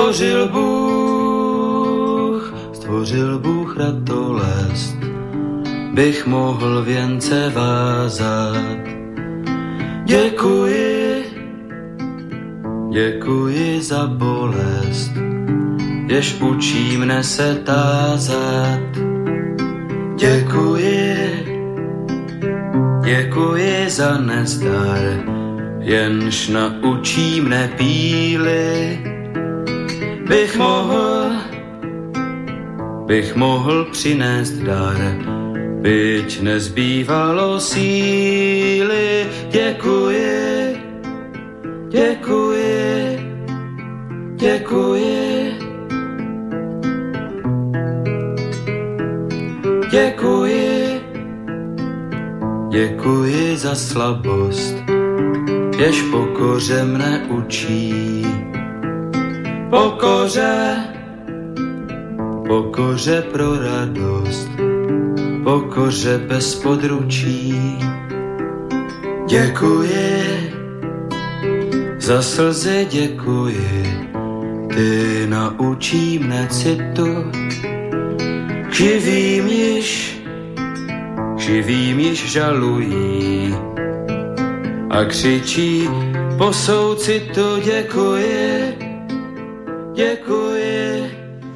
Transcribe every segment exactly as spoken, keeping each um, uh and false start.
Stvořil Bůh, stvořil Bůh ratolest, bych mohl věnce vázat. Děkuji, děkuji za bolest, jež učí mne se tázat. Děkuji, děkuji za nezdar, jenž naučí mne píly. Bych mohl, bych mohl přinést dar, byť nezbývalo síly. Děkuji, děkuji, děkuji, děkuji, děkuji za slabost, jež pokoře mne učí. Pokoře, pokoře pro radost, pokoře bez područí. Děkuji, za slzy děkuji, ty naučí mne citu. Živým již, živým již žalují a křičí po soucitu. Děkuji, děkuji,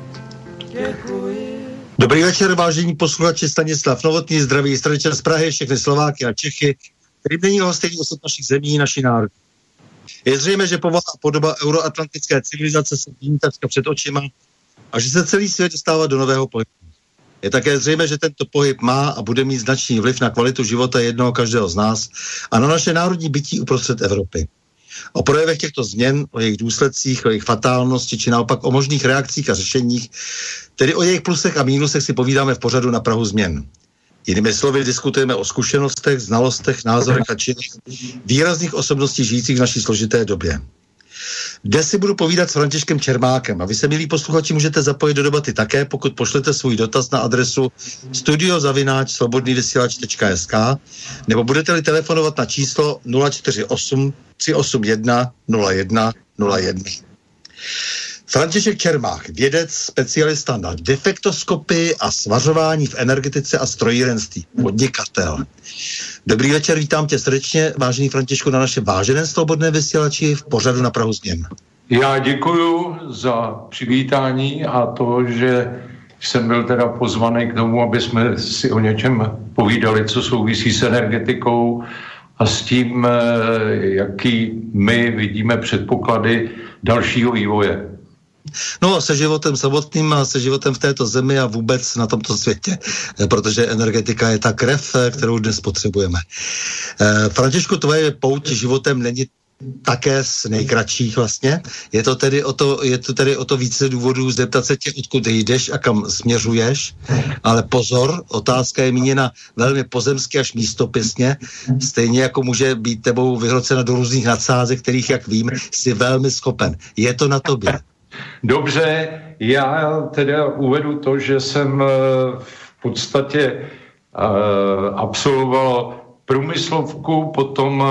děkuji. Dobrý večer, vážení posluchači, Stanislav Novotný, zdraví srdečně z Prahy, všechny Slováky a Čechy, kterým není lhostejný osud našich zemí, naší národ. Je zřejmé, že povaha a podoba euroatlantické civilizace se mění takřka před očima a že se celý svět dostává do nového pohybu. Je také zřejmé, že tento pohyb má a bude mít značný vliv na kvalitu života jednoho každého z nás a na naše národní bytí uprostřed Evropy. O projevech těchto změn, o jejich důsledcích, o jejich fatálnosti, či naopak o možných reakcích a řešeních, tedy o jejich plusech a mínusech si povídáme v pořadu Na prahu změn. Jinými slovy diskutujeme o zkušenostech, znalostech, názorech a činech výrazných osobností žijících v naší složité době. Dnes si budu povídat s Františkem Čermákem a vy se, milí posluchači, můžete zapojit do debaty také, pokud pošlete svůj dotaz na adresu studio zavináč slobodný vysílač tečka es ká nebo budete-li telefonovat na číslo nula čtyři osm tři osm jedna nula jedna nula jedna. František Čermák, vědec, specialista na defektoskopii a svařování v energetice a strojírenství, podnikatel. Dobrý večer, vítám tě srdečně, vážený Františku, na našem váženém slobodném vysílači v pořadu Na prahu změn. Já děkuju za přivítání a to, že jsem byl teda pozvaný k tomu, aby jsme si o něčem povídali, co souvisí s energetikou a s tím, jaký my vidíme předpoklady dalšího vývoje. No, se životem samotným a se životem v této zemi a vůbec na tomto světě, protože energetika je ta krev, kterou dnes potřebujeme. Františku, tvoje pouť životem není také z nejkratších vlastně. Je to tedy o to, je to tedy o to více důvodů zeptat se tě, odkud jdeš a kam směřuješ, ale pozor, otázka je míněna velmi pozemsky až místopisně, stejně jako může být tebou vyhrocena do různých nadsázek, kterých, jak vím, jsi velmi schopen. Je to na tobě. Dobře, já teda uvedu to, že jsem v podstatě absolvoval průmyslovku, potom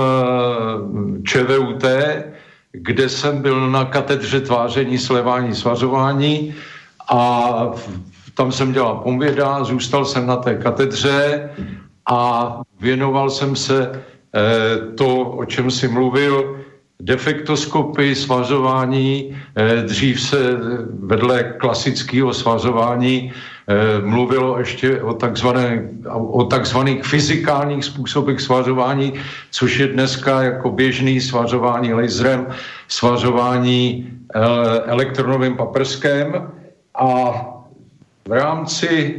ČVUT, kde jsem byl na katedře tváření, slévání, svařování a tam jsem dělal pověda, zůstal jsem na té katedře a věnoval jsem se to, o čem si mluvil, defektoskopy, svařování, dřív se vedle klasického svařování mluvilo ještě o, takzvané, o takzvaných fyzikálních způsobech svařování, což je dneska jako běžný svařování laserem, svařování elektronovým paprskem a v rámci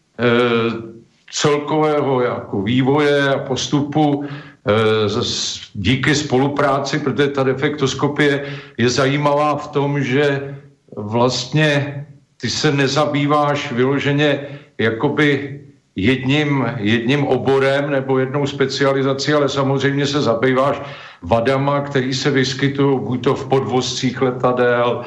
celkového jako vývoje a postupu díky spolupráci, protože ta defektoskopie je zajímavá v tom, že vlastně ty se nezabýváš vyloženě jakoby jedním, jedním oborem nebo jednou specializací, ale samozřejmě se zabýváš vadama, které se vyskytují buď to v podvozcích letadel,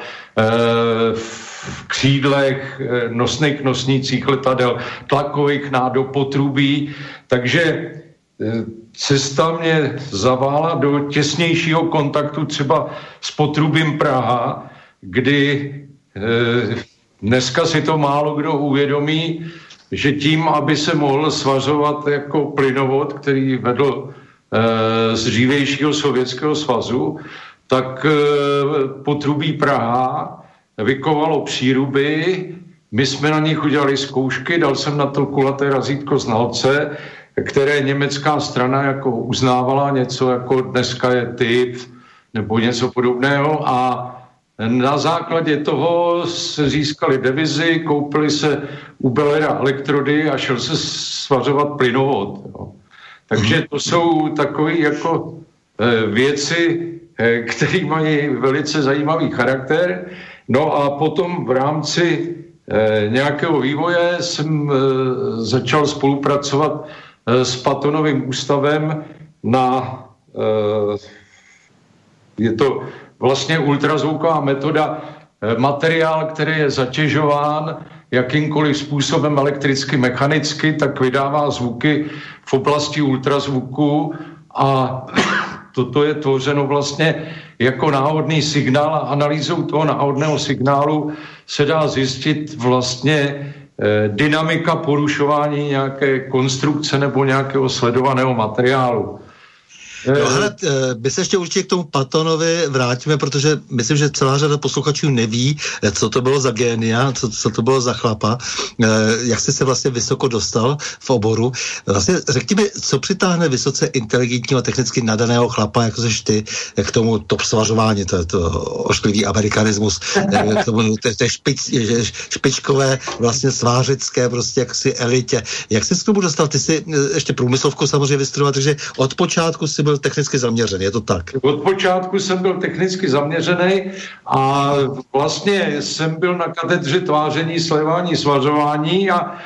v křídlech, nosných nosnících letadel, tlakových nádob, potrubí, takže cesta mě zavála do těsnějšího kontaktu třeba s potrubím Praha, kdy e, dneska si to málo kdo uvědomí, že tím, aby se mohl svařovat jako plynovod, který vedl e, z dřívějšího Sovětského svazu, tak e, potrubí Praha vykovalo příruby, my jsme na nich udělali zkoušky, dal jsem na to kulaté razítko znalce, které německá strana jako uznávala něco, jako dneska je typ nebo něco podobného a na základě toho se získali devizy, koupili se u Bellera elektrody a šel se svařovat plynovod. Jo. Takže to jsou takové jako e, věci, e, které mají velice zajímavý charakter. No a potom v rámci e, nějakého vývoje jsem e, začal spolupracovat e, s Pattonovým ústavem na... E, je to vlastně ultrazvuková metoda, e, materiál, který je zatěžován jakýmkoliv způsobem elektricky, mechanicky, tak vydává zvuky v oblasti ultrazvuku a toto je tvořeno vlastně jako náhodný signál a analýzou toho náhodného signálu se dá zjistit vlastně eh, dynamika porušování nějaké konstrukce nebo nějakého sledovaného materiálu. No hele, my se ještě určitě k tomu Pattonovi vrátíme, protože myslím, že celá řada posluchačů neví, co to bylo za génia, co, co to bylo za chlapa, jak jsi se vlastně vysoko dostal v oboru. Vlastně řekni mi, co přitáhne vysoce inteligentního a technicky nadaného chlapa, jako seš ty, k tomu top svařování, to je to ošklivý amerikanismus, k tomu té špič, špičkové, vlastně svářické, prostě jaksi elitě. Jak jsi k tomu dostal? Ty jsi ještě průmyslovku samozřejmě vystudoval, takže od počátku si byl technicky zaměřený, je to tak? Od počátku jsem byl technicky zaměřený a vlastně jsem byl na katedře tváření, slévání, svařování a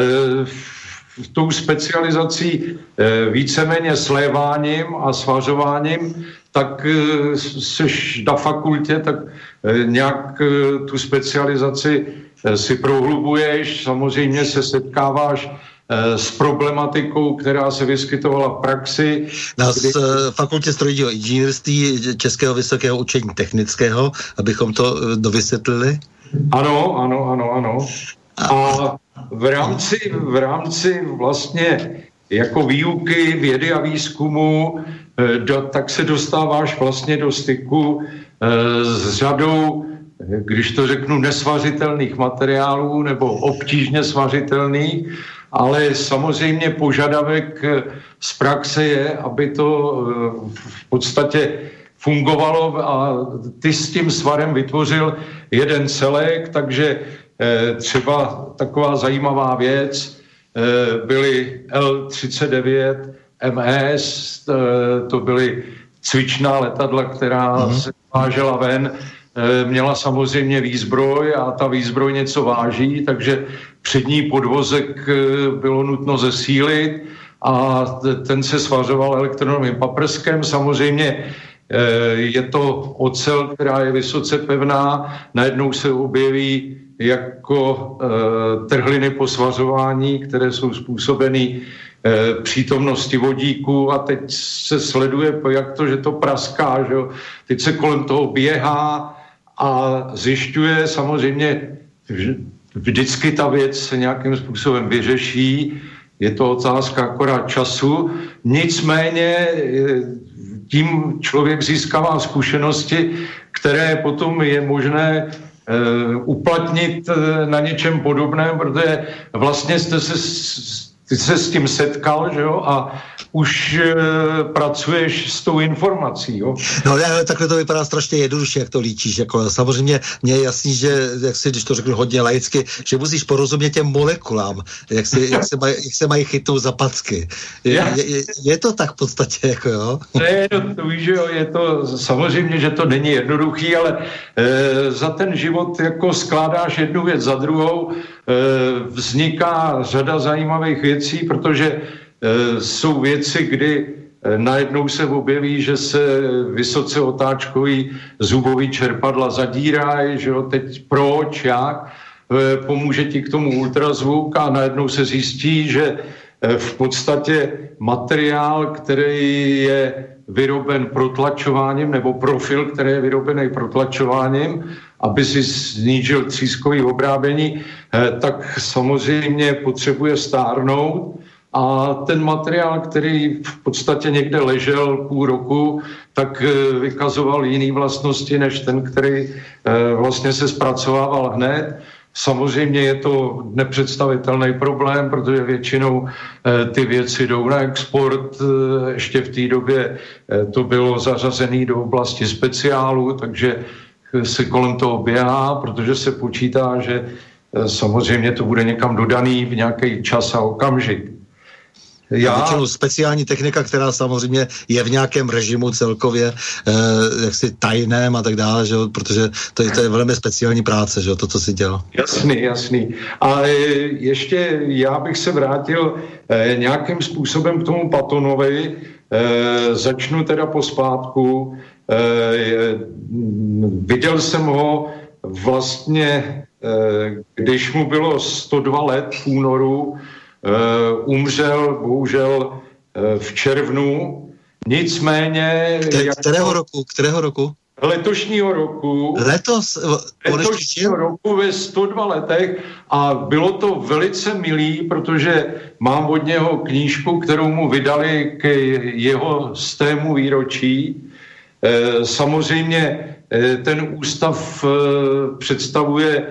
e, tou specializací e, víceméně sléváním a svařováním, tak e, seš na fakultě, tak e, nějak e, tu specializaci e, si prohlubuješ, samozřejmě se setkáváš s problematikou, která se vyskytovala v praxi. Na kdy... fakultě strojního inženýrství Českého vysokého učení technického, abychom to dovysvětlili? Ano, ano, ano, ano. A v rámci, v rámci vlastně jako výuky, vědy a výzkumu, do, tak se dostáváš vlastně do styku s řadou, když to řeknu, nesvařitelných materiálů nebo obtížně svařitelných, ale samozřejmě požadavek z praxe je, aby to v podstatě fungovalo a ty s tím svarem vytvořil jeden celek, takže třeba taková zajímavá věc byly el třicet devět em es, to byly cvičná letadla, která mm-hmm. se vážela ven, měla samozřejmě výzbroj a ta výzbroj něco váží, takže přední podvozek bylo nutno zesílit a ten se svařoval elektronovým paprskem. Samozřejmě je to ocel, která je vysoce pevná, najednou se objeví jako trhliny po svařování, které jsou způsobeny přítomnosti vodíku a teď se sleduje, jak to, že to praská, že jo? Teď se kolem toho běhá a zjišťuje samozřejmě, že vždycky ta věc se nějakým způsobem vyřeší, je to otázka akorát času, nicméně tím člověk získává zkušenosti, které potom je možné uh, uplatnit na něčem podobném, protože vlastně jste se Ty se s tím setkal, že jo, a už e, pracuješ s tou informací, jo. No ale takhle to vypadá strašně jednoduše, jak to líčíš, jako samozřejmě mně je jasný, že, jak si, když to řeknu hodně laicky, že musíš porozumět těm molekulám, jak, si, jak, se, maj, jak se mají chytou za packy. Je, je, je, je to tak v podstatě, jako jo? Ne, no to víš, že jo, je to samozřejmě, že to není jednoduchý, ale e, za ten život jako skládáš jednu věc za druhou, e, vzniká řada zajímavých věcí, protože e, jsou věci, kdy e, najednou se objeví, že se vysoce otáčkový zubový čerpadla zadírají, že jo, teď proč, jak, e, pomůže ti k tomu ultrazvuk a najednou se zjistí, že e, v podstatě materiál, který je vyroben protlačováním, nebo profil, který je vyrobený protlačováním aby si snížil třískový obrábění, tak samozřejmě potřebuje stárnout. A ten materiál, který v podstatě někde ležel půl roku, tak vykazoval jiné vlastnosti než ten, který vlastně se zpracovával hned. Samozřejmě je to nepředstavitelný problém, protože většinou ty věci jdou na export. Ještě v té době to bylo zařazené do oblasti speciálu, takže se kolem toho běhá, protože se počítá, že samozřejmě to bude někam dodaný v nějaký čas a okamžik. Já... Většinou speciální technika, která samozřejmě je v nějakém režimu celkově eh, jaksi tajném a tak dále, že jo? Protože to, to je velmi speciální práce, že jo? To, co si dělal. Jasný, jasný. A ještě já bych se vrátil eh, nějakým způsobem k tomu Pattonovi. Eh, začnu teda pospátku. Eh, viděl jsem ho vlastně, eh, když mu bylo sto dva let v únoru. Uh, umřel bohužel uh, v červnu, nicméně... Kter, jako kterého roku? Kterého roku? Letošního roku. Letos? Letošního roku ve sto dva letech a bylo to velice milý, protože mám od něho knížku, kterou mu vydali k jeho stému výročí. Uh, samozřejmě uh, ten ústav uh, představuje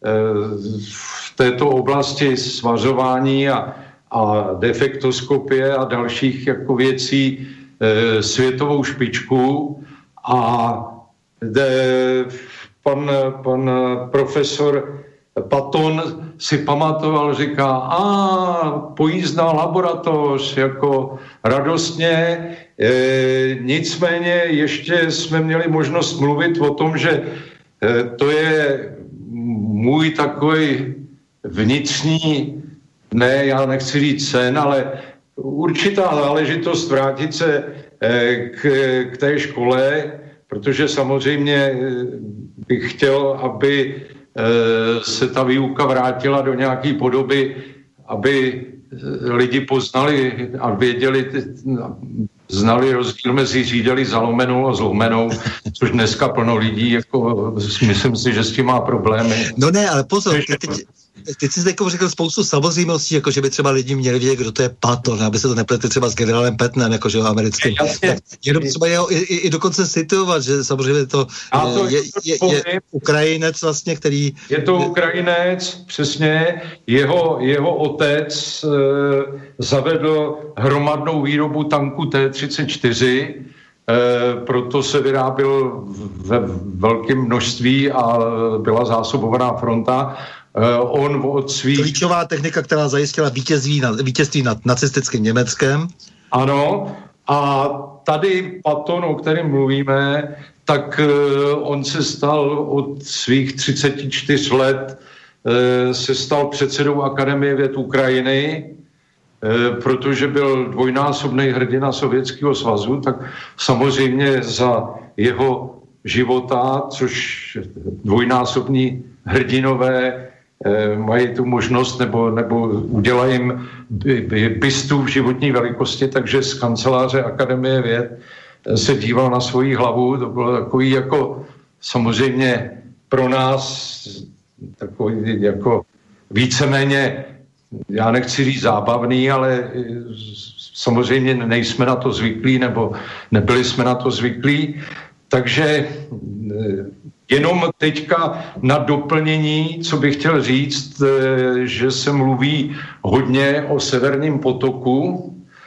v této oblasti svařování a, a defektoskopie a dalších jako věcí e, světovou špičku a de, pan, pan profesor Patton si pamatoval, říká, a pojízdná laboratoř, jako radostně, e, nicméně ještě jsme měli možnost mluvit o tom, že e, to je můj takový vnitřní, ne, já nechci říct sen, ale určitá záležitost vrátit se k, k té škole, protože samozřejmě bych chtěl, aby se ta výuka vrátila do nějaké podoby, aby lidi poznali a věděli, znali rozdíl mezi řídeli zalomenou a zlomenou, což dneska plno lidí, jako myslím si, že s tím má problémy. No ne, ale pozor, teď, teď, teď jsi zde řekl spoustu samozřejmostí, jako že by třeba lidi měli vědět, kdo to je Patton, aby se to nepletli třeba s generálem Pattonem, jakože ho americkým. Jenom třeba jeho i, i, i dokonce situovat, že samozřejmě to, to je, je, je, je Ukrajinec vlastně, který... Je to Ukrajinec, přesně. Jeho, jeho otec e, zavedl hromadnou výrobu tanku T třicet čtyři, E, proto se vyráběl ve velkém množství a byla zásobovaná fronta. E, on od svých... Klíčová technika, která zajistila vítězství nad, vítězství nad nacistickým Německem. Ano, a tady Patton, o kterém mluvíme, tak e, on se stal od svých třicet čtyři let, e, se stal předsedou Akademie věd Ukrajiny, protože byl dvojnásobný hrdina Sovětského svazu, tak samozřejmě za jeho života, což dvojnásobní hrdinové mají tu možnost nebo, nebo udělají jim bystu v životní velikosti, takže z kanceláře Akademie věd se díval na svoji hlavu, to bylo takový jako samozřejmě pro nás takový jako víceméně, já nechci říct zábavný, ale samozřejmě nejsme na to zvyklí, nebo nebyli jsme na to zvyklí. Takže jenom teďka na doplnění, co bych chtěl říct, že se mluví hodně o Severním potoku,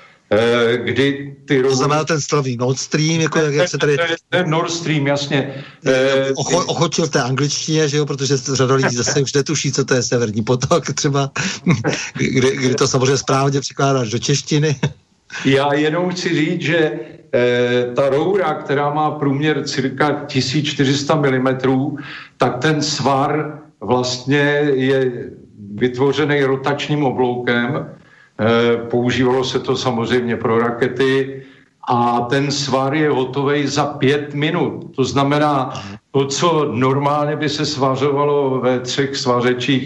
kdy ty... To znamená ten slavný Nord Stream, jako jak, jak se tady... Ten Nord Stream, jasně. Ocho, ochočil v té angličtině, že jo, protože řada lidí zase už netuší, co to je Severní potok třeba, kdy, kdy to samozřejmě správně překládáš do češtiny. Já jenom chci říct, že e, ta roura, která má průměr cirka tisíc čtyři sta milimetrů, tak ten svar vlastně je vytvořený rotačním obloukem. E, používalo se to samozřejmě pro rakety a ten svar je hotovej za pět minut. To znamená, to, co normálně by se svařovalo ve třech svařečích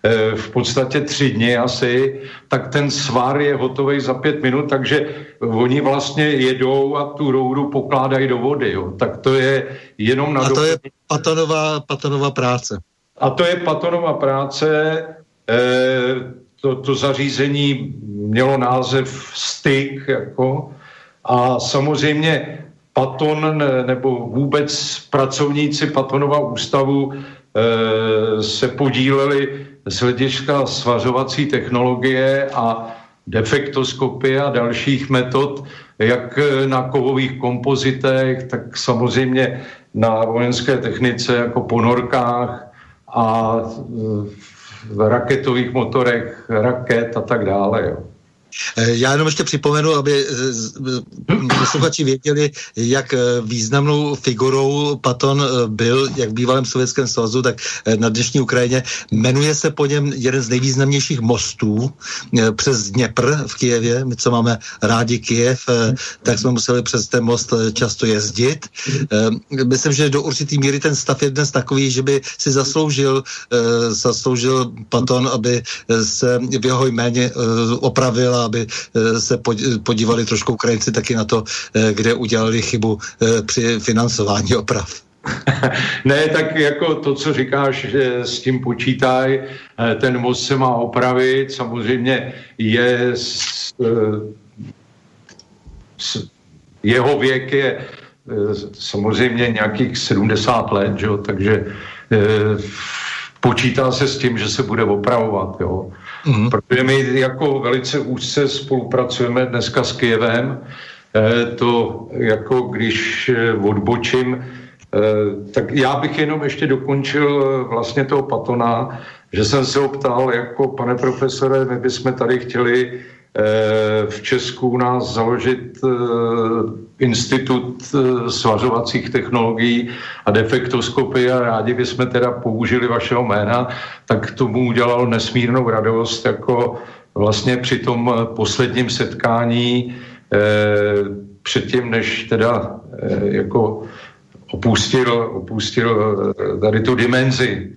v podstatě tři dny asi, tak ten svar je hotový za pět minut, takže oni vlastně jedou a tu roudu pokládají do vody. Jo. Tak to je jenom na... A to je Patonová, Patonová práce. A to je Patonová práce. E, to, to zařízení mělo název Styk, jako, a samozřejmě Paton nebo vůbec pracovníci Patonova ústavu e, se podíleli z hlediska svařovací technologie a defektoskopie a dalších metod, jak na kovových kompozitech, tak samozřejmě na vojenské technice jako ponorkách a v raketových motorech raket a tak dále. Jo. Já jenom ještě připomenu, aby posluchači věděli, jak významnou figurou Paton byl, jak v bývalém Sovětském svazu, tak na dnešní Ukrajině. Jmenuje se po něm jeden z nejvýznamnějších mostů přes Dněpr v Kyjevě. My, co máme rádi Kyjev, tak jsme museli přes ten most často jezdit. Myslím, že do určitý míry ten stav je dnes takový, že by si zasloužil, zasloužil Paton, aby se v jeho jméně opravil, aby se podívali trošku Ukrajinci taky na to, kde udělali chybu při financování oprav. Ne, tak jako to, co říkáš, že s tím počítaj, ten most se má opravit, samozřejmě je s, s, jeho věk je samozřejmě nějakých sedmdesát let, jo, takže počítá se s tím, že se bude opravovat, jo. Mm-hmm. Protože my jako velice úzce spolupracujeme dneska s Kyjevem, to jako když odbočím, tak já bych jenom ještě dokončil vlastně toho Patona, že jsem se ho ptal, jako pane profesore, my bychom tady chtěli v Česku u nás založit institut svařovacích technologií a defektoskopy a rádi bychom teda použili vašeho jména, tak tomu udělal nesmírnou radost, jako vlastně při tom posledním setkání předtím, než teda jako opustil, opustil tady tu dimenzi.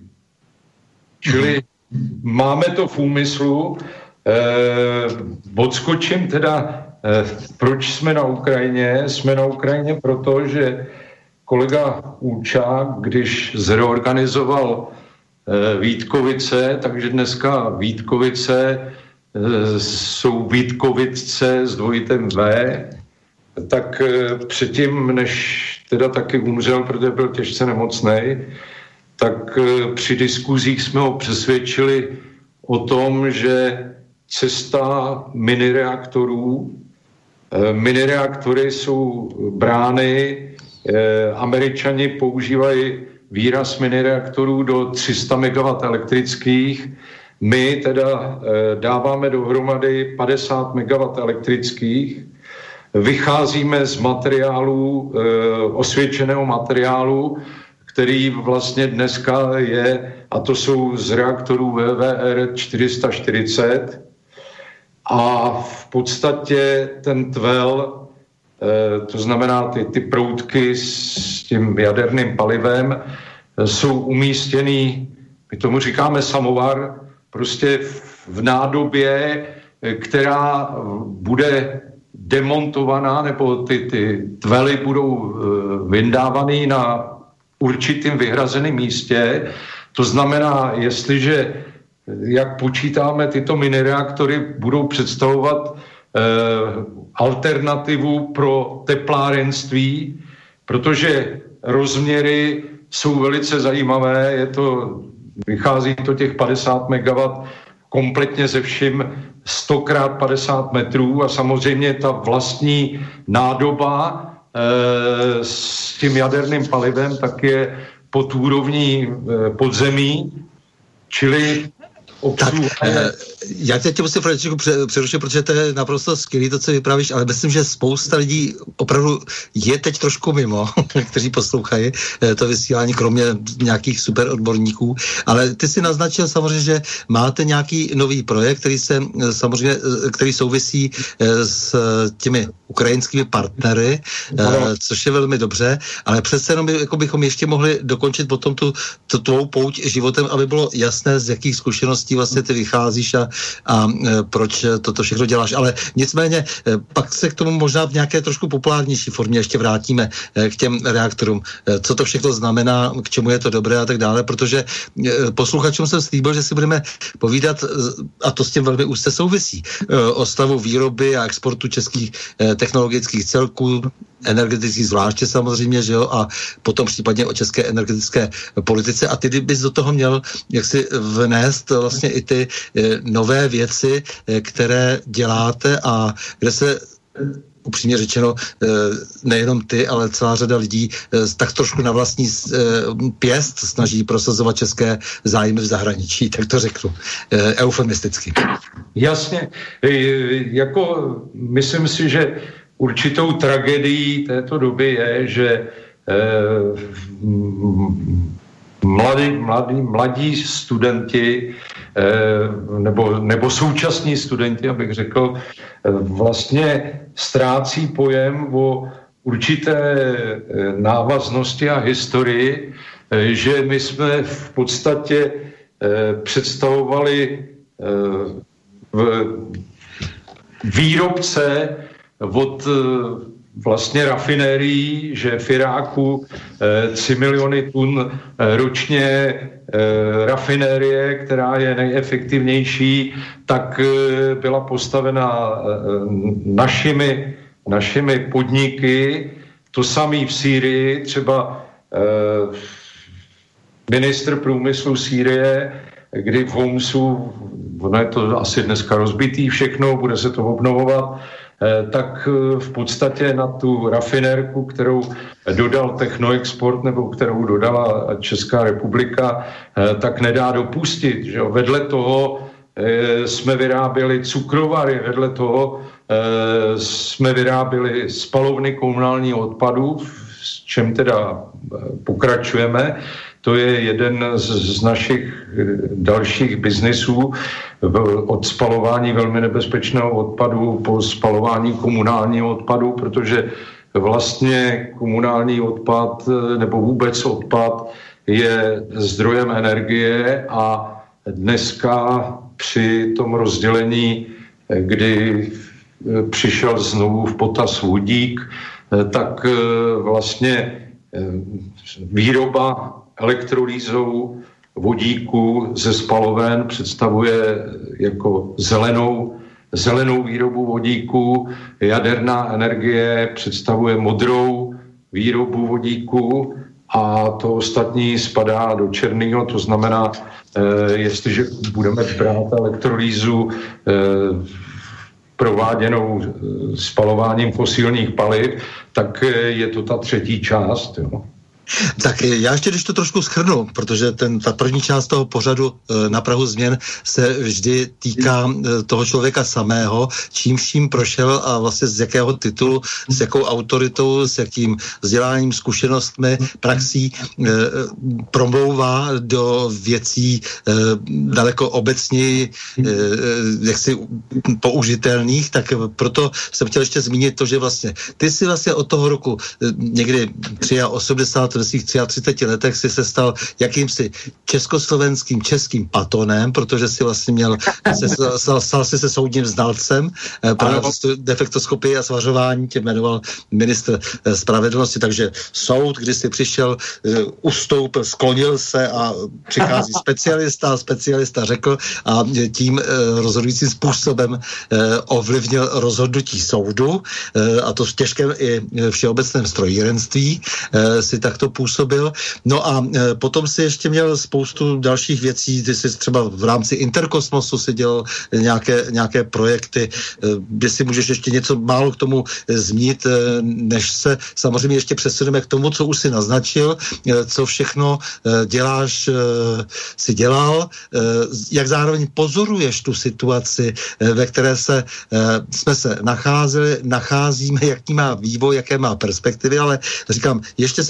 Čili máme to v úmyslu. Eh, odskočím teda, eh, proč jsme na Ukrajině. Jsme na Ukrajině proto, že kolega Účák, když zreorganizoval eh, Vítkovice, takže dneska Vítkovice eh, jsou Vítkovice s dvojitem V, tak eh, předtím, než teda taky umřel, protože byl těžce nemocnej, tak eh, při diskuzích jsme ho přesvědčili o tom, že cesta minireaktorů. Minireaktory jsou brány, Američani používají výraz minireaktorů do tři sta megawattů elektrických, my teda dáváme dohromady padesát megawattů elektrických, vycházíme z materiálu, osvědčeného materiálu, který vlastně dneska je, a to jsou z reaktorů V V R čtyři sta čtyřicet, a v podstatě ten tvel, to znamená ty, ty proutky s tím jaderným palivem, jsou umístěný, my tomu říkáme samovar, prostě v nádobě, která bude demontovaná, nebo ty, ty tvely budou vyndávaný na určitým vyhrazeném místě. To znamená, jestliže, jak počítáme, tyto minireaktory budou představovat eh, alternativu pro teplárenství, protože rozměry jsou velice zajímavé, je to, vychází to těch padesát megawattů kompletně ze vším sto krát padesát metrů a samozřejmě ta vlastní nádoba e, s tím jaderným palivem tak je pod úrovní e, podzemí, čili tak, eh, já tě musím Františku přerušit, protože to je naprosto skvělý to, co vyprávíš, ale myslím, že spousta lidí opravdu je teď trošku mimo, kteří poslouchají eh, to vysílání, kromě nějakých super odborníků, ale ty si naznačil samozřejmě, že máte nějaký nový projekt, který se eh, samozřejmě, eh, který souvisí eh, s těmi ukrajinskými partnery, eh, což je velmi dobře, ale přece jenom jako bychom ještě mohli dokončit potom tu, tu tvou pouť životem, aby bylo jasné, z jakých zkušeností okolností vlastně ty vycházíš a, a proč toto všechno děláš. Ale nicméně pak se k tomu možná v nějaké trošku populárnější formě ještě vrátíme k těm reaktorům. Co to všechno znamená, k čemu je to dobré a tak dále, protože posluchačům jsem slíbil, že si budeme povídat, a to s tím velmi úzce souvisí, o stavu výroby a exportu českých technologických celků, energetických zvláště samozřejmě, že jo, a potom případně o české energetické politice. A ty bys do toho měl jak si vnést vlastně i ty nové věci, které děláte a kde se upřímně řečeno, nejenom ty, ale celá řada lidí tak trošku na vlastní pěst snaží prosazovat české zájmy v zahraničí, tak to řeknu eufemisticky. Jasně. Jako myslím si, že určitou tragédií této doby je, že mladí, mladí, mladí studenti nebo, nebo současní studenti, abych řekl, vlastně ztrácí pojem o určité návaznosti a historii, že my jsme v podstatě představovali výrobce od vlastně rafinérií, že v Iráku tři miliony tun ročně rafinérie, která je nejefektivnější, tak byla postavena našimi, našimi podniky. To samé v Sýrii, třeba ministr průmyslu Sýrie, kdy v Homsu, ono je to asi dneska rozbitý všechno, bude se to obnovovat, tak v podstatě na tu rafinérku, kterou dodal Technoexport nebo kterou dodala Česká republika, tak nedá dopustit. Že? Vedle toho jsme vyráběli cukrovary, vedle toho jsme vyráběli spalovny komunálního odpadu, s čem teda pokračujeme. To je jeden z, z našich dalších biznisů, od spalování velmi nebezpečného odpadu po spalování komunálního odpadu, protože vlastně komunální odpad nebo vůbec odpad je zdrojem energie a dneska při tom rozdělení, kdy přišel znovu v potaz vodík, tak vlastně výroba elektrolýzou vodíku ze spaloven představuje jako zelenou, zelenou výrobu vodíku, jaderná energie představuje modrou výrobu vodíku a to ostatní spadá do černého, to znamená, eh, jestliže budeme brát elektrolýzu eh, prováděnou spalováním fosilních paliv, tak je to ta třetí část, jo. Tak já ještě, když to trošku shrnu, protože ten, ta první část toho pořadu e, na prahu změn se vždy týká e, toho člověka samého, čím vším prošel a vlastně z jakého titulu, s jakou autoritou, s jakým vzděláním, zkušenostmi, praxí e, promlouvá do věcí e, daleko obecněji e, jaksi použitelných, tak proto jsem chtěl ještě zmínit to, že vlastně ty si vlastně od toho roku e, někdy osmdesát tři ve svých třiatřiceti letech si se stal jakýmsi československým českým patonem, protože si vlastně měl, se, stal, stal si se soudním znalcem eh, právě defektoskopii a svařování, tě jmenoval ministr eh, spravedlnosti, takže soud, když si přišel, eh, ustoupil, sklonil se a přichází specialista a specialista řekl a tím eh, rozhodujícím způsobem eh, ovlivnil rozhodnutí soudu eh, a to v těžkém i všeobecném strojírenství eh, si takto působil. No a e, potom si ještě měl spoustu dalších věcí, ty jsi třeba v rámci Interkosmosu si dělal nějaké, nějaké projekty, e, kde si můžeš ještě něco málo k tomu e, zmínit, e, než se samozřejmě ještě přesuneme k tomu, co už si naznačil, e, co všechno e, děláš, e, si dělal, e, jak zároveň pozoruješ tu situaci, e, ve které se, e, jsme se nacházeli, nacházíme, jaký má vývoj, jaké má perspektivy, ale říkám, ještě jsem chtěl trošku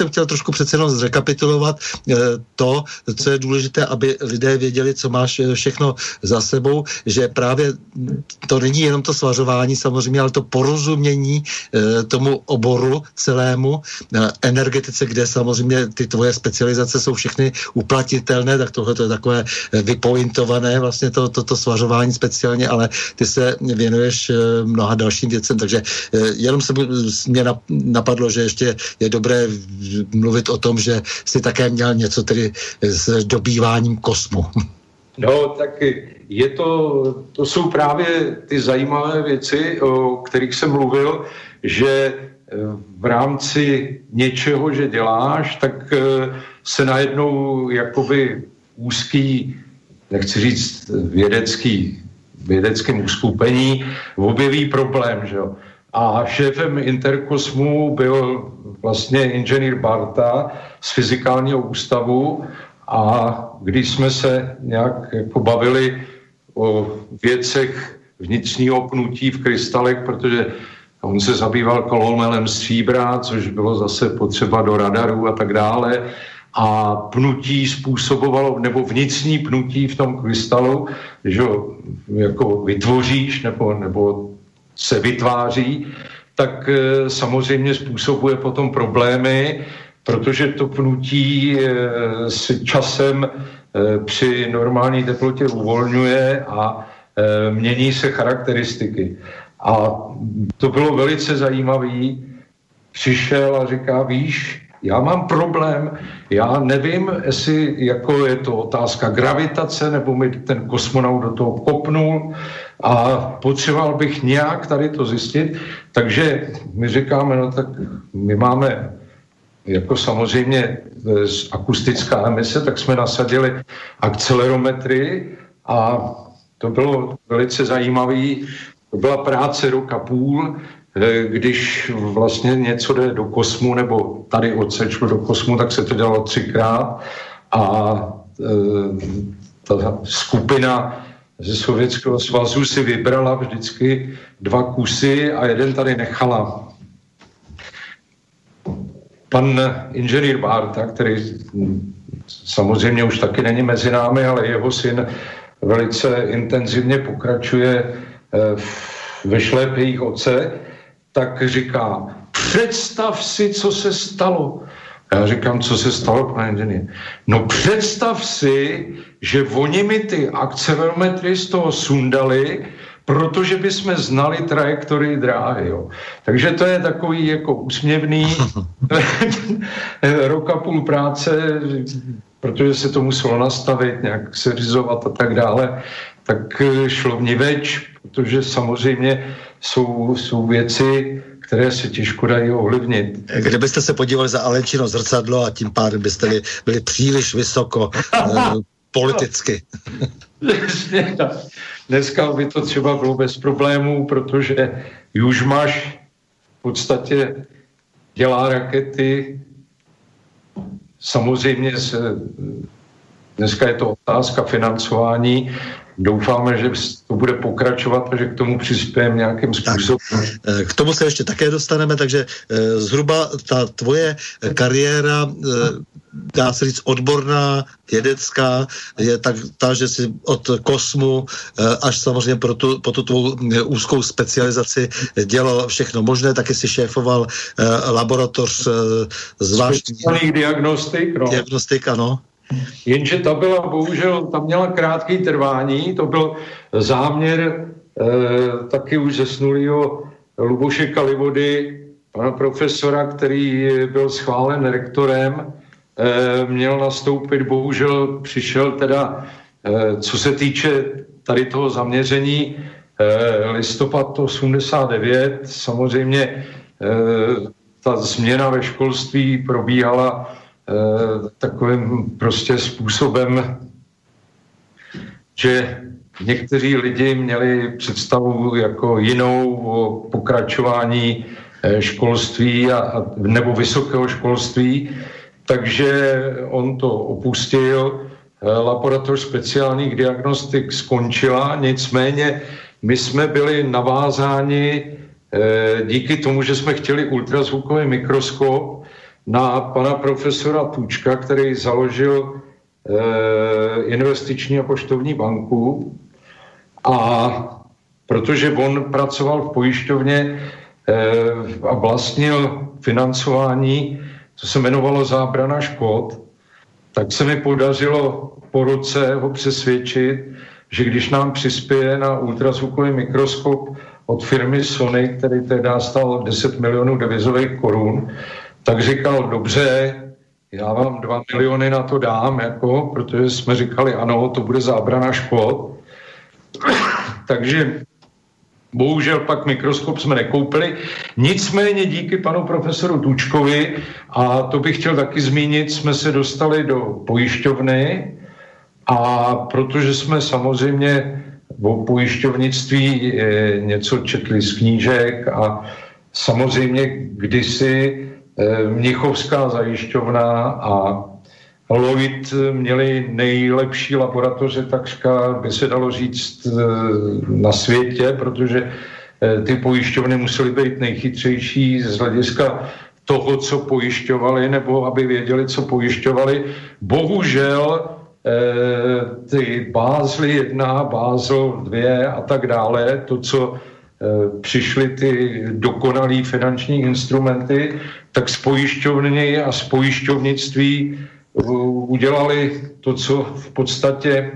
trošku přece jenom zrekapitulovat to, co je důležité, aby lidé věděli, co máš všechno za sebou, že právě to není jenom to svařování samozřejmě, ale to porozumění tomu oboru celému, energetice, kde samozřejmě ty tvoje specializace jsou všechny uplatnitelné, tak tohle to je takové vypointované vlastně to, to, to svařování speciálně, ale ty se věnuješ mnoha dalším věcem, takže jenom se mě napadlo, že ještě je dobré mluvit o tom, že jsi také měl něco tedy s dobýváním kosmu. No, tak je to, to jsou právě ty zajímavé věci, o kterých jsem mluvil, že v rámci něčeho, že děláš, tak se najednou jakoby úzký, nechci říct vědecký, vědeckém uskupení objeví problém, že jo. A šéfem Interkosmu byl vlastně inženýr Barta z Fyzikálního ústavu a když jsme se nějak jako bavili o věcech vnitřního pnutí v krystalech, protože on se zabýval kolomelem stříbra, což bylo zase potřeba do radaru a tak dále, a pnutí způsobovalo, nebo vnitřní pnutí v tom krystalu, že ho jako vytvoříš nebo, nebo se vytváří, tak e, samozřejmě způsobuje potom problémy, protože to pnutí e, s časem e, při normální teplotě uvolňuje a e, mění se charakteristiky. A to bylo velice zajímavý. Přišel a říká, víš, já mám problém, já nevím, jestli jako je to otázka gravitace, nebo mi ten kosmonaut do toho kopnul a potřeboval bych nějak tady to zjistit. Takže my říkáme, no tak my máme jako samozřejmě akustická emise, tak jsme nasadili akcelerometry a to bylo velice zajímavý. To byla práce roka půl, když vlastně něco jde do kosmu, nebo tady odsečlo do kosmu, tak se to dělalo třikrát a e, ta skupina ze Sovětského svazu si vybrala vždycky dva kusy a jeden tady nechala. Pan inženýr Bárta, který samozřejmě už taky není mezi námi, ale jeho syn velice intenzivně pokračuje ve šlépějích otce, tak říká, představ si, co se stalo. Já říkám, co se stalo, pane inženýr. No představ si, že oni mi ty akcelerometry z toho sundali, protože bychom znali trajektorii dráhy. Jo. Takže to je takový jako úsměvný rok a půl práce, protože se to muselo nastavit, nějak seřizovat a tak dále, tak šlo vniveč, protože samozřejmě jsou, jsou věci, které se těžko dají ovlivnit. Kdybyste se podívali za Alenčino zrcadlo a tím pádem byste byli, byli příliš vysoko uh, politicky. Dneska by to třeba bylo bez problémů, protože Južmaš v podstatě dělá rakety. Samozřejmě se, dneska je to otázka financování. Doufáme, že to bude pokračovat a že k tomu přispějeme nějakým způsobem. Tak, k tomu se ještě také dostaneme, takže zhruba ta tvoje kariéra, dá se říct odborná, vědecká, je tak ta, že si od kosmu až samozřejmě pro tu, po tu tvou úzkou specializaci dělal všechno možné, taky si šéfoval laboratoř zvláštní. Speciální diagnostik, no. Diagnostik, ano. Jenže ta byla, bohužel, tam měla krátké trvání, to byl záměr e, taky už zesnulýho Luboše Kalivody, pana profesora, který byl schválen rektorem, e, měl nastoupit, bohužel přišel teda, e, co se týče tady toho zaměření, e, listopad osmdesát devět, samozřejmě e, ta změna ve školství probíhala takovým prostě způsobem, že někteří lidi měli představu jako jinou o pokračování školství a, a, nebo vysokého školství, takže on to opustil. Laboratoř speciálních diagnostik skončila, nicméně my jsme byli navázáni díky tomu, že jsme chtěli ultrazvukový mikroskop na pana profesora Tučka, který založil eh, investiční a poštovní banku, a protože on pracoval v pojišťovně eh, a vlastnil financování, to se jmenovalo zábrana škod, tak se mi podařilo po roce ho přesvědčit, že když nám přispěje na ultrazvukový mikroskop od firmy Sony, který tehdy stál deset milionů devizových korun, tak říkal, dobře, já vám dva miliony na to dám, jako, protože jsme říkali, ano, to bude zábrana škod. Takže bohužel pak mikroskop jsme nekoupili. Nicméně díky panu profesoru Tučkovi, a to bych chtěl taky zmínit, jsme se dostali do pojišťovny, a protože jsme samozřejmě o pojišťovnictví něco četli z knížek a samozřejmě kdysi Mnichovská zajišťovna a Lloyd měli nejlepší laboratoře, takřka by se dalo říct na světě, protože ty pojišťovny musely být nejchytřejší z hlediska toho, co pojišťovali, nebo aby věděli, co pojišťovali. Bohužel ty Bázly jedna, Bázl dva a tak dále, to, co přišly ty dokonalý finanční instrumenty, tak z pojišťovny a z pojišťovnictví udělali to, co v podstatě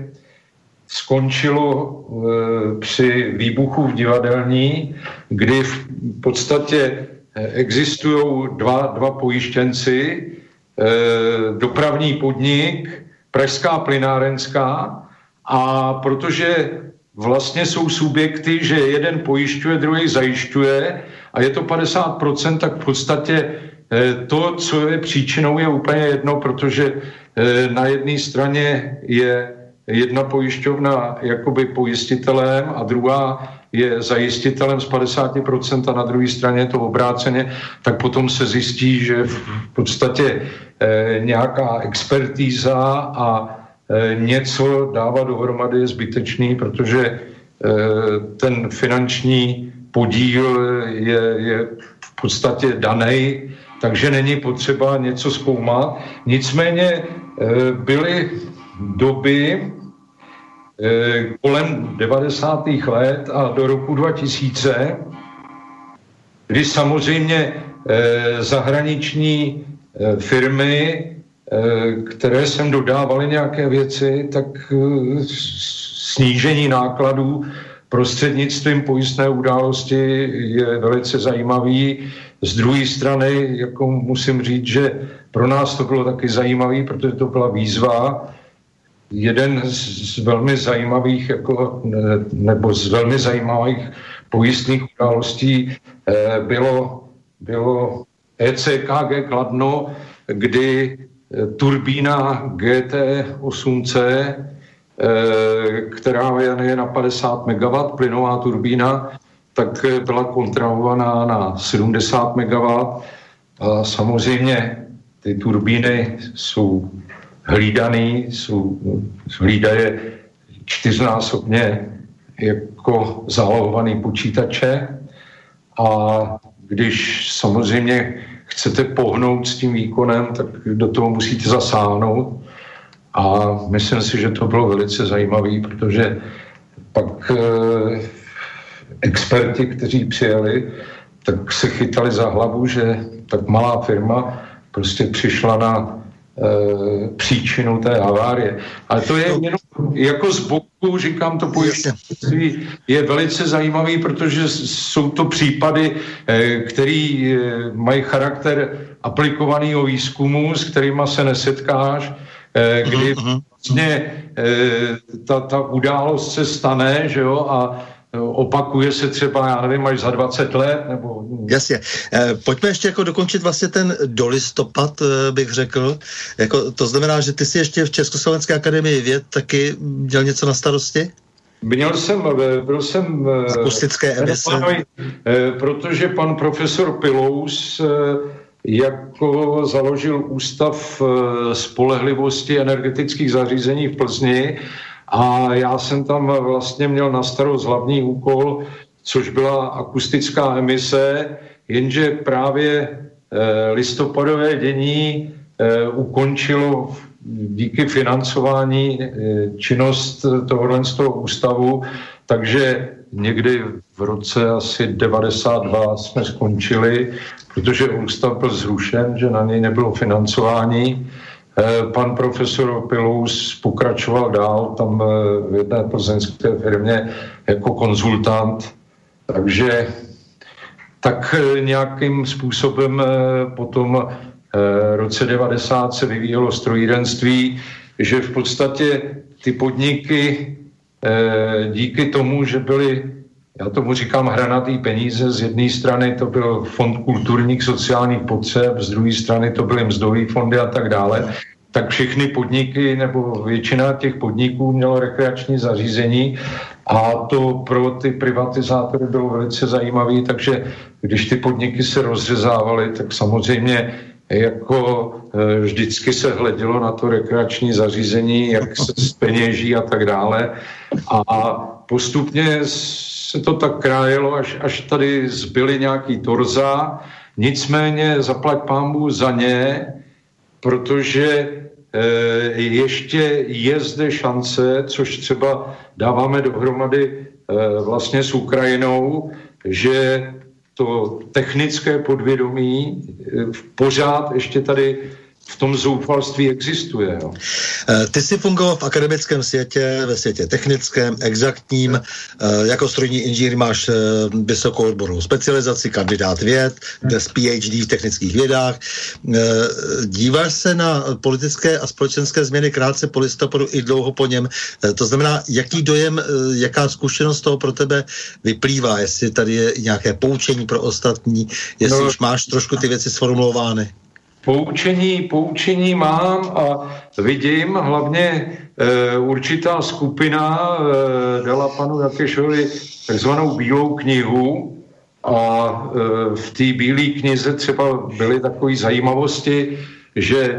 skončilo při výbuchu v divadelní, kdy v podstatě existují dva, dva pojištěnci, dopravní podnik, Pražská plynárenská, a protože vlastně jsou subjekty, že jeden pojišťuje, druhý zajišťuje a je to padesát procent, tak v podstatě to, co je příčinou, je úplně jedno, protože na jedné straně je jedna pojišťovna jakoby pojistitelem a druhá je zajistitelem z padesát procent a na druhé straně je to obráceně, tak potom se zjistí, že v podstatě nějaká expertíza a něco dávat dohromady je zbytečný, protože ten finanční podíl je, je v podstatě daný, takže není potřeba něco zkoumat. Nicméně byly doby kolem devadesátých let a do roku dva tisíce, kdy samozřejmě zahraniční firmy, které sem dodávaly nějaké věci, tak snížení nákladů prostřednictvím pojistné události je velice zajímavý. Z druhé strany, jako musím říct, že pro nás to bylo taky zajímavý, protože to byla výzva. Jeden z velmi zajímavých, jako, nebo z velmi zajímavých pojistných událostí bylo, bylo E C K G Kladno, kdy turbína G T osm C, která je na padesát megawattů, plynová turbína, tak byla kontrahovaná na sedmdesát megawattů. A samozřejmě ty turbíny jsou hlídaný, jsou, hlídaje čtyřnásobně jako zálohovaný počítače, a když samozřejmě chcete pohnout s tím výkonem, tak do toho musíte zasáhnout. A myslím si, že to bylo velice zajímavé, protože pak e, experti, kteří přijeli, tak se chytali za hlavu, že tak malá firma prostě přišla na e, příčinu té havárie. Ale to je jenom jako z boku, říkám, to pojištění je velice zajímavý, protože jsou to případy, e, který e, mají charakter aplikovaného výzkumu, s kterýma se nesetkáš, kdy vlastně ta, ta událost se stane, že jo, a opakuje se třeba, já nevím, až za dvacet let, nebo... Jasně. Pojďme ještě jako dokončit vlastně ten do listopad, bych řekl. Jako, to znamená, že ty jsi ještě v Československé akademii věd taky měl něco na starosti? Měl jsem, byl jsem... Akustické emise. Protože pan profesor Pilous jako založil Ústav spolehlivosti energetických zařízení v Plzni, a já jsem tam vlastně měl na starost hlavní úkol, což byla akustická emise, jenže právě listopadové dění ukončilo díky financování činnost tohohle z toho ústavu, takže někdy v roce asi devadesát dva jsme skončili, protože ústav byl zrušen, že na něj nebylo financování. Pan profesor Pilous pokračoval dál tam v jedné plzeňské firmě jako konzultant, takže tak nějakým způsobem potom v roce devadesát se vyvíjelo strojírenství, že v podstatě ty podniky díky tomu, že byly, já tomu říkám hranatý peníze, z jedné strany to byl fond kulturních sociálních potřeb, z druhé strany to byly mzdové fondy a tak dále, tak všechny podniky nebo většina těch podniků mělo rekreační zařízení a to pro ty privatizátory bylo velice zajímavé, takže když ty podniky se rozřezávaly, tak samozřejmě jako vždycky se hledělo na to rekreační zařízení, jak se zpeněží a tak dále. A postupně se to tak krájelo, až, až tady zbyly nějaký torza. Nicméně zaplať pánbůh za ně, protože e, ještě je zde šance, což třeba dáváme dohromady e, vlastně s Ukrajinou, že to technické podvědomí pořád ještě tady v tom zoufalství existuje. No. Ty jsi fungoval v akademickém světě, ve světě technickém, exaktním, jako strojní inženýr máš vysokou odbornou specializaci, kandidát věd, s P H D v technických vědách. Díváš se na politické a společenské změny krátce po listopadu i dlouho po něm. To znamená, jaký dojem, jaká zkušenost toho pro tebe vyplývá, jestli tady je nějaké poučení pro ostatní, jestli no, už máš trošku ty věci sformulovány. Poučení, poučení mám a vidím, hlavně e, určitá skupina e, dala panu Jakešovi takzvanou bílou knihu a e, v té bílé knize třeba byly takové zajímavosti, že e,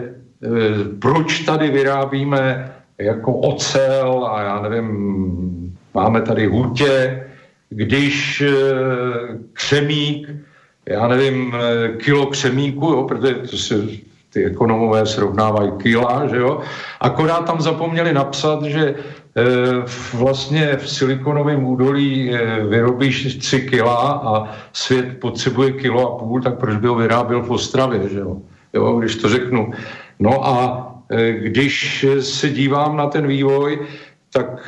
proč tady vyrábíme jako ocel a já nevím, máme tady hutě, když e, křemík, já nevím, kilo křemíku, jo, protože to se ty ekonomové srovnávají kila, že jo. Akorát tam zapomněli napsat, že e, vlastně v silikonovém údolí e, vyrobíš tři kila a svět potřebuje kilo a půl, tak proč by ho vyráběl v Ostravě, že jo, jo, když to řeknu. No a e, když se dívám na ten vývoj, tak e,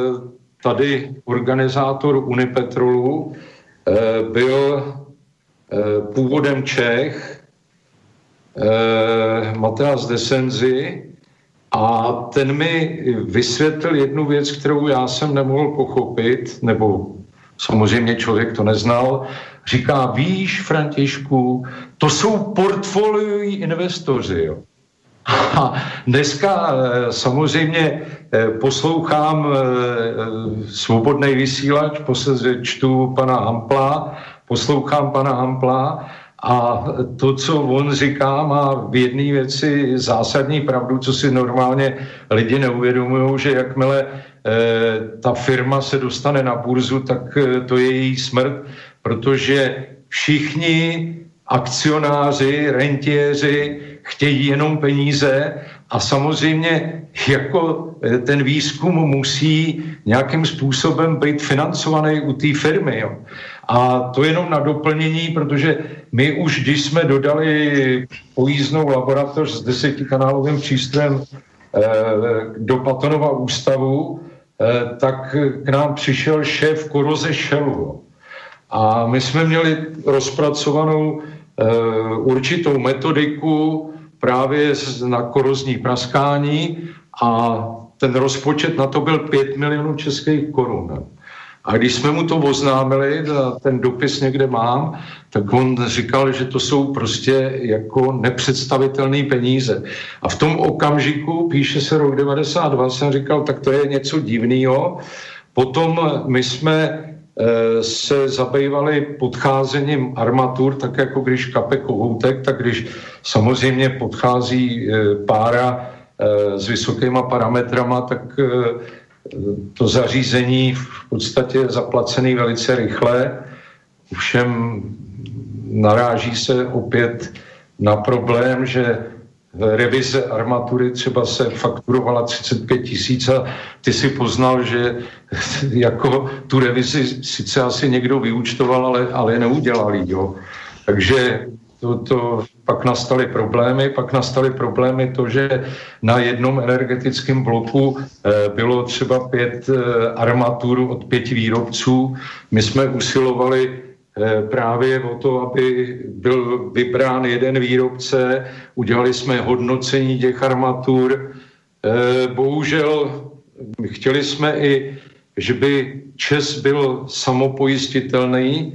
tady organizátor Unipetrolu e, byl původem Čech, eh, Mateas Desenzi, a ten mi vysvětlil jednu věc, kterou já jsem nemohl pochopit, nebo samozřejmě člověk to neznal. Říká, víš, Františku, to jsou portfolioví investoři. Jo. A dneska samozřejmě poslouchám Svobodný vysílač, posledně čtu pana Hampla, poslouchám pana Hampla a to, co on říká, má v jedné věci zásadní pravdu, co si normálně lidi neuvědomují, že jakmile eh, ta firma se dostane na burzu, tak eh, to je její smrt, protože všichni akcionáři, rentiéři chtějí jenom peníze a samozřejmě jako ten výzkum musí nějakým způsobem být financovaný u té firmy. Jo. A to jenom na doplnění, protože my už, když jsme dodali pojízdnou laboratoř s desetikanálovým přístrojem eh, do Platonova ústavu, eh, tak k nám přišel šéf Koroze Shellu. A my jsme měli rozpracovanou eh, určitou metodiku právě na korozní praskání a ten rozpočet na to byl pět milionů českých korun. A když jsme mu to oznámili, ten dopis někde mám, tak on říkal, že to jsou prostě jako nepředstavitelné peníze. A v tom okamžiku, píše se rok devadesát dva, jsem říkal, tak to je něco divného. Potom my jsme e, se zabývali podcházením armatur, tak jako když kape kohoutek, tak když samozřejmě podchází e, pára e, s vysokýma parametrama, tak e, to zařízení v podstatě je zaplacený velice rychle, ovšem naráží se opět na problém, že revize armatury třeba se fakturovala třicet pět tisíc a ty si poznal, že jako tu revizi sice asi někdo vyúčtoval, ale, ale neudělal, jo. Takže to, to pak nastaly problémy, pak nastaly problémy to, že na jednom energetickém bloku eh, bylo třeba pět eh, armatur od pěti výrobců. My jsme usilovali eh, právě o to, aby byl vybrán jeden výrobce, udělali jsme hodnocení těch armatur. Eh, bohužel chtěli jsme i, že by ČEZ byl samopojistitelný,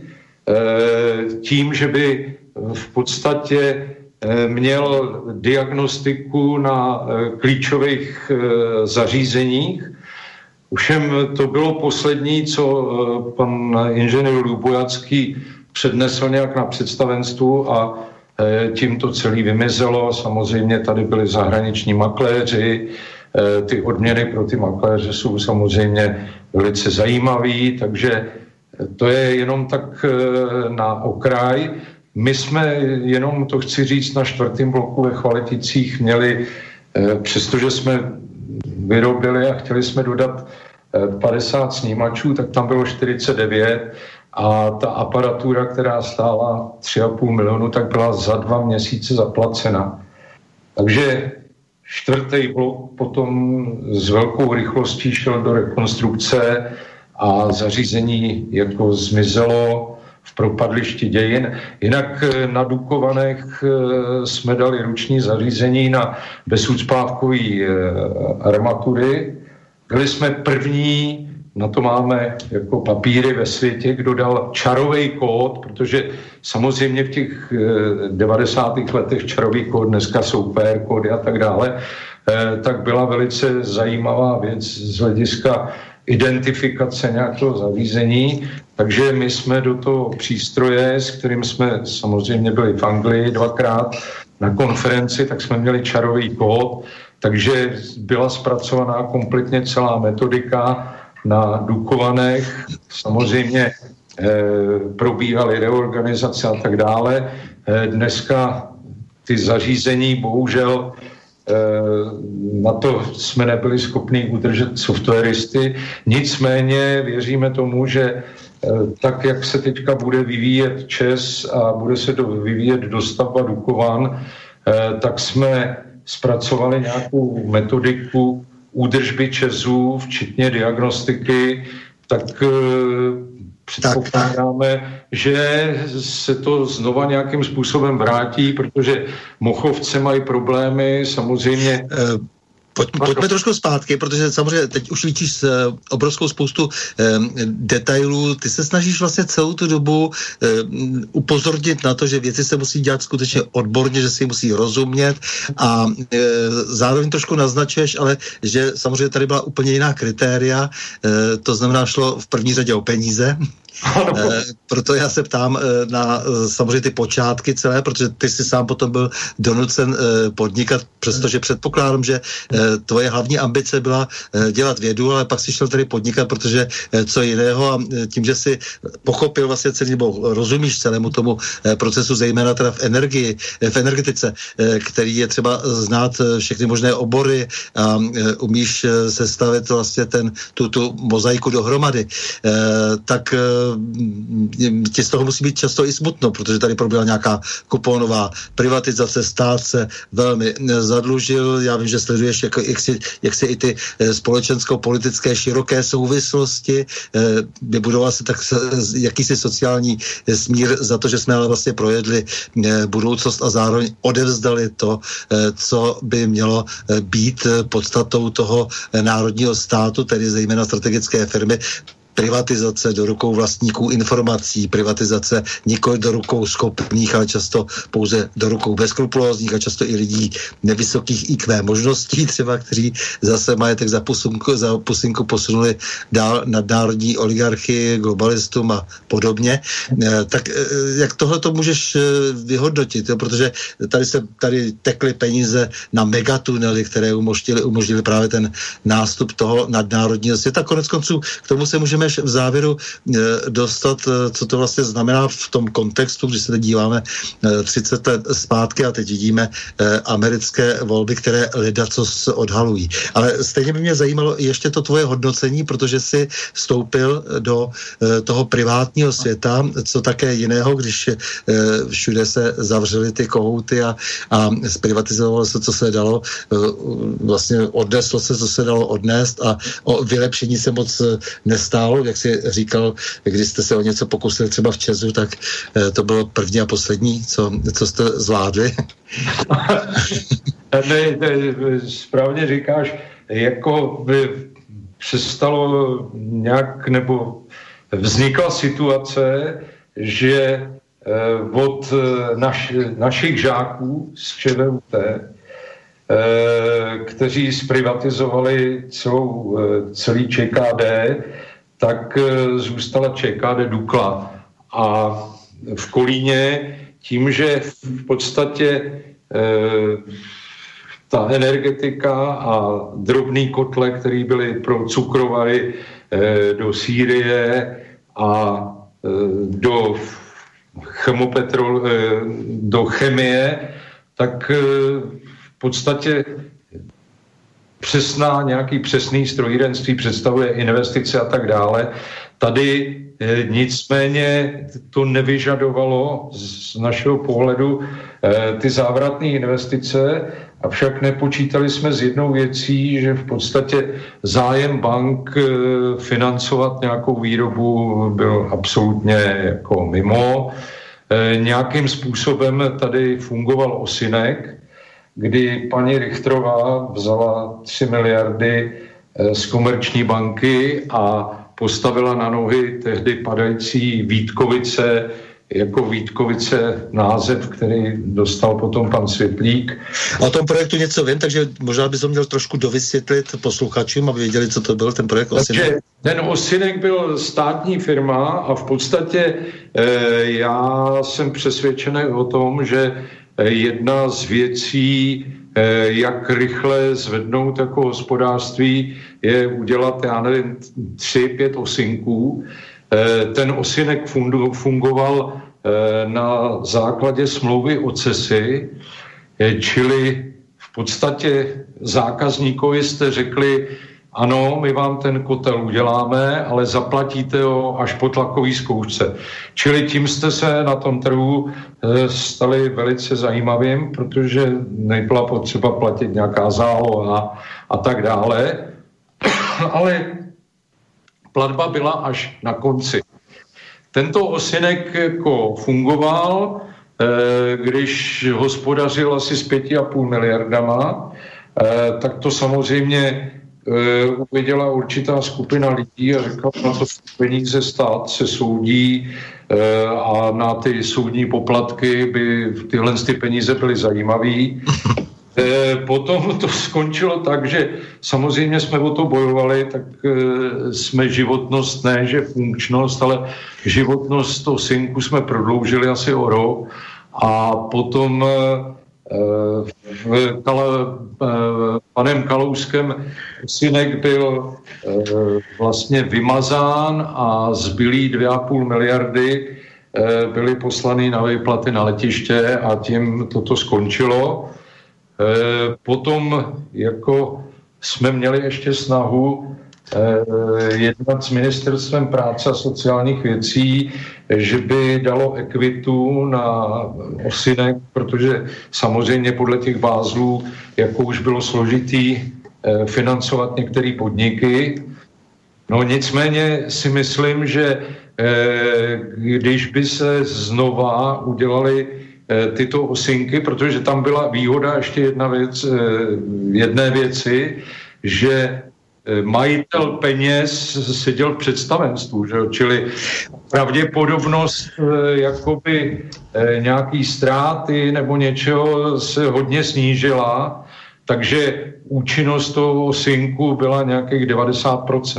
tím, že by v podstatě měl diagnostiku na klíčových zařízeních. Ovšem to bylo poslední, co pan inženýr Lubojacký přednesl nějak na představenstvu a tím to celé vymizelo. Samozřejmě tady byli zahraniční makléři, ty odměny pro ty makléře jsou samozřejmě velice zajímavý, takže to je jenom tak na okraj. My jsme jenom, to chci říct, na čtvrtém bloku ve Chvaleticích měli, přestože jsme vyrobili a chtěli jsme dodat padesát snímačů, tak tam bylo čtyřicet devět a ta aparatura, která stála tři a půl milionu, tak byla za dva měsíce zaplacena. Takže čtvrtý blok potom s velkou rychlostí šel do rekonstrukce a zařízení jako zmizelo v propadlišti dějin. Jinak na Dukovanech jsme dali ruční zařízení na bezucpávkové armatury. Byli jsme první, na to máme jako papíry ve světě, kdo dal čarový kód, protože samozřejmě v těch devadesátých letech čarový kód, dneska jsou P R kódy a tak dále, tak byla velice zajímavá věc z hlediska identifikace nějakého zařízení, takže my jsme do toho přístroje, s kterým jsme samozřejmě byli v Anglii dvakrát na konferenci, tak jsme měli čarový kód, takže byla zpracovaná kompletně celá metodika na Dukovanech, samozřejmě eh, probíhaly reorganizace a tak dále. Eh, dneska ty zařízení bohužel na to jsme nebyli schopni udržet softwaristy. Nicméně věříme tomu, že tak, jak se teďka bude vyvíjet ČEZ a bude se to vyvíjet dostavba Dukovan, tak jsme zpracovali nějakou metodiku údržby ČEZu, včetně diagnostiky, tak předpokládáme, že se to znova nějakým způsobem vrátí, protože Mochovce mají problémy, samozřejmě. Pojď, pojďme trošku zpátky, protože samozřejmě teď už líčíš obrovskou spoustu eh, detailů. Ty se snažíš vlastně celou tu dobu eh, upozornit na to, že věci se musí dělat skutečně odborně, že si je musí rozumět a eh, zároveň trošku naznačuješ, ale že samozřejmě tady byla úplně jiná kritéria, eh, to znamená šlo v první řadě o peníze. E, proto já se ptám e, na e, samozřejmě ty počátky celé, protože ty jsi sám potom byl donucen e, podnikat, přestože předpokládám, že e, tvoje hlavní ambice byla e, dělat vědu, ale pak si šel tady podnikat, protože e, co jiného a e, tím, že si pochopil vlastně celý, nebo rozumíš celému tomu e, procesu, zejména teda v energii, e, v energetice, e, který je třeba znát e, všechny možné obory a e, umíš e, sestavit vlastně ten, tu, tu mozaiku dohromady, e, tak e, ti z toho musí být často i smutno, protože tady proběhla nějaká kuponová privatizace, stát se velmi zadlužil. Já vím, že sleduješ, jak, jak, si, jak si i ty společensko-politické široké souvislosti, vybudoval se tak jakýsi sociální smír za to, že jsme ale vlastně projedli budoucnost a zároveň odevzdali to, co by mělo být podstatou toho národního státu, tedy zejména strategické firmy. Privatizace do rukou vlastníků informací, privatizace nikoli do rukou schopných, ale často pouze do rukou bezkrupulózních a často i lidí nevysokých í kvé možností, třeba, kteří zase majetek za pusinku, za pusinku posunuli dál nadnárodní oligarchii, globalistům a podobně. Tak jak tohle to můžeš vyhodnotit? Jo? Protože tady se tady tekly peníze na megatunely, které umožnili, umožnili právě ten nástup toho nadnárodního světa. Konec konců k tomu se můžeme můžeme v závěru dostat, co to vlastně znamená v tom kontextu, když se teď díváme třicet let zpátky a teď vidíme americké volby, které ledacos odhalují. Ale stejně by mě zajímalo ještě to tvoje hodnocení, protože jsi vstoupil do toho privátního světa, co také jiného, když všude se zavřely ty kohouty a, a zprivatizovalo se, co se dalo, vlastně odneslo se, co se dalo odnést a o vylepšení se moc nestálo, jak jsi říkal, když jste se o něco pokusili třeba v Česu, tak to bylo první a poslední, co, co jste zvládli. ne, ne, správně říkáš, jako by přestalo nějak, nebo vznikla situace, že od naš, našich žáků z ČVUT, kteří zprivatizovali celou, celý ČKD, tak zůstala ČKD Dukla. A v Kolíně tím, že v podstatě ta energetika a drobný kotle, které byly pro cukrovary do Sýrie a do chemopetrol, do chemie, tak v podstatě přesná, nějaký přesný strojírenství představuje investice a tak dále. Tady nicméně to nevyžadovalo z našeho pohledu ty závratné investice, avšak nepočítali jsme s jednou věcí, že v podstatě zájem bank financovat nějakou výrobu byl absolutně jako mimo. Nějakým způsobem tady fungoval osinek, kdy paní Richtrová vzala tři miliardy z Komerční banky a postavila na nohy tehdy padající Vítkovice, jako Vítkovice název, který dostal potom pan Světlík. O tom projektu něco vím, takže možná bys ho měl trošku dovysvětlit posluchačům, aby věděli, co to byl ten projekt Osinek. Takže ten Osinek byl státní firma a v podstatě eh, já jsem přesvědčený o tom, že jedna z věcí, eh, jak rychle zvednout jako hospodářství, je udělat, já nevím, tři, pět osinků. Ten Osinek fungoval na základě smlouvy o cesi, čili v podstatě zákazníkovi jste řekli, ano, my vám ten kotel uděláme, ale zaplatíte ho až po tlakové zkoušce. Čili tím jste se na tom trhu stali velice zajímavým, protože nebyla potřeba platit nějaká záloha a tak dále. Ale platba byla až na konci. Tento Osinek jako fungoval, když hospodařil asi s pěti a půl miliardama, tak to samozřejmě uviděla určitá skupina lidí a řekla, na to peníze stát se soudí a na ty soudní poplatky by tyhle ty peníze byly zajímavý. Potom to skončilo tak, že samozřejmě jsme o to bojovali, tak jsme životnost, ne že funkčnost, ale životnost Osinku jsme prodloužili asi o rok a potom v Kale, panem Kalouskem Osinek byl vlastně vymazán a zbylý dvě a půl miliardy byly poslany na výplaty na letiště a tím toto skončilo. Potom jako jsme měli ještě snahu jednat s ministerstvem práce a sociálních věcí, že by dalo ekvitu na Osinek, protože samozřejmě podle těch bázlů, jako už bylo složitý financovat některé podniky. No nicméně si myslím, že když by se znova udělali tyto Osinky, protože tam byla výhoda ještě jedna věc, jedné věci, že majitel peněz seděl v představenstvu, že? Čili pravděpodobnost jakoby nějaký ztráty nebo něčeho se hodně snížila, takže účinnost toho Osinku byla nějakých devadesát procent.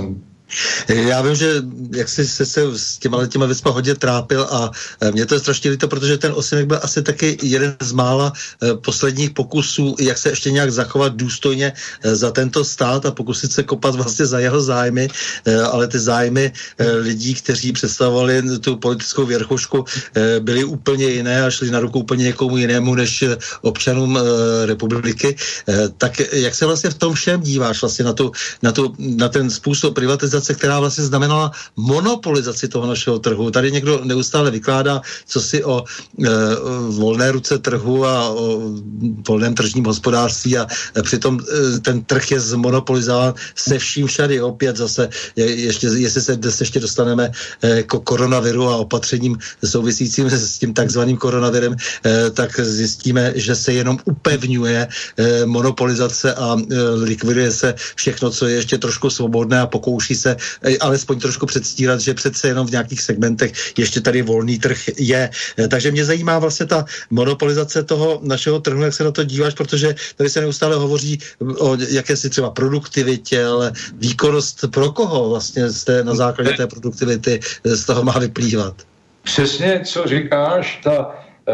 Já vím, že jak jsi se, se s těma těma věcma hodně trápil a mě to je strašně líto, protože ten Osimek byl asi taky jeden z mála posledních pokusů, jak se ještě nějak zachovat důstojně za tento stát a pokusit se kopat vlastně za jeho zájmy, ale ty zájmy lidí, kteří představovali tu politickou věrchušku, byly úplně jiné a šli na ruku úplně někomu jinému než občanům republiky. Tak jak se vlastně v tom všem díváš vlastně na, tu, na, tu, na ten způsob privatizace, která vlastně znamenala monopolizaci toho našeho trhu. Tady někdo neustále vykládá, co si o e, volné ruce trhu a o volném tržním hospodářství a e, přitom e, ten trh je zmonopolizován se vším všady. Opět zase, je, ještě, jestli se dnes ještě dostaneme e, k koronaviru a opatřením souvisícím s tím takzvaným koronavirem, e, tak zjistíme, že se jenom upevňuje e, monopolizace a e, likviduje se všechno, co je ještě trošku svobodné a pokouší se alespoň trošku předstírat, že přece jenom v nějakých segmentech ještě tady volný trh je. Takže mě zajímá vlastně ta monopolizace toho našeho trhu, jak se na to díváš, protože tady se neustále hovoří o jakési třeba produktivitě, ale výkonnost pro koho vlastně z té, na základě té produktivity z toho má vyplývat? Přesně, co říkáš, ta e,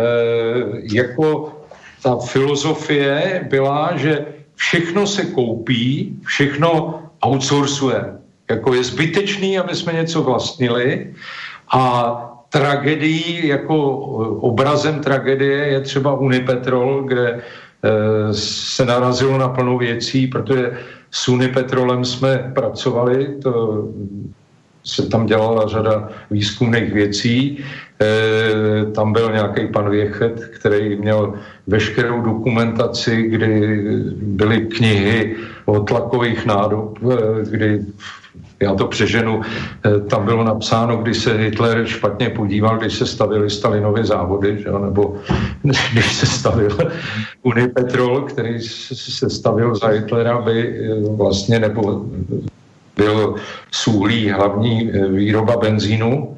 jako ta filozofie byla, že všechno se koupí, všechno outsourcuje. Jako je zbytečný, aby jsme něco vlastnili a tragédií, jako obrazem tragédie je třeba Unipetrol, kde e, se narazilo na plnou věcí, protože s Unipetrolem jsme pracovali, to se tam dělala řada výzkumných věcí, e, tam byl nějaký pan Věchet, který měl veškerou dokumentaci, kdy byly knihy o tlakových nádob, e, kdy já to přeženu, tam bylo napsáno, když se Hitler špatně podíval, když se stavili Stalinovy závody, že? Nebo když se stavil Unipetrol, který se stavil za Hitlera, by vlastně, nebo byl z uhlí hlavní výroba benzínu.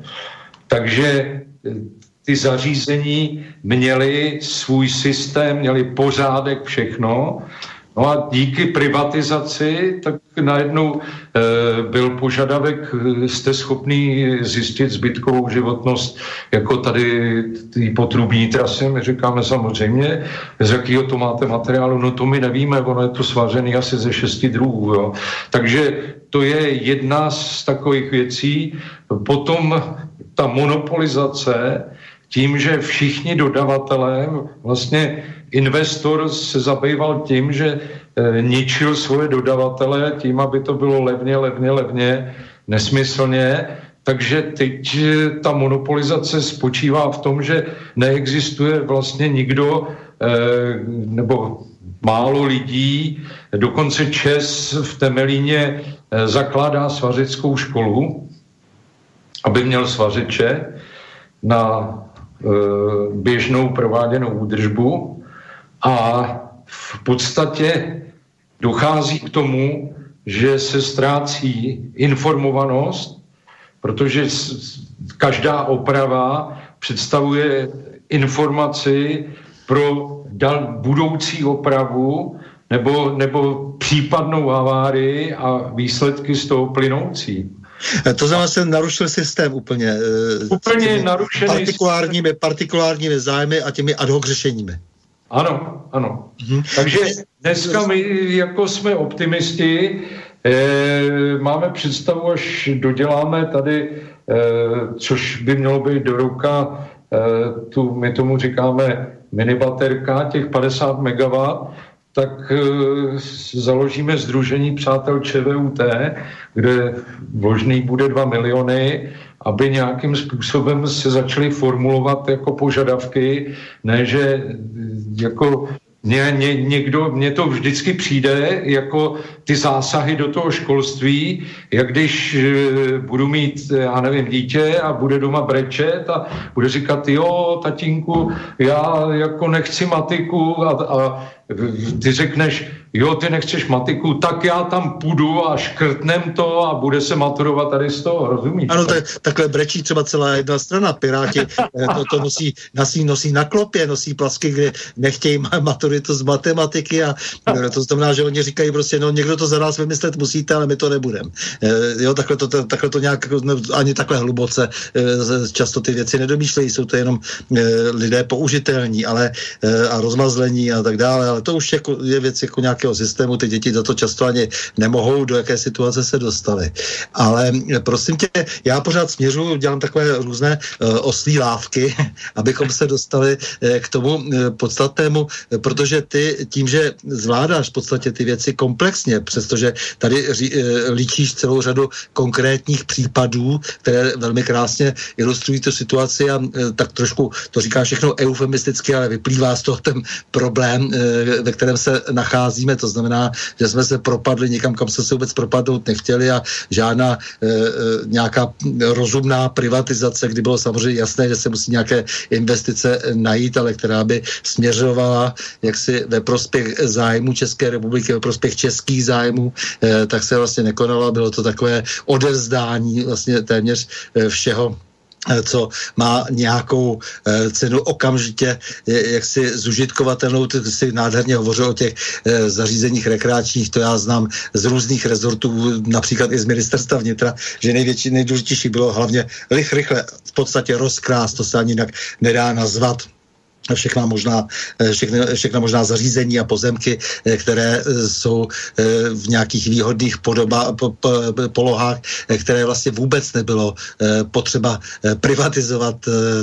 Takže ty zařízení měly svůj systém, měly pořádek, všechno. No a díky privatizaci, tak najednou e, byl požadavek, jste schopný zjistit zbytkovou životnost, jako tady ty potrubní trasy, my říkáme samozřejmě, z jakého to máte materiálu, no to my nevíme, ono je to svařený asi ze šesti druhů, jo. Takže to je jedna z takových věcí. Potom ta monopolizace, tím, že všichni dodavatelé, vlastně investor se zabýval tím, že e, ničil svoje dodavatele tím, aby to bylo levně, levně, levně, nesmyslně. Takže teď ta monopolizace spočívá v tom, že neexistuje vlastně nikdo e, nebo málo lidí, dokonce Čes v Temelíně e, zakládá svařickou školu, aby měl svařiče na běžnou prováděnou údržbu a v podstatě dochází k tomu, že se ztrácí informovanost, protože každá oprava představuje informaci pro dal, budoucí opravu nebo, nebo případnou havárii a výsledky z toho plynoucí. To znamená, se narušil systém úplně. Úplně narušený partikulárními, partikulárními zájmy a těmi ad hoc řešeními. Ano, ano. Mhm. Takže dneska my jako jsme optimisti, eh, máme představu, až doděláme tady, eh, což by mělo být do ruka, eh, tu, my tomu říkáme minibaterka, těch padesát megawattů, tak e, založíme sdružení Přátel ČVUT, kde vložný bude dva miliony, aby nějakým způsobem se začaly formulovat jako požadavky, ne, že jako ně, ně, někdo, mně to vždycky přijde jako ty zásahy do toho školství, jak když e, budu mít, já nevím, dítě a bude doma brečet a bude říkat, jo, tatínku, já jako nechci matiku a, a ty řekneš, jo, ty nechceš matiku, tak já tam půjdu a škrtnem to a bude se maturovat tady z toho, rozumíš? Ano, tak, takhle brečí třeba celá jedna strana. Piráti to, to nosí, nosí, nosí na klopě, nosí plasky, kde nechtějí maturitu z matematiky a to znamená, že oni říkají prostě, no někdo to za nás vymyslet musíte, ale my to nebudeme. Jo, takhle to, takhle to nějak, ani takhle hluboce často ty věci nedomýšlejí, jsou to jenom lidé použitelní, ale a rozmazlení a tak dále, ale to už jako je věc jako nějakého systému, ty děti za to často ani nemohou, do jaké situace se dostaly. Ale prosím tě, já pořád směřuji, dělám takové různé uh, oslí lávky, abychom se dostali uh, k tomu uh, podstatnému, uh, protože ty tím, že zvládáš v podstatě ty věci komplexně, přestože tady uh, líčíš celou řadu konkrétních případů, které velmi krásně ilustrují tu situaci a uh, tak trošku to říká všechno eufemisticky, ale vyplývá z toho ten problém, uh, ve kterém se nacházíme, to znamená, že jsme se propadli někam, kam se se vůbec propadnout nechtěli a žádná e, e, nějaká rozumná privatizace, kdy bylo samozřejmě jasné, že se musí nějaké investice najít, ale která by směřovala jaksi ve prospěch zájmu České republiky, ve prospěch českých zájmů, e, tak se vlastně nekonalo. Bylo to takové odevzdání vlastně téměř e, všeho, co má nějakou e, cenu okamžitě je, jaksi zužitkovatelnou. Ty si nádherně hovořil o těch e, zařízeních rekreačních, to já znám z různých rezortů, například i z ministerstva vnitra, že největší, nejdůležitější bylo hlavně rych, rychle v podstatě rozkrást, to se ani jinak nedá nazvat. Všechna možná, všechny, všechna možná zařízení a pozemky, které jsou v nějakých výhodných podoba, po, po, polohách, které vlastně vůbec nebylo potřeba privatizovat.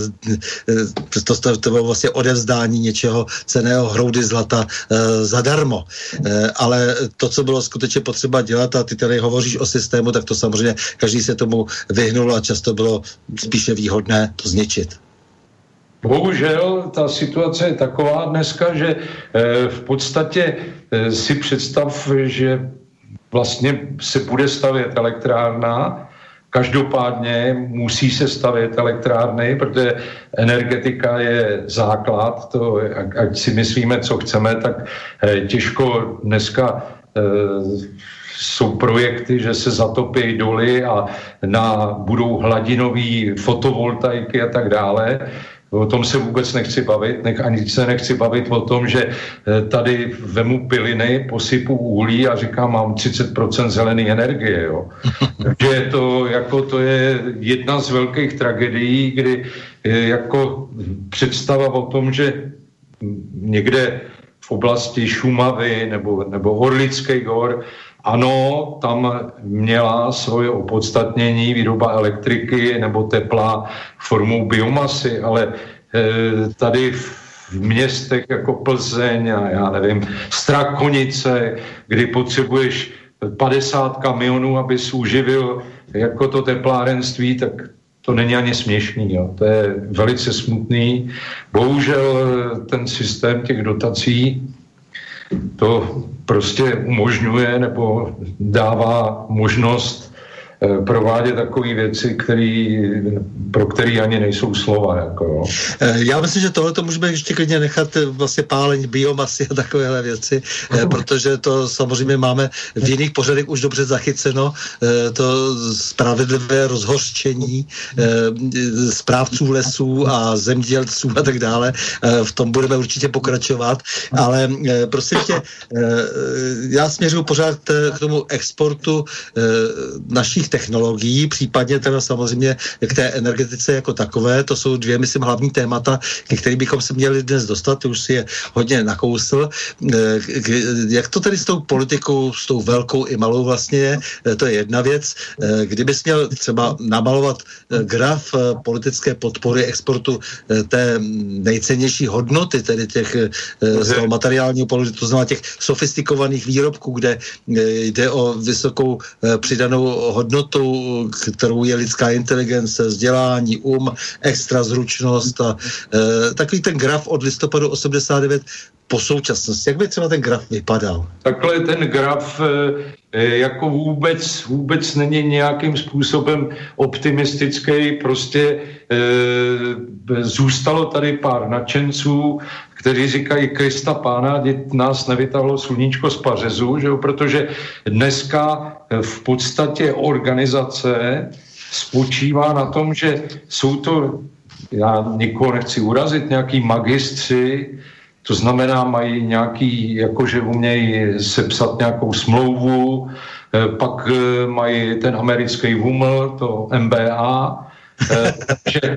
To, to, to bylo vlastně odevzdání něčeho cenného, hroudy zlata zadarmo. Ale to, co bylo skutečně potřeba dělat, a ty tady hovoříš o systému, tak to samozřejmě každý se tomu vyhnul a často bylo spíše výhodné to zničit. Bohužel ta situace je taková dneska, že v podstatě si představ, že vlastně se bude stavět elektrárna, každopádně musí se stavět elektrárny, protože energetika je základ, to, ať si myslíme, co chceme, tak těžko dneska jsou projekty, že se zatopí doly a na, budou hladinové fotovoltaiky a tak dále. O tom se vůbec nechci bavit, nech, ani se nechci bavit o tom, že tady vemu piliny, posypu uhlí a říkám, mám třicet procent zelené energie, jo. Takže to, jako, to je jedna z velkých tragédií, kdy jako představa o tom, že někde v oblasti Šumavy nebo, nebo Orlických hor, ano, tam měla svoje opodstatnění výroba elektriky nebo tepla formou biomasy, ale e, tady v městech jako Plzeň a já nevím, Strakonice, kdy potřebuješ padesát kamionů, abys uživil jako to teplárenství, tak to není ani směšný. Jo. To je velice smutný. Bohužel ten systém těch dotací to prostě umožňuje nebo dává možnost eh, provádět takové věci, který, pro které ani nejsou slova. Jako, jo. Já myslím, že tohle to můžeme ještě klidně nechat vlastně pálení biomasy a takovéhle věci, eh, protože to samozřejmě máme v jiných pořadech už dobře zachyceno, eh, to spravedlivé rozhořčení eh, správců lesů a zemědělců a tak dále. Eh, v tom budeme určitě pokračovat, ale eh, prosím tě, eh, já směřuji pořád k tomu exportu eh, našich technologií, případně teda samozřejmě k té energetice jako takové. To jsou dvě, myslím, hlavní témata, ke kterým bychom se měli dnes dostat. Ty už si je hodně nakousl. Jak to tedy s tou politikou, s tou velkou i malou vlastně je? To je jedna věc. Kdybys měl třeba namalovat graf politické podpory exportu té nejcennější hodnoty, tedy těch z toho materiálního pohledu, to znamená těch sofistikovaných výrobků, kde jde o vysokou přidanou hodnotu, kterou je lidská inteligence, vzdělání, um, extra zručnost a e, takový ten graf od listopadu osmdesát devět po současnosti. Jak by třeba ten graf vypadal? Takhle ten graf e, jako vůbec, vůbec není nějakým způsobem optimistický, prostě e, zůstalo tady pár nadšenců, kteří říkají Krista pána, ať nás nevytáhlo sluníčko z pařezu, že jo? Protože dneska v podstatě organizace spočívá na tom, že jsou to, já nikoho nechci urazit, nějaký magistři, to znamená, mají nějaký, jakože umějí sepsat nějakou smlouvu, pak mají ten americký V U M L, to M B A, že,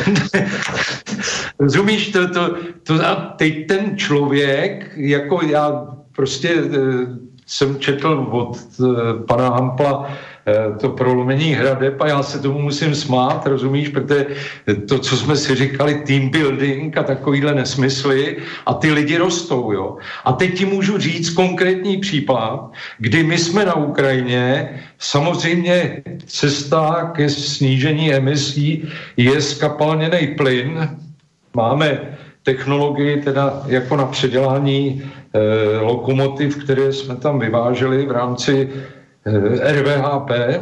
rozumíš, to, to, to, a teď ten člověk, jako já prostě jsem četl od pana Hampla to prolomení hradeb a já se tomu musím smát, rozumíš, protože to, co jsme si říkali, team building a takovýhle nesmysly a ty lidi rostou, jo. A teď ti můžu říct konkrétní případ, kdy my jsme na Ukrajině, samozřejmě cesta ke snížení emisí je skapalněný plyn, máme technologii teda jako na předělání eh, lokomotiv, které jsme tam vyváželi v rámci R V H P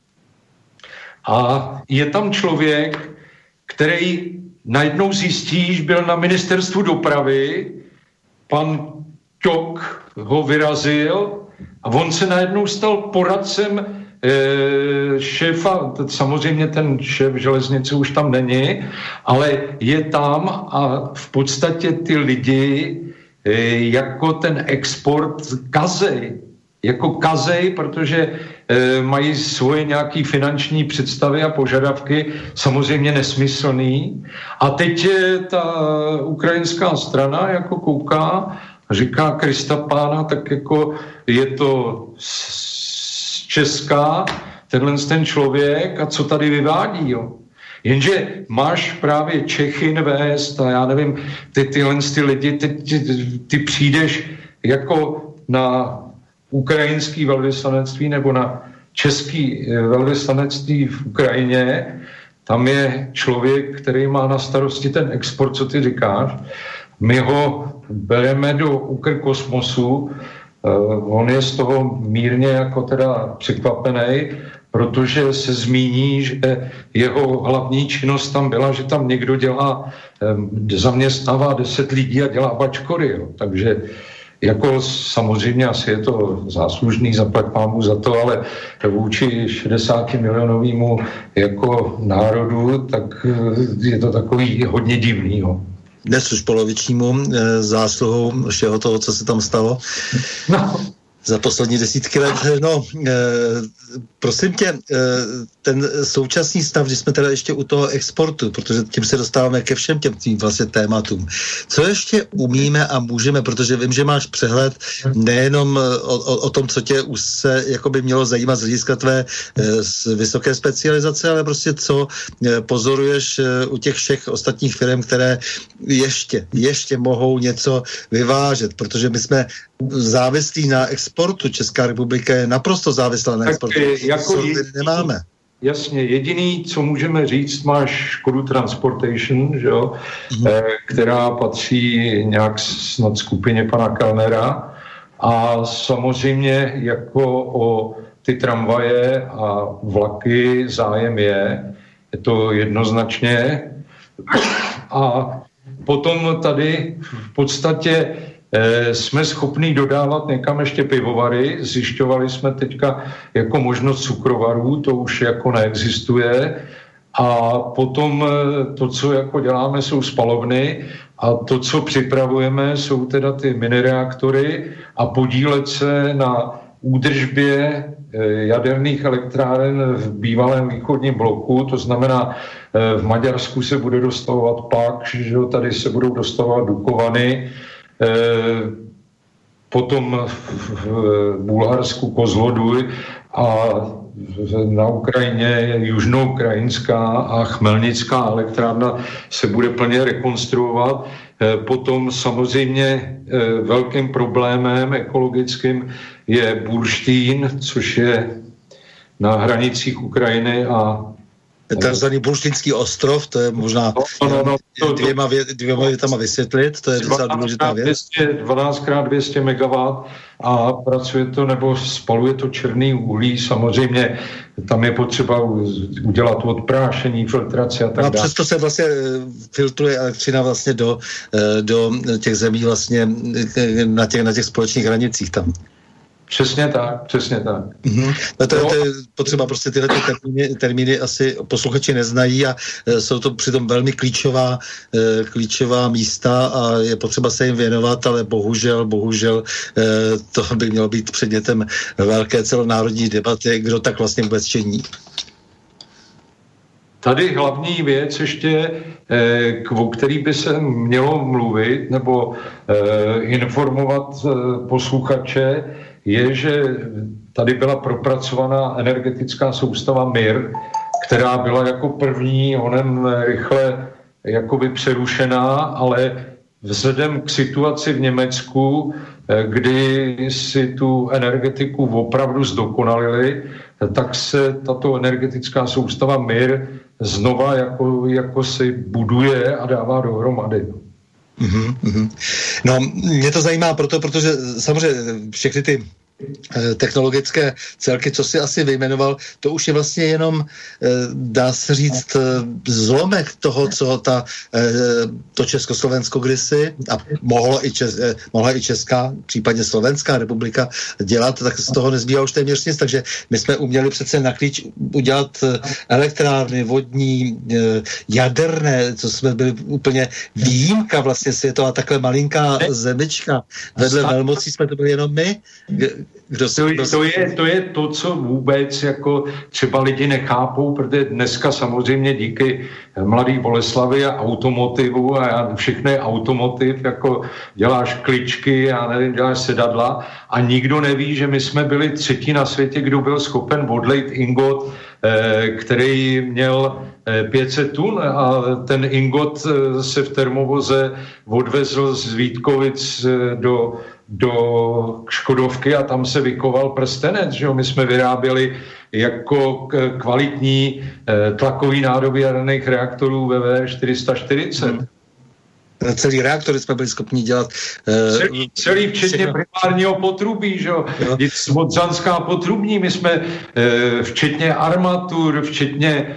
a je tam člověk, který najednou zjistí, že byl na ministerstvu dopravy, pan Ťok ho vyrazil a on se najednou stal poradcem e, šéfa, samozřejmě ten šéf železnice už tam není, ale je tam a v podstatě ty lidi e, jako ten export kazej. Jako kazej, protože e, mají svoje nějaké finanční představy a požadavky, samozřejmě nesmyslný. A teď je ta ukrajinská strana jako kouká a říká Krista pána, tak jako je to z Česka, tenhle ten člověk a co tady vyvádí, jo. Jenže máš právě Čechy vést a já nevím, ty tyhle ty lidi, ty, ty, ty přijdeš jako na ukrajinský velvyslanectví nebo na český velvyslanectví v Ukrajině, tam je člověk, který má na starosti ten export, co ty říkáš. My ho bereme do Ukrkosmosu, uh, on je z toho mírně jako teda překvapený, protože se zmíní, že jeho hlavní činnost tam byla, že tam někdo dělá, um, zaměstnává deset lidí a dělá bačkory, jo. Takže jako samozřejmě asi je to záslužný, zaplať pámu za to, ale vůči šedesáti milionovému jako národu, tak je to takový hodně divný. Jo. Dnes už polovičnímu e, zásluhou všeho toho, co se tam stalo. No. Za poslední desítky let. No, e, prosím tě, e, ten současný stav, když jsme teda ještě u toho exportu, protože tím se dostáváme ke všem těm tým vlastně tématům. Co ještě umíme a můžeme, protože vím, že máš přehled nejenom o, o, o tom, co tě už se jakoby mělo zajímat z hlediska tvé e, vysoké specializace, ale prostě co e, pozoruješ e, u těch všech ostatních firm, které ještě, ještě mohou něco vyvážet, protože my jsme závislí na exportu. Česká republika je naprosto závislá na exportu. Tak, jako co jediný, nemáme. Jasně, jediný, co můžeme říct, máš Škodu Transportation, že jo, mm. eh, která patří nějak snad skupině pana Kellnera a samozřejmě jako o ty tramvaje a vlaky zájem je, je to jednoznačně a potom tady v podstatě E, jsme schopni dodávat někam ještě pivovary, zjišťovali jsme teďka jako možnost cukrovarů, to už jako neexistuje a potom to, co jako děláme, jsou spalovny a to, co připravujeme, jsou teda ty minireaktory a podílet se na údržbě jaderných elektráren v bývalém východním bloku, to znamená v Maďarsku se bude dostavovat Pak, že tady se budou dostavovat Dukovany, potom v Bulharsku Kozloduj a na Ukrajině južnoukrajinská a chmelnická elektrárna se bude plně rekonstruovat. Potom samozřejmě velkým problémem ekologickým je Burštín, což je na hranicích Ukrajiny a takzvaný Burštínský ostrov, to je možná no, no, no, to, dvěma, vě, dvěma větama vysvětlit, to je docela důležitá věc. dvanáct krát dvě stě megawatt a pracuje to nebo spaluje to černý uhlí, samozřejmě tam je potřeba udělat odprášení, filtraci a tak dále. A přesto se vlastně filtruje elektřina vlastně do, do těch zemí vlastně na těch, na těch společných hranicích tam. Přesně tak, přesně tak. Mm-hmm. No to, to je potřeba, prostě tyhle ty termíny, termíny asi posluchači neznají a e, jsou to přitom velmi klíčová, e, klíčová místa a je potřeba se jim věnovat, ale bohužel, bohužel e, to by mělo být předmětem velké celonárodní debaty, kdo tak vlastně vůbec činí. Tady hlavní věc ještě, e, o který by se mělo mluvit nebo e, informovat e, posluchače, je, že tady byla propracovaná energetická soustava M I R, která byla jako první onem rychle jakoby přerušená, ale vzhledem k situaci v Německu, kdy si tu energetiku opravdu zdokonalili, tak se tato energetická soustava M I R znova jako, jako si buduje a dává dohromady. Mm-hmm, mm-hmm. No, mě to zajímá proto, protože samozřejmě všechny ty technologické celky, co si asi vyjmenoval, to už je vlastně jenom, dá se říct, zlomek toho, co ta, to Československo kdysi a mohlo i, Čes, mohla i Česká, případně Slovenská republika dělat, tak z toho nezbývá už téměř nic, takže my jsme uměli přece na klíč udělat elektrárny, vodní, jaderné, co jsme byli úplně výjimka vlastně světová, takhle malinká zemička. Vedle velmocí jsme to byli jenom my. Kdo to, kdo to, je, to je to, co vůbec jako třeba lidi nechápou, protože dneska samozřejmě díky mladý Boleslavi a automotivu a všechno je automotiv, jako děláš kličky, já nevím, děláš sedadla a nikdo neví, že my jsme byli třetí na světě, kdo byl schopen odlejt ingot, který měl pět set tun a ten ingot se v termovoze odvezl z Vítkovic do do Škodovky a tam se vykoval prstenec, že jo? My jsme vyráběli jako kvalitní tlakový nádoby jaderných reaktorů V V čtyři sta čtyřicet. Hmm. Celý reaktory jsme byli schopni dělat. Celý, celý včetně všechno. Primárního potrubí, že jo. Modřanská potrubní, my jsme včetně armatur, včetně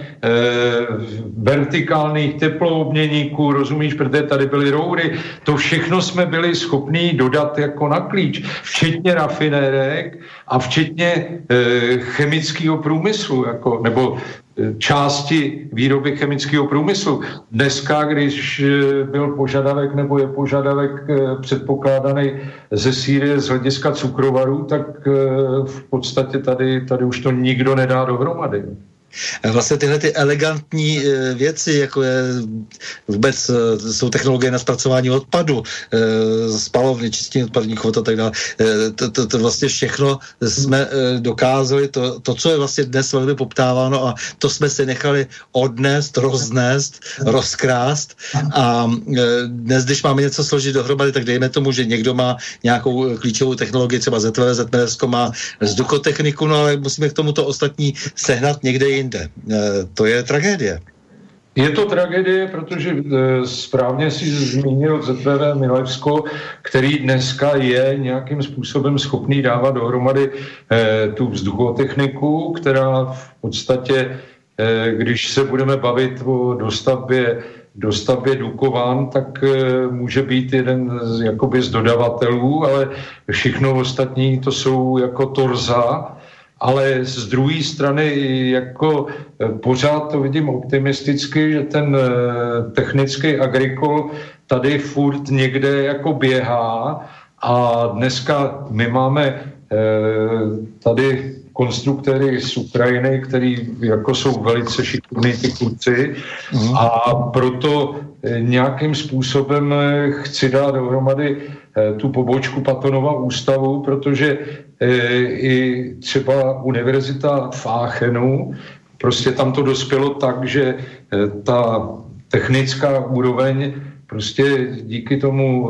vertikálních teploobměníků, rozumíš, protože tady byly roury, to všechno jsme byli schopni dodat jako na klíč, včetně rafinérek a včetně chemického průmyslu, jako, nebo části výroby chemického průmyslu. Dneska, když byl požadavek nebo je požadavek předpokládaný ze Sýrie z hlediska cukrovarů, tak v podstatě tady, tady už to nikdo nedá dohromady. Vlastně tyhle ty elegantní věci, jako je vůbec jsou technologie na zpracování odpadu, spalovny, čistění odpadních vod a tak dále. To, to, to vlastně všechno jsme dokázali, to, to, co je vlastně dnes velmi poptáváno a to jsme si nechali odnést, roznést, rozkrást a dnes, když máme něco složit dohromady, tak dejme tomu, že někdo má nějakou klíčovou technologii, třeba Z V, Zetmenersko má vzduchotechniku, no ale musíme k tomuto ostatní sehnat někde jinde. To je tragédie. Je to tragédie, protože e, správně si zmínil Z V V Milevsko, který dneska je nějakým způsobem schopný dávat dohromady e, tu vzduchotechniku, která v podstatě, e, když se budeme bavit o dostavbě, dostavbě Dukovan, tak e, může být jeden z, jakoby z dodavatelů, ale všechno ostatní to jsou jako torza. Ale z druhé strany jako pořád to vidím optimisticky, že ten technický agrikol tady furt někde jako běhá a dneska my máme tady konstruktéry z Ukrajiny, který jako jsou velice šikovní ty kluci mm. a proto nějakým způsobem chci dát dohromady tu pobočku Patonova ústavu, protože i třeba univerzita v Aachenu, prostě tam to dospělo tak, že ta technická úroveň prostě díky tomu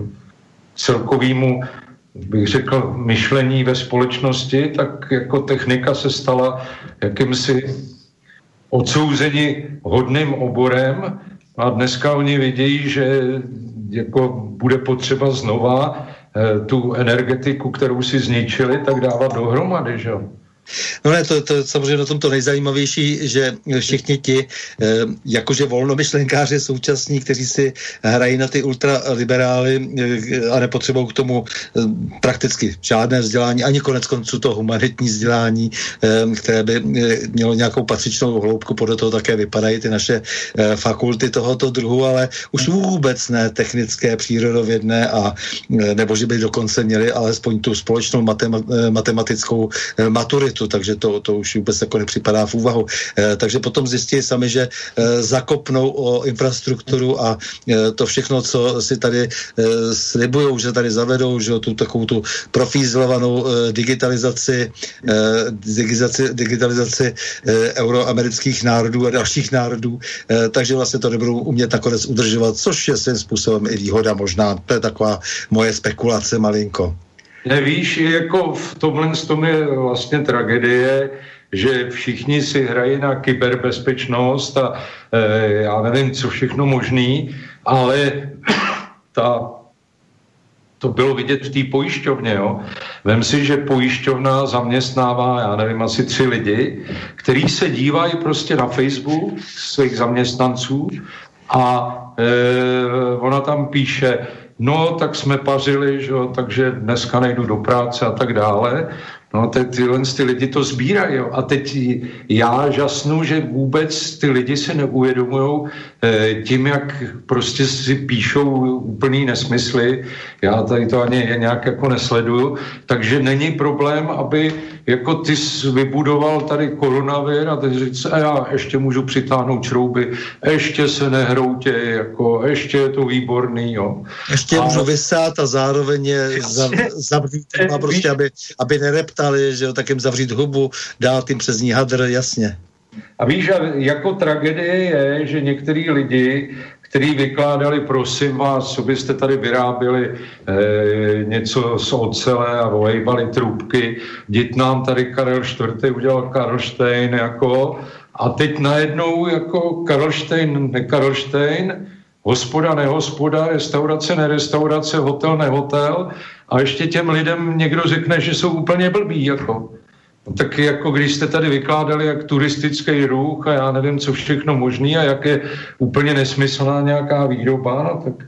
celkovému, bych řekl, myšlení ve společnosti, tak jako technika se stala jakýmsi odsouzeni hodným oborem a dneska oni vidějí, že jako bude potřeba znova eh, tu energetiku, kterou si zničili, tak dávat dohromady, že jo. No ne, to, to je samozřejmě na tom to nejzajímavější, že všichni ti eh, jakože volnomyšlenkáři současní, kteří si hrají na ty ultraliberály eh, a nepotřebují k tomu eh, prakticky žádné vzdělání, ani konec konců to humanitní vzdělání, eh, které by eh, mělo nějakou patřičnou hloubku, podle toho také vypadají ty naše eh, fakulty tohoto druhu, ale už vůbec ne technické, přírodovědné a eh, nebo že by dokonce měli alespoň tu společnou matema, eh, matematickou eh, maturitu, takže to, to už vůbec jako nepřipadá v úvahu. E, takže potom zjistí sami, že e, zakopnou o infrastrukturu a e, to všechno, co si tady e, slibujou, že tady zavedou, že tu takovou tu profízlovanou e, digitalizaci, e, digitalizaci, digitalizaci e, euroamerických národů a dalších národů, e, takže vlastně to nebudou umět nakonec udržovat, což je svým způsobem i výhoda možná. To je taková moje spekulace malinko. Nevíš, jako v tomhle tom je vlastně tragédie, že všichni si hrají na kyberbezpečnost a e, já nevím, co všechno možný, ale ta, to bylo vidět v té pojišťovně, jo. Vem si, že pojišťovna zaměstnává, já nevím, asi tři lidi, kteří se dívají prostě na Facebook svých zaměstnanců a e, ona tam píše, no, tak jsme pařili, že jo, takže dneska nejdu do práce a tak dále. No, teď tyhle ty lidi to sbírají, jo. A teď já žasnu, že vůbec ty lidi si neuvědomujou eh, tím, jak prostě si píšou úplný nesmysly. Já tady to ani nějak jako nesleduju. Takže není problém, aby jako ty jsi vybudoval tady koronavir a teď říct, a já ještě můžu přitáhnout šrouby, ještě se nehroutě, jako ještě je to výborný, jo. Ještě a... můžu vysát a zároveň je zavřít, prostě, aby, aby nereptali, že jo, tak jim zavřít hubu, dát jim přes ní hadr, jasně. A víš, jako tragédie je, že některý lidi, kteří vykládali, prosím vás, co byste tady vyráběli eh, něco z ocele a volejbali trubky, vždyť nám tady Karel čtvrtý udělal Karlštejn, jako, a teď najednou jako Karlštejn, ne Karlštejn, hospoda, nehospoda, restaurace, nerestaurace, hotel, nehotel, a ještě těm lidem někdo řekne, že jsou úplně blbí, jako. No, tak jako když jste tady vykládali, jak turistický ruch a já nevím, co všechno možný a jak je úplně nesmyslná nějaká výroba, no, tak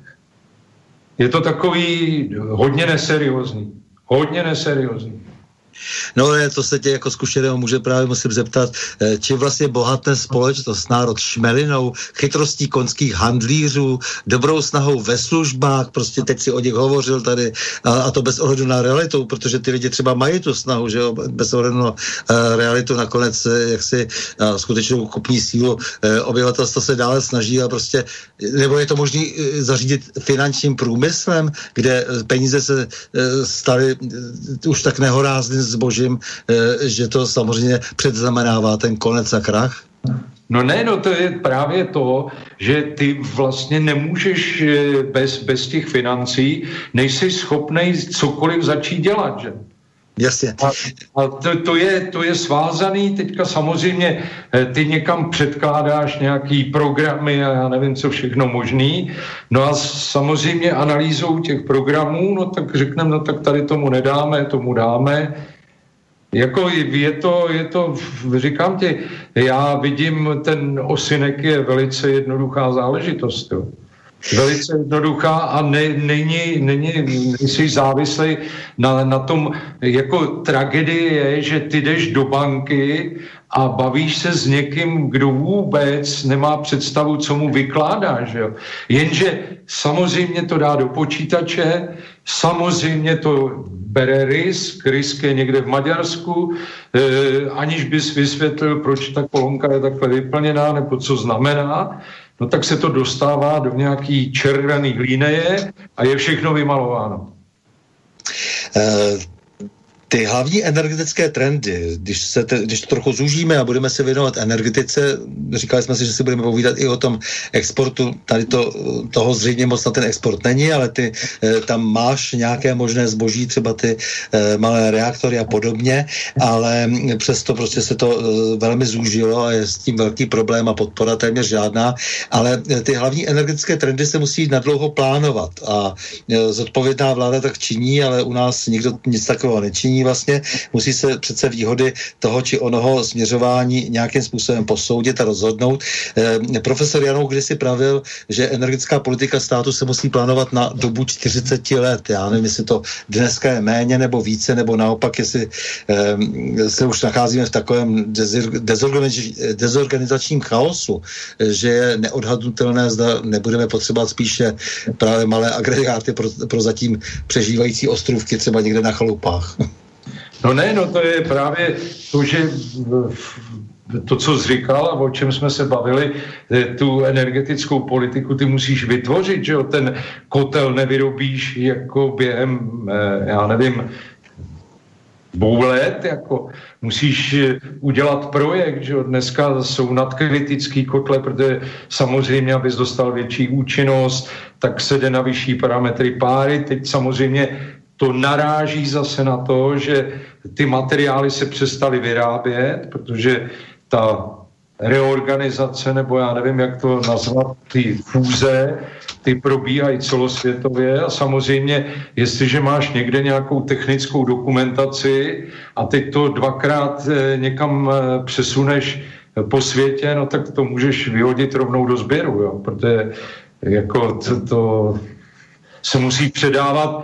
je to takový hodně neseriózní. Hodně neseriózní. No to se tě jako zkušeného může právě musím zeptat, či vlastně bohatné společnost, národ šmelinou, chytrostí konských handlířů, dobrou snahou ve službách, prostě teď si o nich hovořil tady a, a to bez ohledu na realitu, protože ty lidi třeba mají tu snahu, že jo, bez ohledu na uh, realitu nakonec jak si uh, skutečnou kupní sílu uh, obyvatelstvo se dále snaží a prostě, nebo je to možné uh, zařídit finančním průmyslem, kde peníze se uh, staly uh, už tak nehorázným zbožím, že to samozřejmě předznamenává ten konec a krach? No ne, no to je právě to, že ty vlastně nemůžeš bez, bez těch financí, nejsi schopnej cokoliv začít dělat, že? Jasně. A, a to, to, je, to je svázaný, teďka samozřejmě ty někam předkládáš nějaký programy a já nevím, co všechno možný, no a samozřejmě analýzou těch programů, no tak řekneme, no tak tady tomu nedáme, tomu dáme. Jako je to, je to, říkám ti, já vidím, ten osinek je velice jednoduchá záležitost, jo. Velice jednoduchá a ne, není, není, nejsi závislý na, na tom, jako tragédie je, že ty jdeš do banky a bavíš se s někým, kdo vůbec nemá představu, co mu vykládáš, jo. Jenže samozřejmě to dá do počítače, samozřejmě to bere risk, risk je někde v Maďarsku, eh, aniž bys vysvětlil, proč ta kolonka je takhle vyplněná, nebo co znamená, no tak se to dostává do nějaký červený líneje a je všechno vymalováno. Uh... Ty hlavní energetické trendy, když, se te, když to trochu zúžíme a budeme se věnovat energetice, říkali jsme si, že si budeme povídat i o tom exportu, tady to, toho zřejmě moc na ten export není, ale ty tam máš nějaké možné zboží, třeba ty malé reaktory a podobně, ale přesto prostě se to velmi zúžilo a je s tím velký problém a podpora téměř žádná, ale ty hlavní energetické trendy se musí nadlouho plánovat a zodpovědná vláda tak činí, ale u nás nikdo nic takového nečiní vlastně. Musí se přece výhody toho či onoho směřování nějakým způsobem posoudit a rozhodnout. Eh, profesor Janou kdysi pravil, že energetická politika státu se musí plánovat na dobu čtyřicet let. Já nevím, jestli to dneska je méně nebo více, nebo naopak, jestli eh, se už nacházíme v takovém dezorganiz- dezorganizačním chaosu, že je neodhadnutelné, zda nebudeme potřebovat spíše právě malé agregáty pro, pro zatím přežívající ostrůvky třeba někde na chalupách. No ne, no to je právě to, že to, co jsi říkal a o čem jsme se bavili, tu energetickou politiku ty musíš vytvořit, že jo, ten kotel nevyrobíš jako během, já nevím, dvou let, jako musíš udělat projekt, že jo, dneska jsou nadkritický kotle, protože samozřejmě, abys dostal větší účinnost, tak se jde na vyšší parametry páry, teď samozřejmě to naráží zase na to, že ty materiály se přestaly vyrábět, protože ta reorganizace, nebo já nevím, jak to nazvat, ty fúze, ty probíhají celosvětově a samozřejmě, jestliže máš někde nějakou technickou dokumentaci a teď to dvakrát někam přesuneš po světě, no tak to můžeš vyhodit rovnou do sběru, jo, protože jako to, to se musí předávat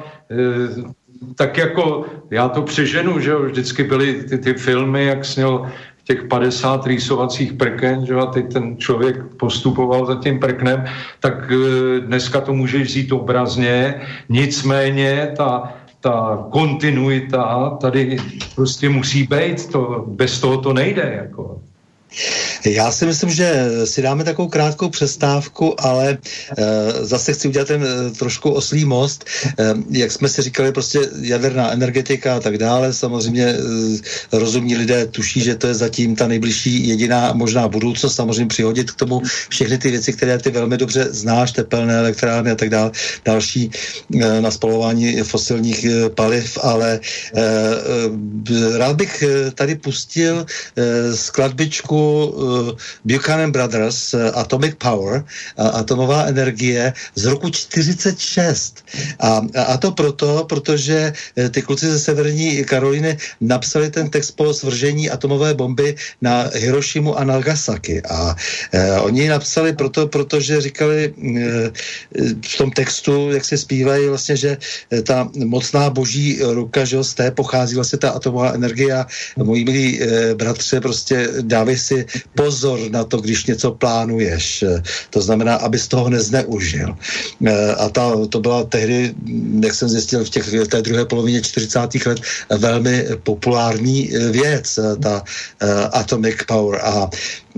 tak jako já to přeženu, že jo, vždycky byly ty, ty filmy, jak sněl těch padesát rýsovacích prken, že jo, a teď ten člověk postupoval za tím prknem, tak dneska to můžeš vzít obrazně, nicméně ta, ta kontinuita tady prostě musí být, to, bez toho to nejde, jako. Já si myslím, že si dáme takovou krátkou přestávku, ale e, zase chci udělat ten e, trošku oslý most. E, jak jsme si říkali, prostě jaderná energetika a tak dále. Samozřejmě e, rozumní lidé tuší, že to je zatím ta nejbližší jediná možná budoucnost. Samozřejmě přihodit k tomu všechny ty věci, které ty velmi dobře znáš, tepelné elektrárny a tak dále, další e, na spalování fosilních e, paliv, ale e, e, rád bych tady pustil e, skladbičku Buchanan Brothers, Atomic Power, atomová energie z roku čtyřicet šest. A, a to proto, protože ty kluci ze Severní Karoliny napsali ten text po svržení atomové bomby na Hirošimu a Nagasaki. A eh, oni ji napsali proto, protože říkali eh, v tom textu, jak se zpívají vlastně, že ta mocná boží ruka, že z té pochází vlastně ta atomová energie a moji milí eh, bratře, prostě dávej si pozor na to, když něco plánuješ. To znamená, aby z toho nezneužil. A ta, to byla tehdy, jak jsem zjistil, v, těch, v té druhé polovině čtyřicátých let velmi populární věc, ta uh, Atomic Power. A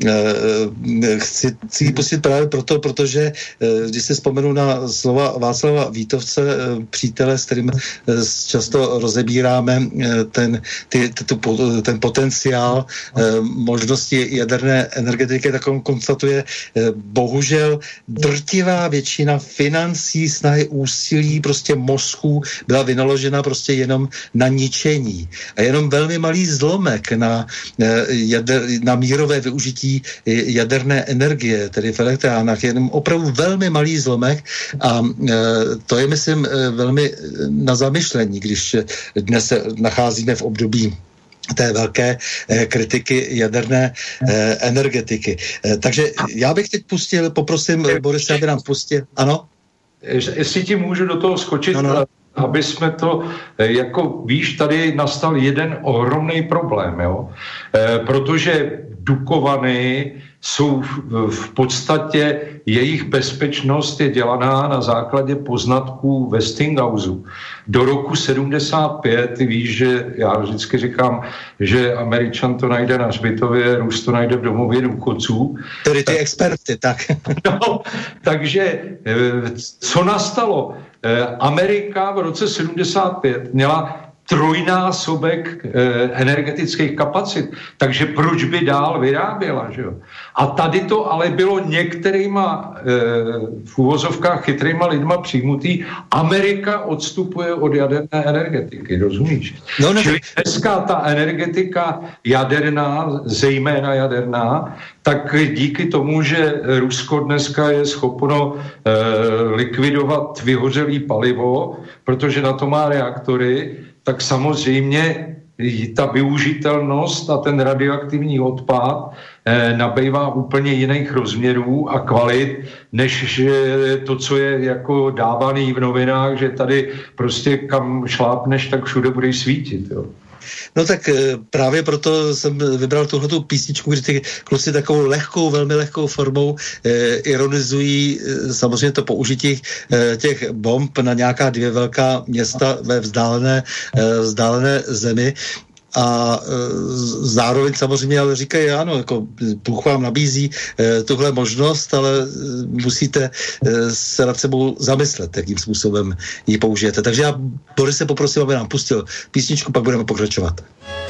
chci, chci ji pustit právě proto, protože když si vzpomenu na slova Václava Vítovce, přítele, s kterým často rozebíráme ten, ty, tu, ten potenciál možnosti jaderné energetiky, tak on konstatuje, bohužel drtivá většina financí, snahy, úsilí, prostě mozků byla vynaložena prostě jenom na ničení. A jenom velmi malý zlomek na, jader, na mírové využití jaderné energie, tedy v elektrárnách, je jenom opravdu velmi malý zlomek a e, to je, myslím, e, velmi na zamyšlení, když dnes se nacházíme v období té velké e, kritiky jaderné e, energetiky. E, takže já bych teď pustil, poprosím Borise, aby nám pustil. Ano? Jestli ti můžu do toho skočit, no, no. Aby jsme to, jako víš, tady nastal jeden ohromný problém, jo? E, protože Dukovany jsou v, v podstatě, jejich bezpečnost je dělaná na základě poznatků Westinghouse. Do roku sedmdesát pět, ty víš, že já vždycky říkám, že Američan to najde na hřbitově, Rus to najde v domově důchodců. Tedy ty experty, tak. No, takže co nastalo? Amerika v roce sedmdesát pět měla trojnásobek e, energetických kapacit. Takže proč by dál vyráběla, že jo? A tady to ale bylo některýma e, v úvozovkách chytrýma lidma přijmutý. Amerika odstupuje od jaderné energetiky, rozumíš? No, ne. Čili dneska ta energetika jaderná, zejména jaderná, tak díky tomu, že Rusko dneska je schopno e, likvidovat vyhořelý palivo, protože na to má reaktory, tak samozřejmě ta využitelnost a ten radioaktivní odpad eh, nabývá úplně jiných rozměrů a kvalit, než to, co je jako dávaný v novinách, že tady prostě kam šlápneš, tak všude budeš svítit, jo. No tak právě proto jsem vybral tuhletu písničku, kdy ty kluci takovou lehkou, velmi lehkou formou eh, ironizují eh, samozřejmě to použití eh, těch bomb na nějaká dvě velká města ve vzdálené, eh, vzdálené zemi. A e, zároveň samozřejmě ale říkají, ano, jako Bůh vám nabízí e, tuhle možnost, ale e, musíte e, se nad sebou zamyslet, jakým způsobem ji použijete. Takže já Borise poprosím, aby nám pustil písničku, pak budeme pokračovat.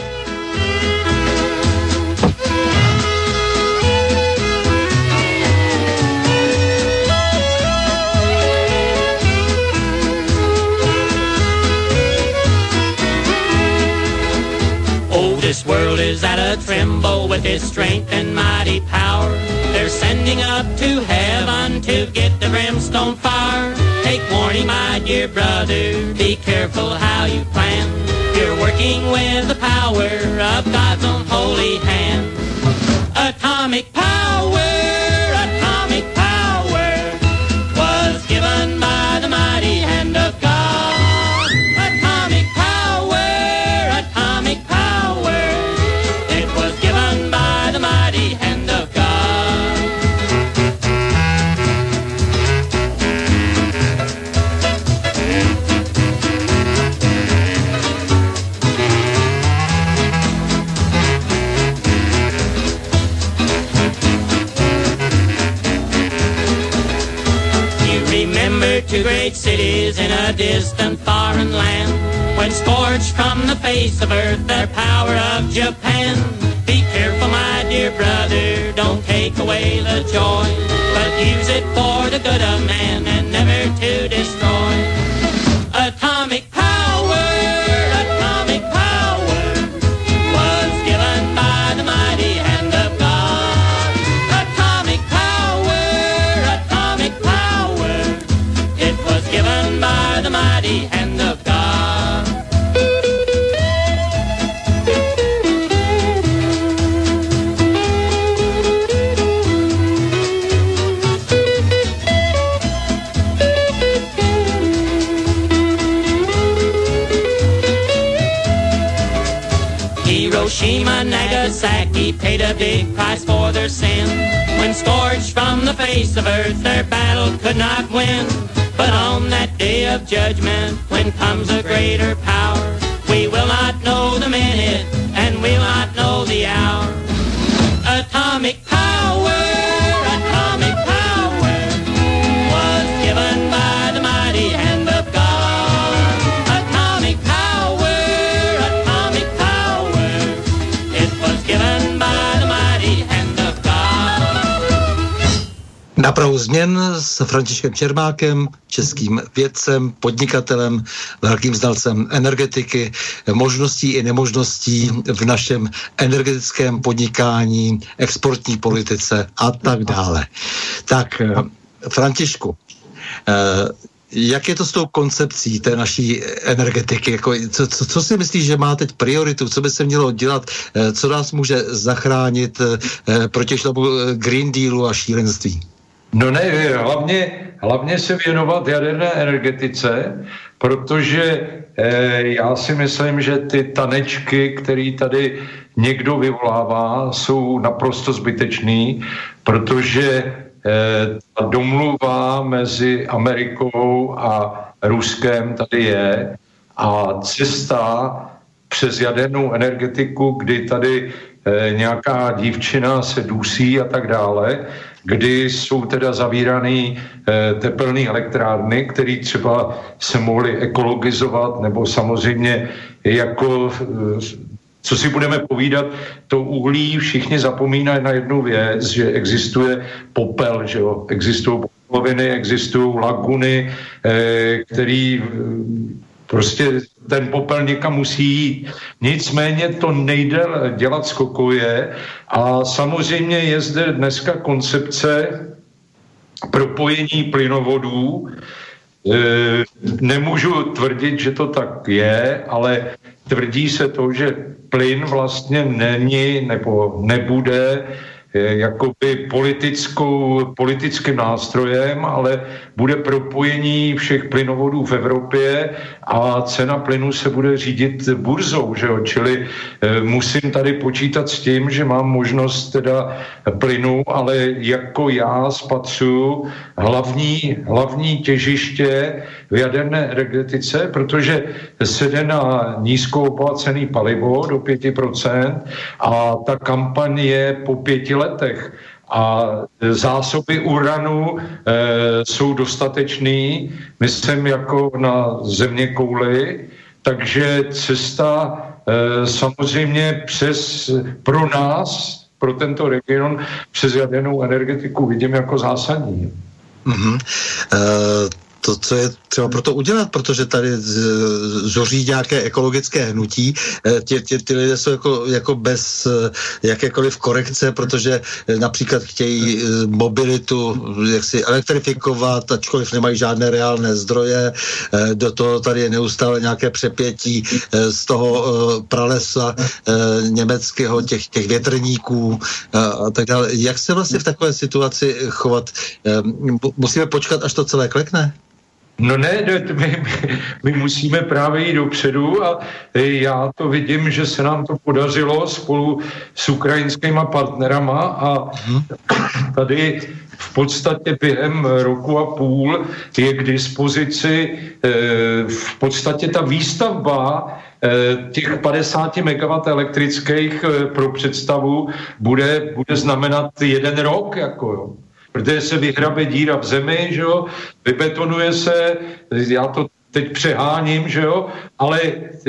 This world is at a tremble with its strength and mighty power. They're sending up to heaven to get the brimstone fire. Take warning, my dear brother, be careful how you plan. You're working with the power of God's own holy hand. Atomic power, atomic power was given by the mighty hand of God. Atomic power, atomic power, it was given by the mighty hand of God. Remember two great cities in a distant foreign land, when scorched from the face of earth their power of Japan. Be careful, my dear brother, don't take away the joy, but use it for the good of man and never to destroy. Atomic power, atomic power was given by the mighty hand of God. Atomic power, atomic power, it was given by the mighty hand of God. Hiroshima, Nagasaki paid a big price for their sin. When scorched from the face of earth, their battle could not win. But on that day of judgment, when comes a greater power, we will not know the minute, and we will not know the hour. Atomic power, atomic power was given by the mighty hand of God. Atomic power, atomic power, it was given by the mighty hand of God. Na prahu změn s Františkem Čermákem, českým vědcem, podnikatelem, velkým znalcem energetiky, možností i nemožností v našem energetickém podnikání, exportní politice a tak dále. Tak, Františku, jak je to s tou koncepcí té naší energetiky? Jako, co, co, co si myslíš, že má teď prioritu? Co by se mělo dělat? Co nás může zachránit proti tomu Green Dealu a šílenství? No ne, hlavně, hlavně se věnovat jaderné energetice, protože eh, já si myslím, že ty tanečky, které tady někdo vyvolává, jsou naprosto zbytečný, protože eh, ta domluva mezi Amerikou a Ruskem tady je a cesta přes jadernou energetiku, kdy tady eh, nějaká dívčina se dusí a tak dále, kdy jsou teda zavírané eh, tepelné elektrárny, které třeba se mohly ekologizovat, nebo samozřejmě jako, co si budeme povídat, to uhlí všichni zapomínají na jednu věc, že existuje popel, že jo, existují popeloviny, existují laguny, který prostě ten popel někam musí jít. Nicméně to nejde dělat skokově a samozřejmě je zde dneska koncepce propojení plynovodů. E, nemůžu tvrdit, že to tak je, ale tvrdí se to, že plyn vlastně není nebo nebude jakoby politickou, politickým nástrojem, ale bude propojení všech plynovodů v Evropě a cena plynu se bude řídit burzou, že jo? Čili e, musím tady počítat s tím, že mám možnost teda plynu, ale jako já spatřuju hlavní, hlavní těžiště v jaderné energetice, protože se jde na nízkoobohacený palivo do pět procent a ta kampaň je po pěti letech a zásoby uranu e, jsou dostatečný, myslím jako na země kouli, takže cesta e, samozřejmě přes, pro nás, pro tento region, přes jadernou energetiku vidím jako zásadní. Mm-hmm. Uh... To, co je třeba pro to udělat, protože tady zoří nějaké ekologické hnutí, ty, ty, ty lidé jsou jako, jako bez jakékoliv korekce, protože například chtějí mobilitu jaksi elektrifikovat, ačkoliv nemají žádné reálné zdroje, do toho tady je neustále nějaké přepětí z toho pralesa německého, těch, těch větrníků a tak dále. Jak se vlastně v takové situaci chovat? Musíme počkat, až to celé klekne? No ne, my, my musíme právě jít dopředu a já to vidím, že se nám to podařilo spolu s ukrajinskýma partnerama a tady v podstatě během roku a půl je k dispozici v podstatě ta výstavba těch padesát megawattů elektrických pro představu bude, bude znamenat jeden rok, jako jo. Protože se vyhrabe díra v zemi, že jo, vybetonuje se, já to teď přeháním, že jo, ale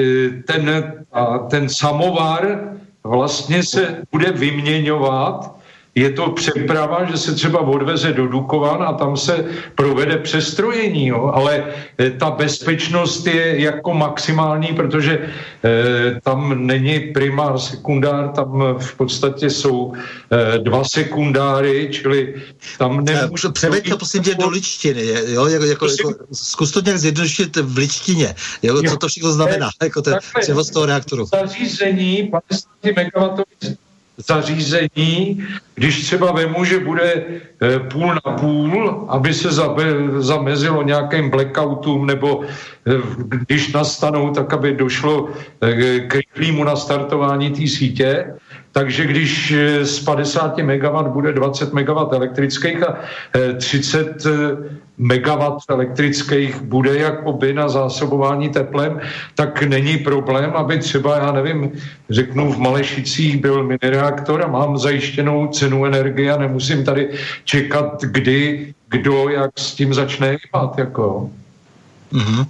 ten, ten samovar vlastně se bude vyměňovat. Je to přeprava, že se třeba odveze do Dukovan a tam se provede přestrojení, jo? Ale e, ta bezpečnost je jako maximální, protože e, tam není primár, sekundár, tam v podstatě jsou e, dva sekundáry, čili tam nemůžu... Převeď to prosím tě do ličtiny, jo? Jako, jako, jako, zkus to nějak zjednodušit v ličtině, jo? Co to všechno znamená, jako ten převod z toho reaktoru. Zařízení padesát megawattů zařízení, když třeba vemu, že bude půl na půl, aby se zamezilo nějakým blackoutům, nebo když nastanou, tak aby došlo k rychlému nastartování té sítě. Takže když z padesát megawattů bude dvacet megawattů elektrických a třicet megawattů elektrických bude jakoby na zásobování teplem, tak není problém, aby třeba, já nevím, řeknu v Malešicích byl minireaktor a mám zajištěnou cenu energie a nemusím tady čekat, kdy, kdo, jak s tím začne hýbat, jako. Mm-hmm.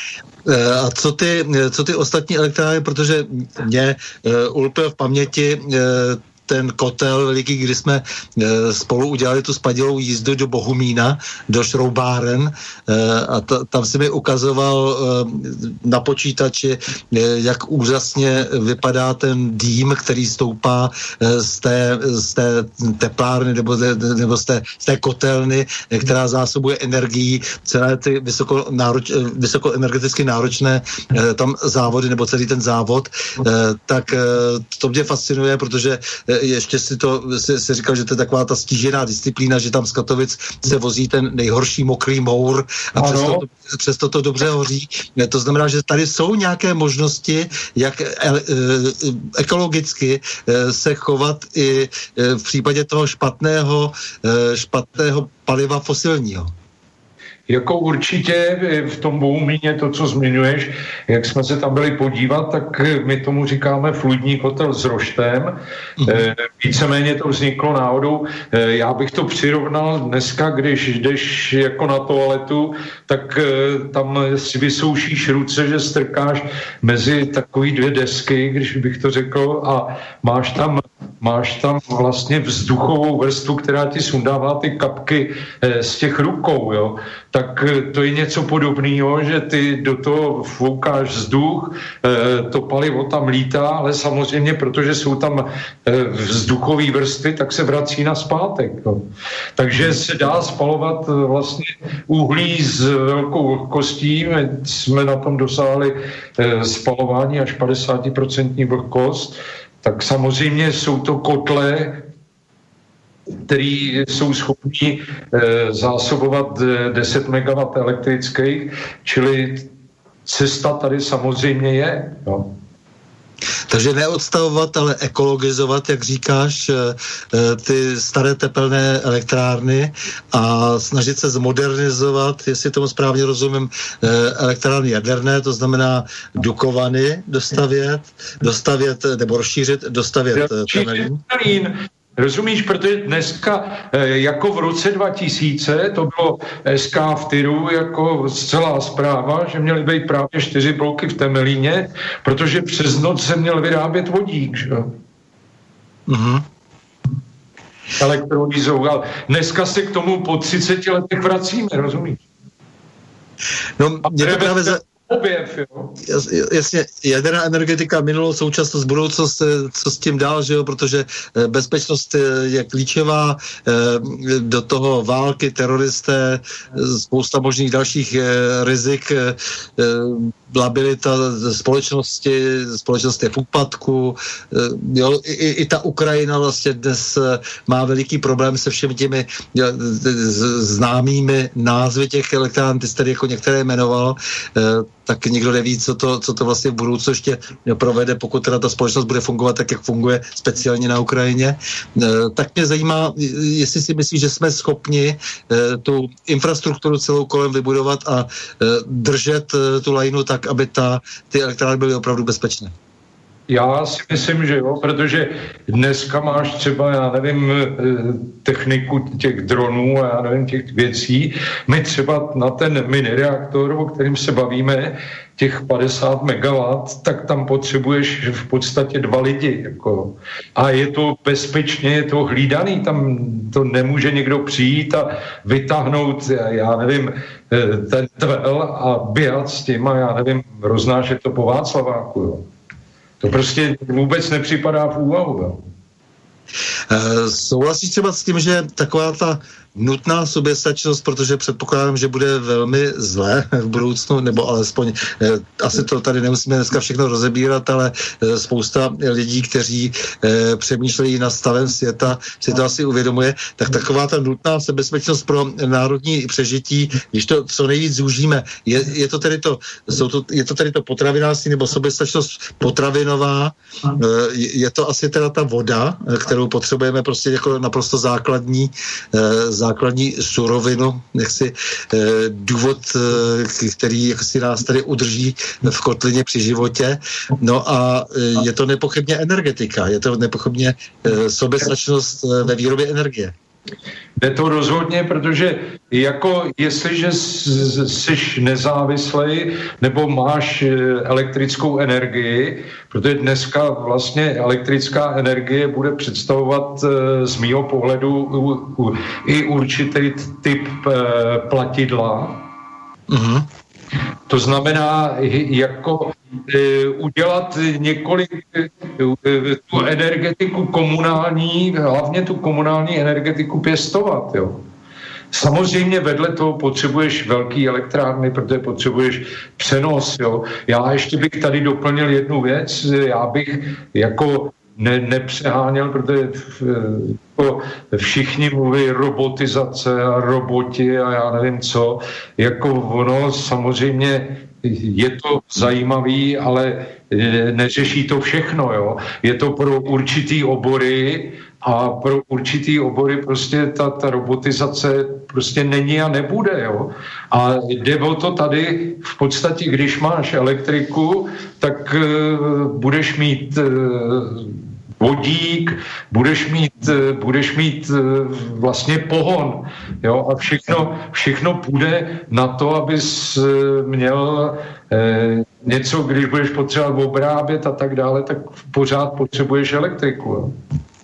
A co ty, co ty ostatní elektrárny, protože mě uh, ulpil v paměti uh, ten kotel veliký, kdy jsme e, spolu udělali tu spadilou jízdu do Bohumína, do Šroubáren e, a t- tam si mi ukazoval e, na počítači, e, jak úžasně vypadá ten dým, který stoupá e, z, té, z té teplárny nebo, de, nebo z, té, z té kotelny, e, která zásobuje energií celé ty vysoko nároč, vysokoenergeticky náročné e, tam závody nebo celý ten závod, e, tak e, to mě fascinuje, protože e, ještě si to si, si říkal, že to je taková ta stížená disciplína, že tam z Katovic se vozí ten nejhorší mokrý mour a přesto to, přesto to dobře hoří. To znamená, že tady jsou nějaké možnosti, jak e, e, ekologicky e, se chovat i e, v případě toho špatného, e, špatného paliva fosilního. jako určitě v tom Bohumíně to, co zmiňuješ, jak jsme se tam byli podívat, tak my tomu říkáme fluidní kotel s roštem. Mm-hmm. Víceméně to vzniklo náhodou. Já bych to přirovnal dneska, když jdeš jako na toaletu, tak tam si vysoušíš ruce, že strkáš mezi takový dvě desky, když bych to řekl, a máš tam, máš tam vlastně vzduchovou vrstvu, která ti sundává ty kapky z těch rukou, jo. Tak to je něco podobného, že ty do toho foukáš vzduch, to palivo tam lítá, ale samozřejmě, protože jsou tam vzduchové vrstvy, tak se vrací na zpátek. Jo. Takže se dá spalovat vlastně uhlí s velkou vlhkostí. My jsme na tom dosáhli spalování až padesát procent vlhkost. Tak samozřejmě jsou to kotle, který jsou schopni e, zásobovat deset megawattů elektrických, čili cesta tady samozřejmě je. Jo. Takže neodstavovat, ale ekologizovat, jak říkáš, ty staré tepelné elektrárny a snažit se zmodernizovat, jestli tomu správně rozumím, elektrárny jaderné, to znamená Dukovany dostavět, dostavět nebo rozšířit, dostavět Temelín. Rozumíš, protože dneska, jako v roce dva tisíce, to bylo S K v Tyru jako celá zpráva, že měly být právě čtyři bloky v Temelíně, protože přes noc se měl vyrábět vodík, že jo? Mm-hmm. Elektrolýzou, ale dneska se k tomu po třiceti letech vracíme, rozumíš? No, mě to právě za... objev, jo. Jasně, jaderná energetika, minulost, současnost, budoucnost, co s tím dál, že jo, protože bezpečnost je klíčová, do toho války, teroristé, spousta možných dalších rizik, labilita společnosti, společnost je v úpadku, jo, i, i ta Ukrajina vlastně dnes má veliký problém se všemi těmi známými názvy těch elektrárn, ty jsi tady jako některé jmenoval, tak nikdo neví, co to, co to vlastně v budoucnu ještě provede, pokud teda ta společnost bude fungovat tak, jak funguje speciálně na Ukrajině. Tak mě zajímá, jestli si myslíš, že jsme schopni tu infrastrukturu celou kolem vybudovat a držet tu lajnu tak, aby ta, ty elektrárny byly opravdu bezpečné. Já si myslím, že jo, protože dneska máš třeba, já nevím, techniku těch dronů a já nevím, těch věcí. My třeba na ten minireaktor, o kterým se bavíme, těch padesát megawattů, tak tam potřebuješ v podstatě dva lidi. Jako. A je to bezpečně, je to hlídaný, tam to nemůže někdo přijít a vytáhnout, já nevím, ten tvel a běhat s tím a já nevím, roznášet to po Václaváku, jo. To prostě vůbec nepřipadá v úvahu. Jo. E, souhlasíš třeba s tím, že taková ta nutná soběstačnost, protože předpokládám, že bude velmi zlé v budoucnu, nebo alespoň eh, asi to tady nemusíme dneska všechno rozebírat, ale eh, spousta lidí, kteří eh, přemýšlejí nad stavem světa, si to asi uvědomuje, tak taková ta nutná sebezpečnost pro národní přežití, když to co nejvíc zúžíme, je, je to tedy to, jsou to, je to tedy to potravinářství nebo soběstačnost potravinová, eh, je to asi teda ta voda, kterou potřebujeme prostě jako naprosto základní eh, základní surovinu, nechci eh, důvod, eh, který jak si nás tady udrží v kotlině při životě. No a eh, je to nepochybně energetika, je to nepochybně eh, soběstačnost eh, ve výrobě energie. Jde to rozhodně, protože jako jestliže jsi nezávislej nebo máš elektrickou energii, protože dneska vlastně elektrická energie bude představovat z mýho pohledu i určitý typ platidla. Mm-hmm. To znamená jako udělat několik tu energetiku komunální, hlavně tu komunální energetiku pěstovat, jo. Samozřejmě vedle toho potřebuješ velký elektrárny, protože potřebuješ přenos, jo. Já ještě bych tady doplnil jednu věc, já bych jako ne, nepřeháněl, protože jako všichni mluví robotizace a roboti a já nevím co, jako ono samozřejmě je to zajímavý, ale neřeší to všechno, jo. Je to pro určitý obory a pro určitý obory prostě ta, ta robotizace prostě není a nebude, jo. A jde o to tady v podstatě, když máš elektriku, tak uh, budeš mít uh, vodík, budeš mít, budeš mít vlastně pohon, jo, a všechno, všechno půjde na to, abys měl eh, něco, když budeš potřebovat obrábět a tak dále, tak pořád potřebuješ elektriku, jo.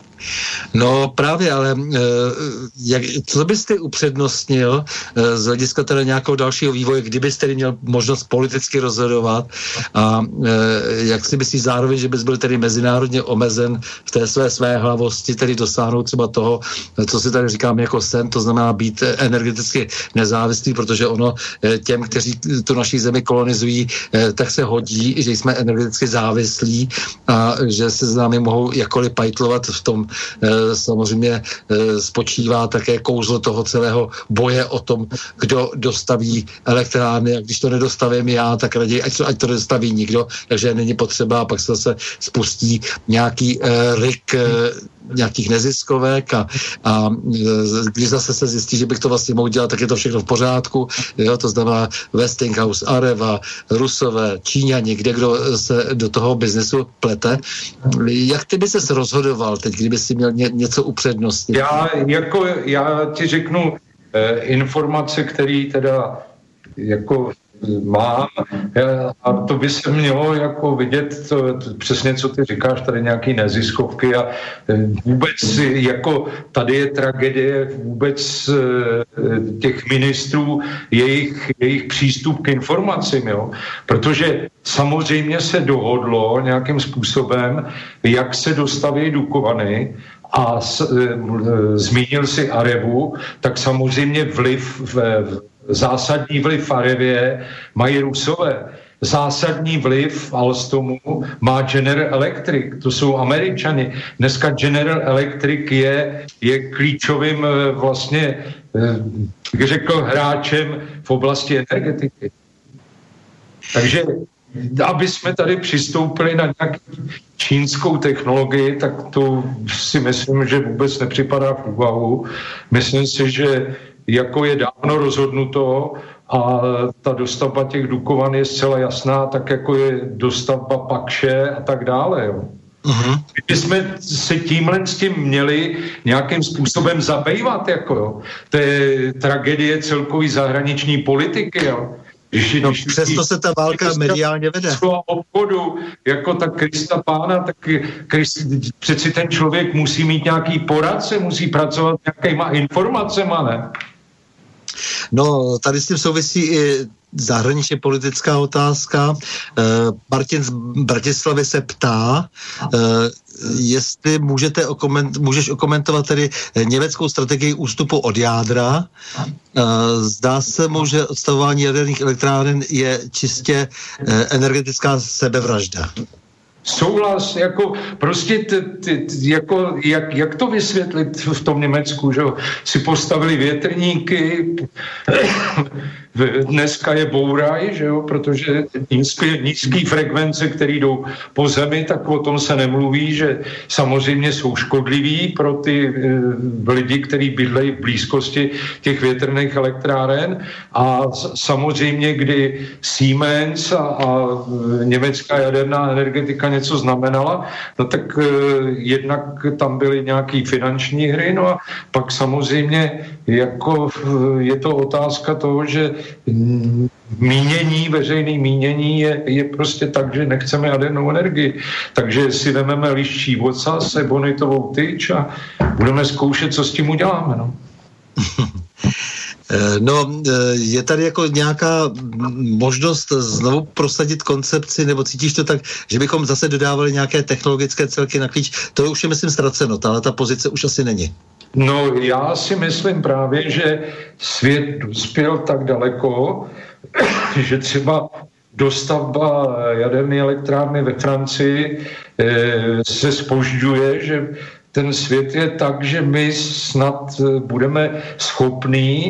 No právě, ale jak, co byste upřednostnil z hlediska teda nějakého dalšího vývoje, kdybyste tedy měl možnost politicky rozhodovat a jak si myslíš zároveň, že bys byl tedy mezinárodně omezen v té své své hlavosti, tedy dosáhnout třeba toho, co si tady říkáme jako sen, to znamená být energeticky nezávislý, protože ono těm, kteří tu naší zemi kolonizují, tak se hodí, že jsme energeticky závislí a že se s námi mohou jakkoliv pajtlovat v tom samozřejmě spočívá také kouzlo toho celého boje o tom, kdo dostaví elektrárny a když to nedostavím já, tak raději, ať to, ať to nedostaví nikdo, takže není potřeba a pak se zase spustí nějaký uh, rik uh, nějakých neziskovek a, a když zase se zjistí, že bych to vlastně mohl dělat, tak je to všechno v pořádku, jo, to znamená Westinghouse, Areva, Rusové, Číňani, kde kdo se do toho biznesu plete. Jak ty by ses rozhodoval teď, kdyby si měl ně, něco upřednostnit? Já, jako, já ti řeknu eh, informace, které teda jako mám a to by se mělo jako vidět to, to, přesně, co ty říkáš, tady nějaký neziskovky a vůbec jako tady je tragédie vůbec těch ministrů, jejich, jejich přístup k informacím, jo. Protože samozřejmě se dohodlo nějakým způsobem, jak se dostaví Dukovany a s, e, zmínil si Arevu, tak samozřejmě vliv v, v zásadní vliv v Arevě mají Rusové. Zásadní vliv v Alstomu má General Electric, to jsou Američani. Dneska General Electric je, je klíčovým vlastně, jak řekl, hráčem v oblasti energetiky. Takže aby jsme tady přistoupili na nějakou čínskou technologii, tak to si myslím, že vůbec nepřipadá v úvahu. Myslím si, že jako je dávno rozhodnuto a ta dostavba těch Dukovan je zcela jasná, tak jako je dostavba Pakše a tak dále. Jo. Uh-huh. My jsme se tímhle s tím měli nějakým způsobem zabývat. Jako, jo. To je tragédie celkový zahraniční politiky. Jo. Když, no, když přesto se ta válka Krista, mediálně vede. Obchodu, jako ta Krista pána, tak Krist, přeci ten člověk musí mít nějaký poradce, musí pracovat nějakýma informacema, ne? No, tady s tím souvisí i zahraničně politická otázka. Martin z Bratislavy se ptá, jestli můžete okoment, můžeš okomentovat tedy německou strategii ústupu od jádra. Zdá se mu, že odstavování jaderných elektráren je čistě energetická sebevražda. Souhlas, jako prostě t, t, t, jako, jak, jak to vysvětlit v tom Německu, že si postavili větrníky, dneska je bouraj, že jo, protože nízké, nízké frekvence, které jdou po zemi, tak o tom se nemluví, že samozřejmě jsou škodliví pro ty e, lidi, kteří bydlejí v blízkosti těch větrných elektráren a samozřejmě, kdy Siemens a, a německá jaderná energetika něco znamenala, no tak e, jednak tam byly nějaký finanční hry, no a pak samozřejmě jako je to otázka toho, že mínění, veřejný mínění je, je prostě tak, že nechceme jadernou energii. Takže si vezmeme liščí ocas, ebonitovou tyč a budeme zkoušet, co s tím uděláme. No. No, je tady jako nějaká možnost znovu prosadit koncepci, nebo cítíš to tak, že bychom zase dodávali nějaké technologické celky na klíč? To už je, myslím, ztraceno, ale ta pozice už asi není. No, já si myslím právě, že svět dospěl tak daleko, že třeba dostavba jaderné elektrárny ve Francii e, se zpožďuje, že ten svět je tak, že my snad budeme schopní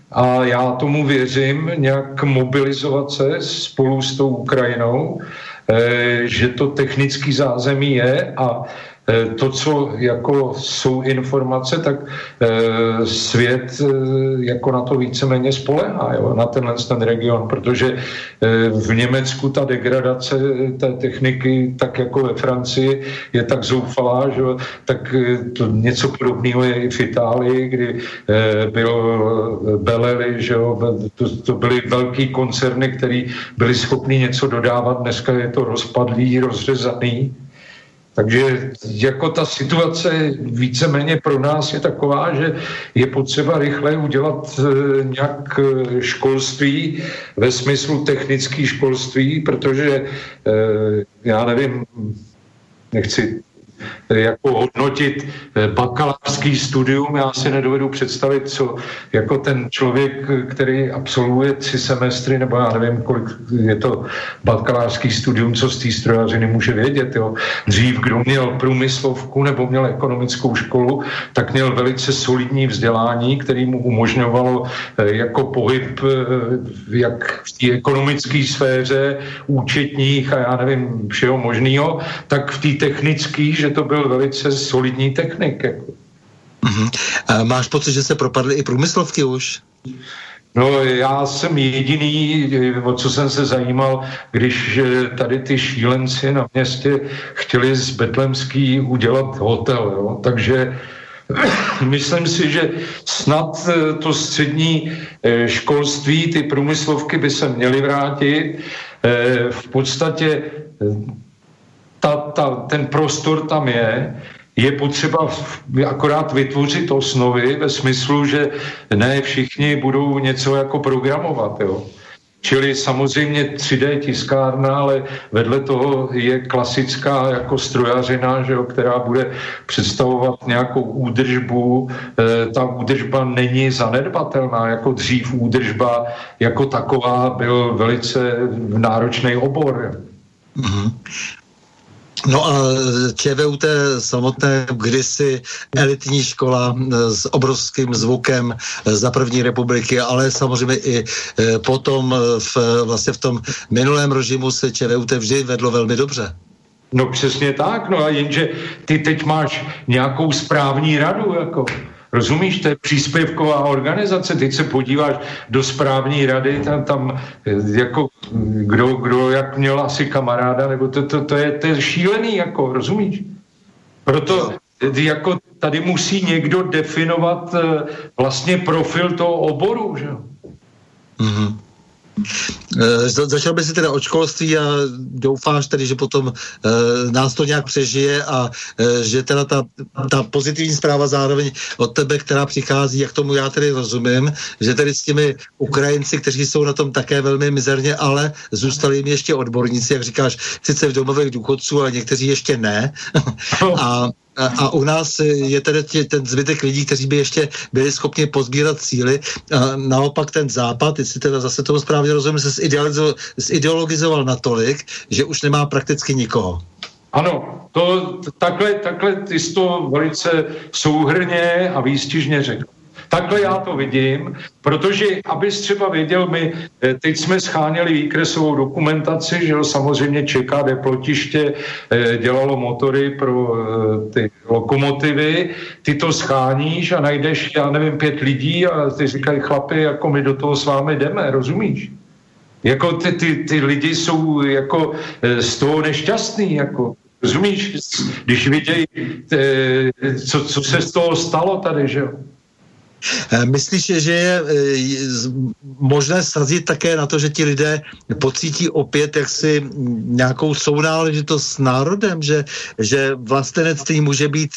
a já tomu věřím, nějak mobilizovat se spolu s tou Ukrajinou, že to technický zázemí je a to, co jako jsou informace, tak e, svět e, jako na to víceméně spolehá, jo, na tenhle ten region, protože e, v Německu ta degradace té techniky, tak jako ve Francii, je tak zoufalá, že, tak e, to něco podobného je i v Itálii, kdy e, byl Beleli, že jo, to, to byly velký koncerny, které byly schopny něco dodávat, dneska je to rozpadlý, rozřezaný. Takže jako ta situace víceméně pro nás je taková, že je potřeba rychle udělat nějak školství ve smyslu technické školství, protože já nevím, nechci jako hodnotit bakalářský studium, já si nedovedu představit, co jako ten člověk, který absolvuje tři semestry, nebo já nevím, kolik je to bakalářský studium, co z té strojařiny může vědět. Jo. Dřív, kdo měl průmyslovku nebo měl ekonomickou školu, tak měl velice solidní vzdělání, který mu umožňovalo jako pohyb jak v té ekonomické sféře, účetních a já nevím, všeho možného, tak v té technické, že to byl velice solidní technik. Jako. Mm-hmm. A máš pocit, že se propadly i průmyslovky už? No, já jsem jediný, o co jsem se zajímal, když tady ty šílenci na městě chtěli z Betlemský udělat hotel, jo? Takže myslím si, že snad to střední školství, ty průmyslovky by se měly vrátit. V podstatě Ta, ta, ten prostor tam je, je potřeba akorát vytvořit osnovy ve smyslu, že ne všichni budou něco jako programovat, jo. Čili samozřejmě tři dé tiskárna, ale vedle toho je klasická jako strojařina, že jo, která bude představovat nějakou údržbu. E, ta údržba není zanedbatelná, jako dřív údržba jako taková byl velice náročný obor. Mm-hmm. No a ČVUT samotné kdysi elitní škola s obrovským zvukem za první republiky, ale samozřejmě i potom v, vlastně v tom minulém režimu se ČVUT vždy vedlo velmi dobře. No přesně tak, no a jenže ty teď máš nějakou správní radu, jako... Rozumíš, to je příspěvková organizace, teď se podíváš do správní rady, tam, tam jako kdo, kdo jak měl asi kamaráda, nebo to, to, to, je, to je šílený, jako, rozumíš? Proto jako tady musí někdo definovat vlastně profil toho oboru, že jo? Mm-hmm. Začal by si teda od školství a doufáš tedy, že potom e, nás to nějak přežije a e, že teda ta, ta pozitivní zpráva zároveň od tebe, která přichází, jak tomu já tedy rozumím, že tedy s těmi Ukrajinci, kteří jsou na tom také velmi mizerně, ale zůstali jim ještě odborníci, jak říkáš, sice v domovech důchodců, ale někteří ještě ne. a A, a u nás je tedy tě, ten zbytek lidí, kteří by ještě byli schopni pozbírat síly. A naopak ten západ, jestli teda zase tomu správně rozumím, se zideologizoval, zideologizoval natolik, že už nemá prakticky nikoho. Ano, to takhle, takhle ty jsi to velice souhrnně a výstižně řekl. Takhle já to vidím, protože, abys třeba věděl, my teď jsme scháněli výkresovou dokumentaci, že jo, samozřejmě ČKD Plotiště dělalo motory pro ty lokomotivy, ty to scháníš a najdeš, já nevím, pět lidí a ty říkají, chlapi, jako my do toho s vámi jdeme, rozumíš? Jako ty, ty, ty lidi jsou jako z toho nešťastný, jako rozumíš? Když vidějí, co, co se z toho stalo tady, že jo? Myslíš, že je možné srazit také na to, že ti lidé pocítí opět jaksi nějakou sounáležitost s národem, že, že vlastenectví může být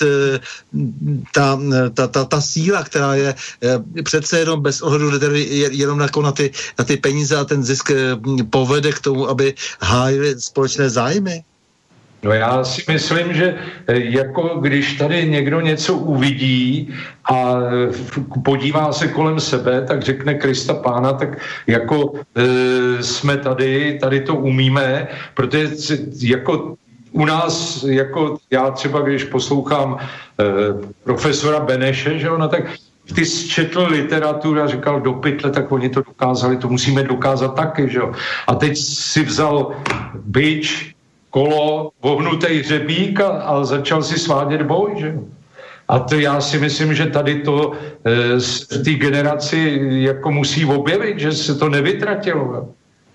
ta, ta, ta, ta síla, která je přece jenom bez ohledu jenom na ty, na ty peníze a ten zisk povede k tomu, aby hájili společné zájmy? No já si myslím, že jako když tady někdo něco uvidí a podívá se kolem sebe, tak řekne Krista Pána, tak jako e, jsme tady, tady to umíme, protože jako u nás, jako já třeba, když poslouchám e, profesora Beneše, že ona, tak ty četl literaturu a říkal do pytle, tak oni to dokázali, to musíme dokázat taky, že jo. A teď si vzal bič, kolo, vohnutej hřebík a, a začal si svádět boj, že jo. A to já si myslím, že tady to e, v té generaci jako musí objevit, že se to nevytratilo, jo.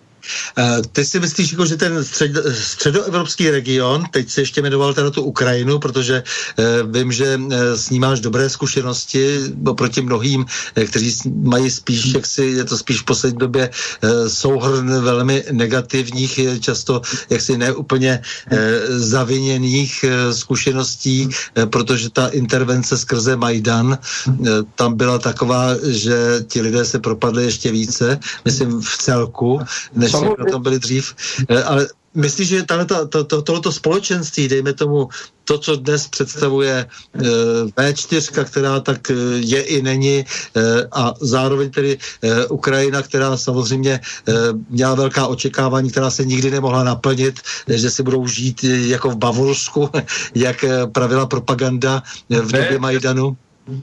Ty si myslíš, jako, že ten střed, středoevropský region, teď se ještě jmenoval teda tu Ukrajinu, protože eh, vím, že eh, s ní máš dobré zkušenosti oproti mnohým, eh, kteří mají spíš, jak si, je to spíš v poslední době eh, souhrn velmi negativních, často jaksi neúplně eh, zaviněných eh, zkušeností, eh, protože ta intervence skrze Majdan eh, tam byla taková, že ti lidé se propadli ještě více, myslím v celku, než na tom byli dřív. Ale myslíš, že to, to, tohleto společenství, dejme tomu to, co dnes představuje vé čtyři, která tak je i není, a zároveň tedy Ukrajina, která samozřejmě měla velká očekávání, která se nikdy nemohla naplnit, že si budou žít jako v Bavorsku, jak pravila propaganda v době Majdanu?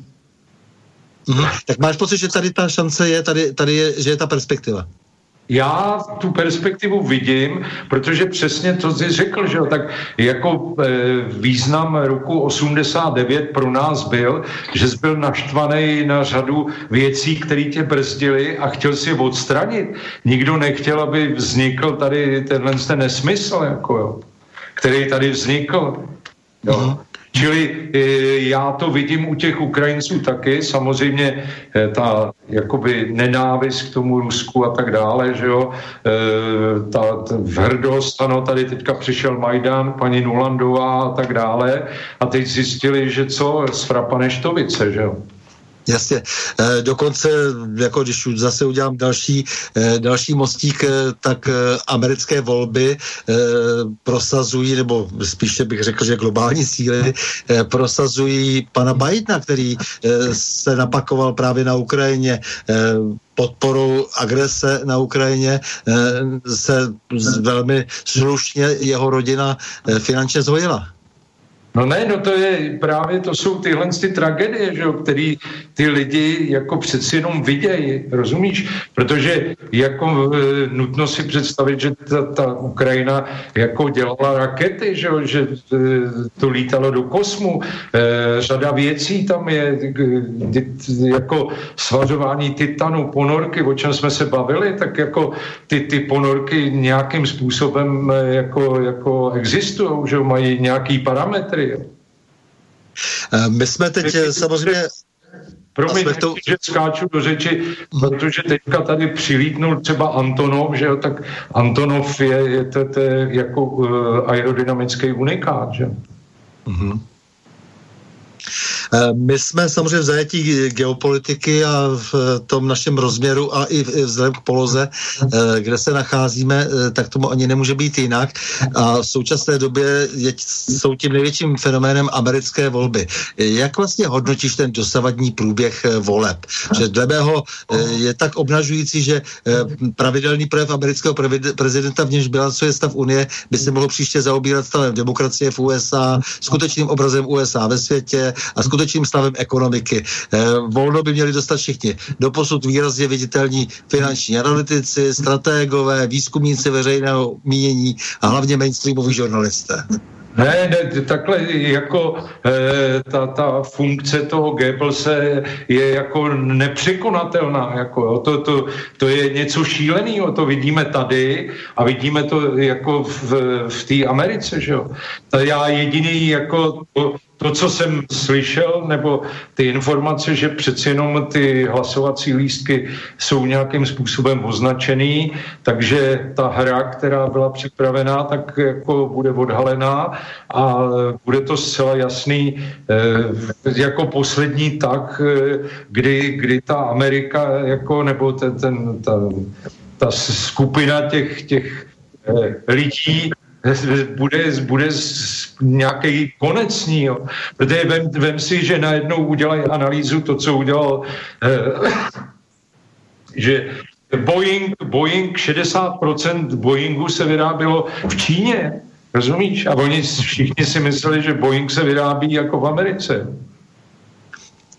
Mhm. Tak máš pocit, že tady ta šance je, tady, tady je, že je ta perspektiva? Já tu perspektivu vidím, protože přesně to jsi řekl, že jo, tak jako e, význam roku osmdesát devět pro nás byl, že jsi byl naštvaný na řadu věcí, které tě brzdily a chtěl si je odstranit. Nikdo nechtěl, aby vznikl tady tenhle ten nesmysl, jako jo, který tady vznikl. Jo. Mm. Čili e, já to vidím u těch Ukrajinců taky, samozřejmě e, ta jakoby nenávist k tomu Rusku a tak dále, že jo, e, ta, ta hrdost, ano, tady teďka přišel Majdan, paní Nulandová a tak dále a teď zjistili, že co, z Frapa Neštovice, že jo. Jasně. E, dokonce, jako když zase udělám další, e, další mostík, e, tak e, americké volby e, prosazují, nebo spíše bych řekl, že globální síly e, prosazují pana Bidena, který e, se napakoval právě na Ukrajině, e, podporou agrese na Ukrajině e, se velmi slušně jeho rodina e, finančně zhojila. No ne, no to je právě, to jsou tyhle ty tragédie, že jo, který ty lidi jako přeci jenom vidějí, rozumíš? Protože jako e, nutno si představit, že ta, ta Ukrajina jako dělala rakety, že jo, že e, to lítalo do kosmu, e, řada věcí tam je, e, jako svařování titanu, ponorky, o čem jsme se bavili, tak jako ty, ty ponorky nějakým způsobem e, jako, jako existují, že jo, mají nějaký parametry. My jsme teď samozřejmě... Promiň, to... že skáču do řeči, protože teďka tady přilítnul třeba Antonov, že jo, tak Antonov je, je to, to je jako uh, aerodynamický unikát, že? Mm-hmm. My jsme samozřejmě v zajetí geopolitiky a v tom našem rozměru a i vzhledem k poloze, kde se nacházíme, tak tomu ani nemůže být jinak. A v současné době je, jsou tím největším fenoménem americké volby. Jak vlastně hodnotíš ten dosavadní průběh voleb? Že dle mého je tak obnažující, že pravidelný projev amerického prezidenta, v němž bilancuje stav Unie, by se mohl příště zaobírat stavem demokracie v U S A, skutečným obrazem U S A ve světě a skutečným stavem ekonomiky. Volno by měli dostat všichni. Doposud výrazně viditelní finanční analytici, strategové, výzkumníci veřejného mínění a hlavně mainstreamoví žurnalisté. Ne, ne, takhle jako e, ta, ta funkce toho Goebbelse je jako nepřekonatelná, jako to, to, to je něco šíleného, to vidíme tady a vidíme to jako v, v té Americe, že jo. Já jediný jako to, to, co jsem slyšel, nebo ty informace, že přeci jenom ty hlasovací lístky jsou nějakým způsobem označený, takže ta hra, která byla připravená, tak jako bude odhalená a bude to zcela jasný jako poslední tak, kdy, kdy ta Amerika jako, nebo ten, ten, ta, ta skupina těch, těch lidí bude, bude nějaký konec s ní, jo. Protože vem, vem si, že najednou udělají analýzu to, co udělal eh, že Boeing, Boeing, šedesát procent Boeingu se vyrábělo v Číně, rozumíš? A oni všichni si mysleli, že Boeing se vyrábí jako v Americe.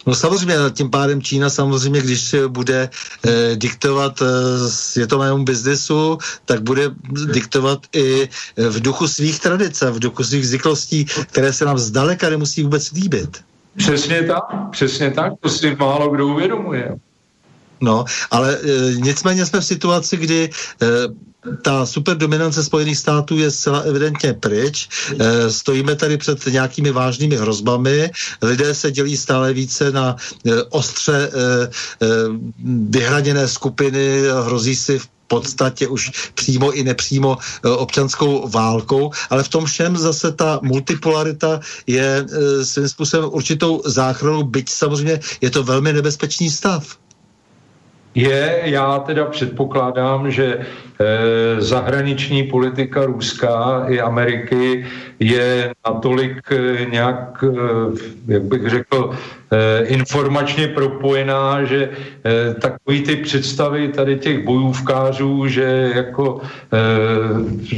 No samozřejmě, tím pádem Čína samozřejmě, když bude eh, diktovat eh, světovému biznesu, tak bude diktovat i v duchu svých tradic, v duchu svých zvyklostí, které se nám zdaleka nemusí vůbec líbit. Přesně tak, přesně tak, to si málo kdo uvědomuje. No, ale e, nicméně jsme v situaci, kdy e, ta superdominance Spojených států je zcela evidentně pryč. E, stojíme tady před nějakými vážnými hrozbami. Lidé se dělí stále více na e, ostře e, e, vyhraněné skupiny. Hrozí si v podstatě už přímo i nepřímo občanskou válkou, ale v tom všem zase ta multipolarita je e, svým způsobem určitou záchranou, byť samozřejmě je to velmi nebezpečný stav. Je, já teda předpokládám, že e, zahraniční politika Ruska i Ameriky je natolik e, nějak, e, jak bych řekl, e, informačně propojená, že e, takový ty představy tady těch bojůvkářů, že jako e,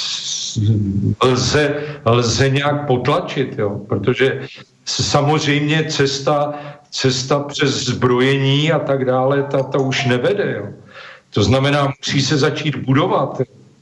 lze, lze nějak potlačit, jo, protože samozřejmě cesta cesta přes zbrojení a tak dále, ta, ta už nevede. Jo. To znamená, musí se začít budovat.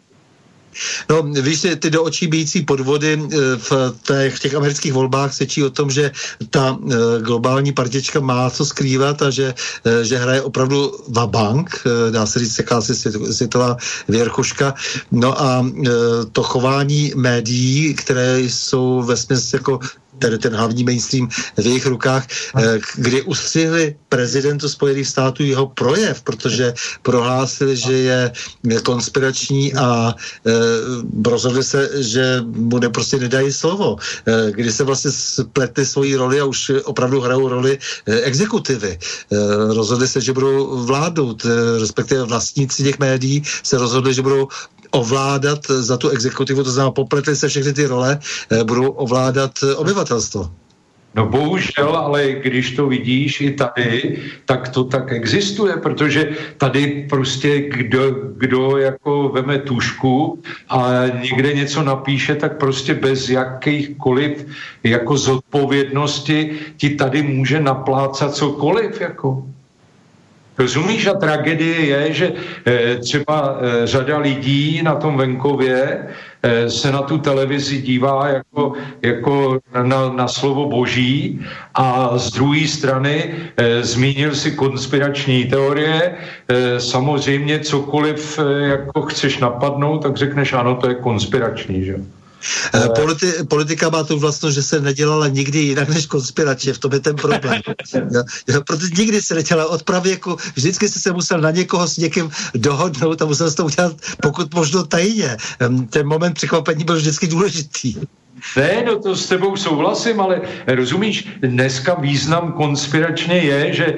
No, víš, ty do očí bijící podvody v těch, v těch amerických volbách svědčí o tom, že ta globální partička má co skrývat a že, že hraje opravdu vabank, dá se říct, jakási světová věrchuška. No a to chování médií, které jsou vesměs jako tedy ten hlavní mainstream v jejich rukách, kdy ustřihli prezidentu Spojených států jeho projev, protože prohlásili, že je konspirační a e, rozhodli se, že mu ne, prostě nedají slovo. E, kdy se vlastně spletli svoji roli a už opravdu hrajou roli e, exekutivy. E, rozhodli se, že budou vládnout, e, respektive vlastníci těch médií se rozhodli, že budou ovládat za tu exekutivu, to znamená popletli se všechny ty role, e, budou ovládat obyvatelstvo. No bohužel, ale když to vidíš i tady, tak to tak existuje, protože tady prostě kdo, kdo jako veme tužku a někde něco napíše, tak prostě bez jakýchkoliv jako zodpovědnosti ti tady může naplácat cokoliv, jako. Rozumíš? A tragédie je, že e, třeba e, řada lidí na tom venkově e, se na tu televizi dívá jako, jako na, na slovo boží a z druhé strany e, zmínil si konspirační teorie. E, samozřejmě cokoliv e, jako chceš napadnout, tak řekneš ano, to je konspirační, že? Politi- politika má tu vlastnost, že se nedělala nikdy jinak než konspiračně, v tom je ten problém. Jo, jo, protože nikdy se nedělala od pravěku, vždycky jsi se musel na někoho s někým dohodnout a musel jsi to udělat pokud možno tajně. Ten moment překvapení byl vždycky důležitý. Ne, no to s tebou souhlasím, ale rozumíš, dneska význam konspiračně je, že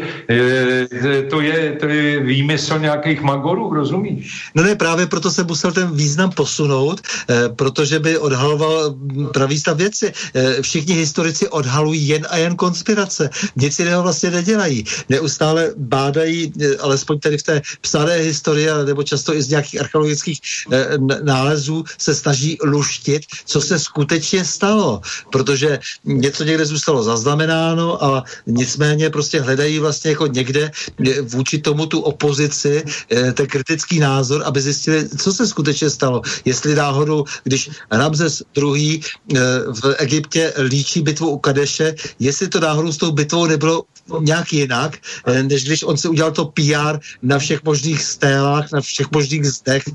e, to, je, to je výmysl nějakých magorů, rozumíš? No ne, právě proto se musel ten význam posunout, e, protože by odhaloval pravý stav věci. E, všichni historici odhalují jen a jen konspirace. Nic jiného vlastně nedělají. Neustále bádají, e, alespoň tedy v té psané historii, nebo často i z nějakých archeologických e, nálezů se snaží luštit, co se skutečně stalo, protože něco někde zůstalo zaznamenáno a nicméně prostě hledají vlastně jako někde vůči tomu tu opozici, ten kritický názor, aby zjistili, co se skutečně stalo. Jestli náhodou, když Ramzes druhý. v Egyptě líčí bitvu u Kadeše, jestli to náhodou s tou bitvou nebylo nějak jinak, než když on si udělal to P R na všech možných stélách, na všech možných zdech,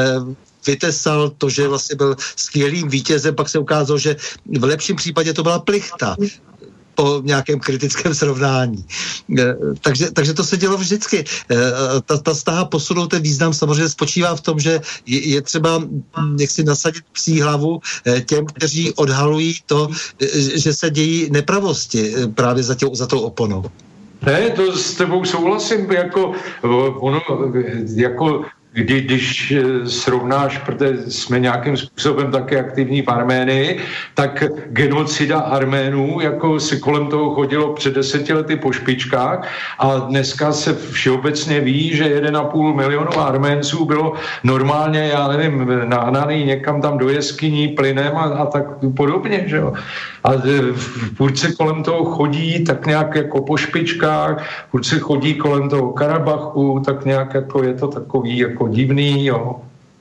vytesal to, že vlastně byl skvělým vítězem, pak se ukázalo, že v lepším případě to byla plichta po nějakém kritickém srovnání. Takže, takže to se dělo vždycky. Ta, ta snaha posunout ten význam samozřejmě spočívá v tom, že je, je třeba jak si nasadit psí hlavu těm, kteří odhalují to, že se dějí nepravosti právě za, tě, za tou oponou. Ne, to s tebou souhlasím, jako ono, jako kdy, když srovnáš, protože jsme nějakým způsobem taky aktivní v Arménii, tak genocida Arménů, jako se kolem toho chodilo před deseti lety po špičkách a dneska se všeobecně ví, že jeden a půl milionu Arménců bylo normálně, já nevím, nahnaný někam tam do jeskyní plynem a, a tak podobně, že jo. A furt se kolem toho chodí tak nějak jako po špičkách, furt se chodí kolem toho Karabachu, tak nějak jako je to takový jako divný, jo.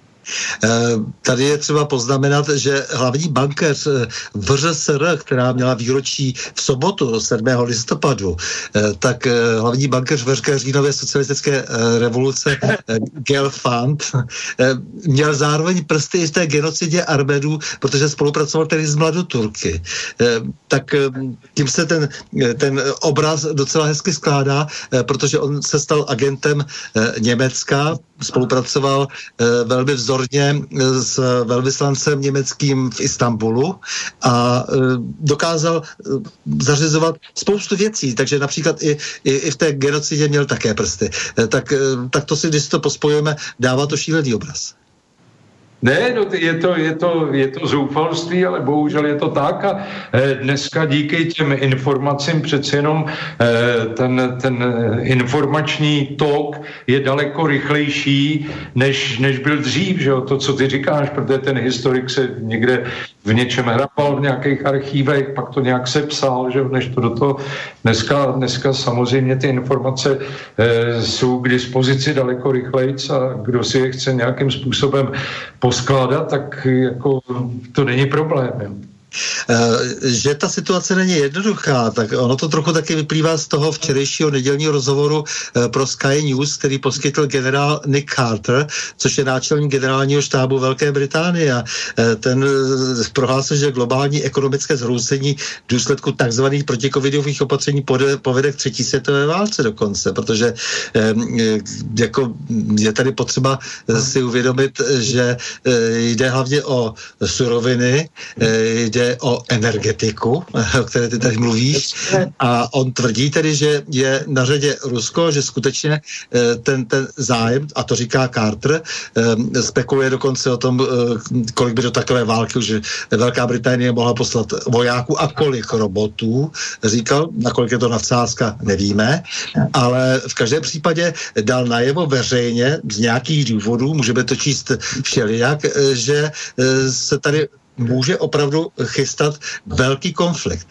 Tady je třeba poznamenat, že hlavní bankéř V Ř S R, která měla výročí v sobotu sedmého listopadu, tak hlavní bankéř Velké říjnové socialistické revoluce Gelfand měl zároveň prsty i v té genocidě Arménů, protože spolupracoval tedy s Mladoturky. Tak tím se ten, ten obraz docela hezky skládá, protože on se stal agentem Německa, spolupracoval velmi vzorně s velvyslancem německým v Istanbulu a dokázal zařizovat spoustu věcí, takže například i, i, i v té genocidě měl také prsty. Tak, tak to si, když si to pospojujeme, dává to šílený obraz. Ne, no, je, to, je, to, je to zoufalství, ale bohužel je to tak a dneska díky těm informacím přece jenom ten, ten informační tok je daleko rychlejší, než, než byl dřív, že jo? To, co ty říkáš, protože ten historik se někde v něčem hrabal v nějakých archívech, pak to nějak sepsal, že jo? Než to do toho. Dneska, dneska samozřejmě ty informace e, jsou k dispozici daleko rychlejc a kdo si je chce nějakým způsobem poskládat, tak jako to není problém. Jo. Že ta situace není jednoduchá, tak ono to trochu taky vyplývá z toho včerejšího nedělního rozhovoru pro Sky News, který poskytl generál Nick Carter, což je náčelník generálního štábu Velké Británie. Ten prohlásil, že globální ekonomické zhroucení v důsledku takzvaných protikovidových opatření povede k třetí světové válce dokonce, protože jako je tady potřeba si uvědomit, že jde hlavně o suroviny, jde o energetiku, o které ty tady mluvíš, a on tvrdí tedy, že je na řadě Rusko, že skutečně ten, ten zájem, a to říká Carter, spekuluje dokonce o tom, kolik by do takové války už Velká Británie mohla poslat vojáků a kolik robotů, říkal, nakolik je to nadsázka, nevíme, ale v každém případě dal najevo veřejně z nějakých důvodů, můžeme to číst všelijak, že se tady může opravdu chystat velký konflikt.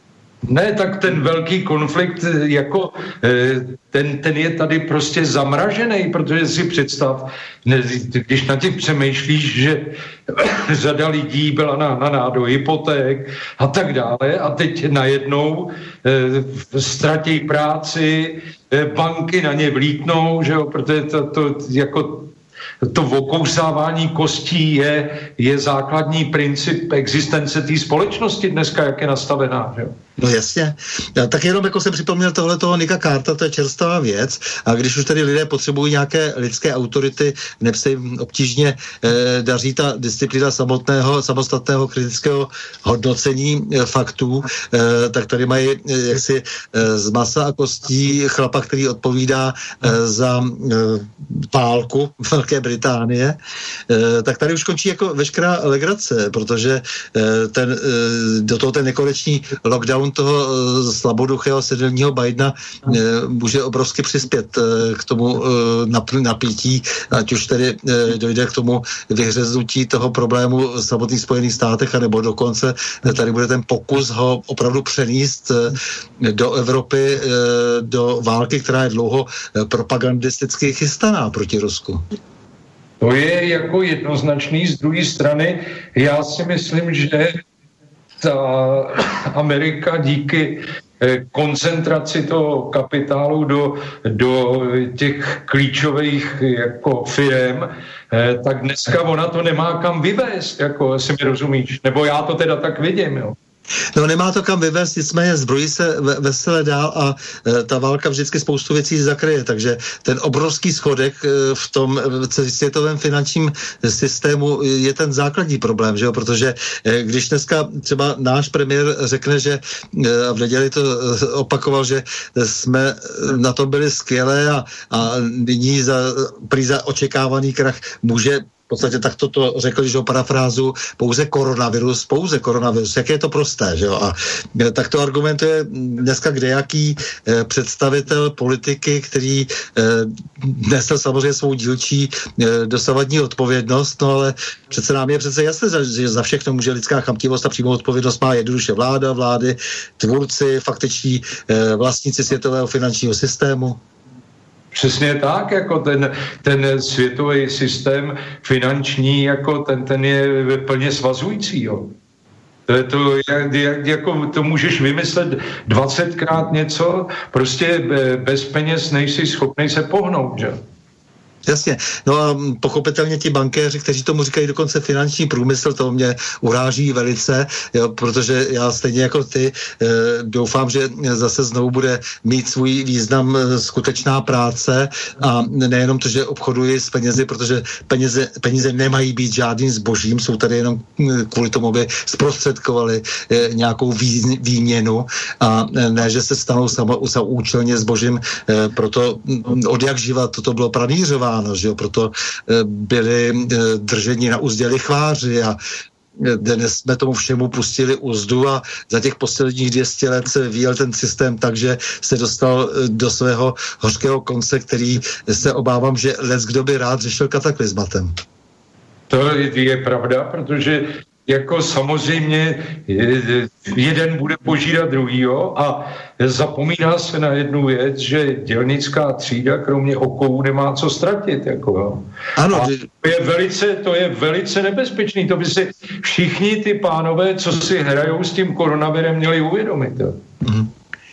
Ne, tak ten velký konflikt, jako ten, ten je tady prostě zamražený, protože si představ, když na těch přemýšlíš, že řada lidí byla nahnaná do hypoték a tak dále a teď najednou e, ztratí práci, e, banky na ně vlítnou, že jo, protože to, to jako to okousávání kostí je, je základní princip existence té společnosti dneska, jak je nastavená. Že? No jasně. Tak jenom jako jsem připomněl tohle toho Nicka Cartera, to je čerstvá věc a když už tady lidé potřebují nějaké lidské autority, neb se jim obtížně eh, daří ta disciplína samotného, samostatného kritického hodnocení eh, faktů, eh, tak tady mají eh, jaksi eh, z masa a kostí chlapa, který odpovídá eh, za eh, válku Velké Británie, eh, tak tady už končí jako veškerá legrace, protože eh, ten, eh, do toho ten nekonečný lockdown toho uh, slaboduchého sedelního Bidena uh, může obrovsky přispět uh, k tomu uh, nap- napítí, ať už tedy uh, dojde k tomu vyhřeznutí toho problému v samotných Spojených státech, anebo dokonce uh, tady bude ten pokus ho opravdu přenést uh, do Evropy, uh, do války, která je dlouho uh, propagandisticky chystaná proti Rusku. To je jako jednoznačný. Z druhé strany já si myslím, že ta Amerika díky koncentraci toho kapitálu do, do těch klíčových jako firem, tak dneska ona to nemá kam vyvést, jako si mi rozumíš, nebo já to teda tak vidím, jo. No nemá to kam vyvést, nicméně zbrojí se vesele dál a e, ta válka vždycky spoustu věcí zakryje, takže ten obrovský schodek e, v tom e, světovém finančním systému je ten základní problém, že jo? Protože e, když dneska třeba náš premiér řekne, že e, v neděli to e, opakoval, že jsme na tom byli skvělé a, a nyní za, prý za očekávaný krach může v podstatě tak to řekl, že ho parafrázu, pouze koronavirus, pouze koronavirus, jak je to prosté, že jo? A tak to argumentuje dneska kdejaký eh, představitel politiky, který eh, nesl samozřejmě svou dílčí eh, dosavadní odpovědnost, no ale přece nám je přece jasné, že za všechno může lidská chamtivost a přímou odpovědnost má jednoduše vláda, vlády, tvůrci, faktiční eh, vlastníci světového finančního systému. Přesně tak, jako ten, ten světový systém finanční, jako ten, ten je plně svazující, jo. To, je to, jak, jako, to můžeš vymyslet dvacetkrát něco, prostě bez peněz nejsi schopný se pohnout, že? Jasně. No a pochopitelně ti bankéři, kteří tomu říkají dokonce finanční průmysl, to mě uráží velice, jo, protože já stejně jako ty e, doufám, že zase znovu bude mít svůj význam skutečná práce a nejenom to, že obchoduji s penězi, protože peníze, peníze nemají být žádným zbožím, jsou tady jenom kvůli tomu, aby zprostředkovali e, nějakou vý, výměnu a ne, že se stanou samoúčelně zbožím, e, proto od jak živa toto bylo pranířováno, že jo, proto byli drženi na uzdě lichváři a dnes jsme tomu všemu pustili uzdu a za těch posledních dvě stě let se vyvíjel ten systém tak, že se dostal do svého hořkého konce, který se obávám, že leckdo by rád řešil kataklizmatem. To je, je pravda, protože jako samozřejmě jeden bude požírat druhýho a zapomíná se na jednu věc, že dělnická třída kromě okovů nemá co ztratit. Jako, jo. Ano. A to je velice, to je velice nebezpečný. To by si všichni ty pánové, co si hrajou s tím koronavirem, měli uvědomit. Jo. Mm.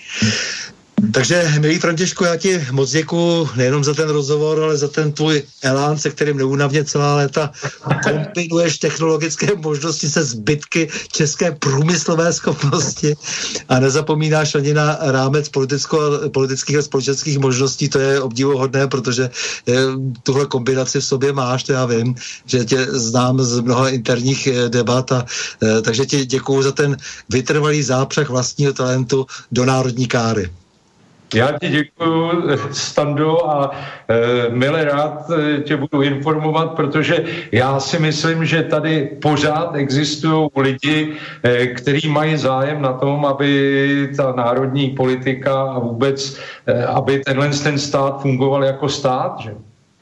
Takže, milý Františku, já ti moc děkuju nejenom za ten rozhovor, ale za ten tvůj elán, se kterým neúnavně celá léta kombinuješ technologické možnosti se zbytky české průmyslové schopnosti a nezapomínáš ani na rámec politických a společenských možností. To je obdivuhodné, protože tuhle kombinaci v sobě máš, to já vím, že tě znám z mnoha interních debat a takže ti děkuju za ten vytrvalý zápřah vlastního talentu do národní káry. Já ti děkuju, Stando, a e, milé rád tě budu informovat, protože já si myslím, že tady pořád existují lidi, e, kteří mají zájem na tom, aby ta národní politika a vůbec, e, aby tenhle ten stát fungoval jako stát, že?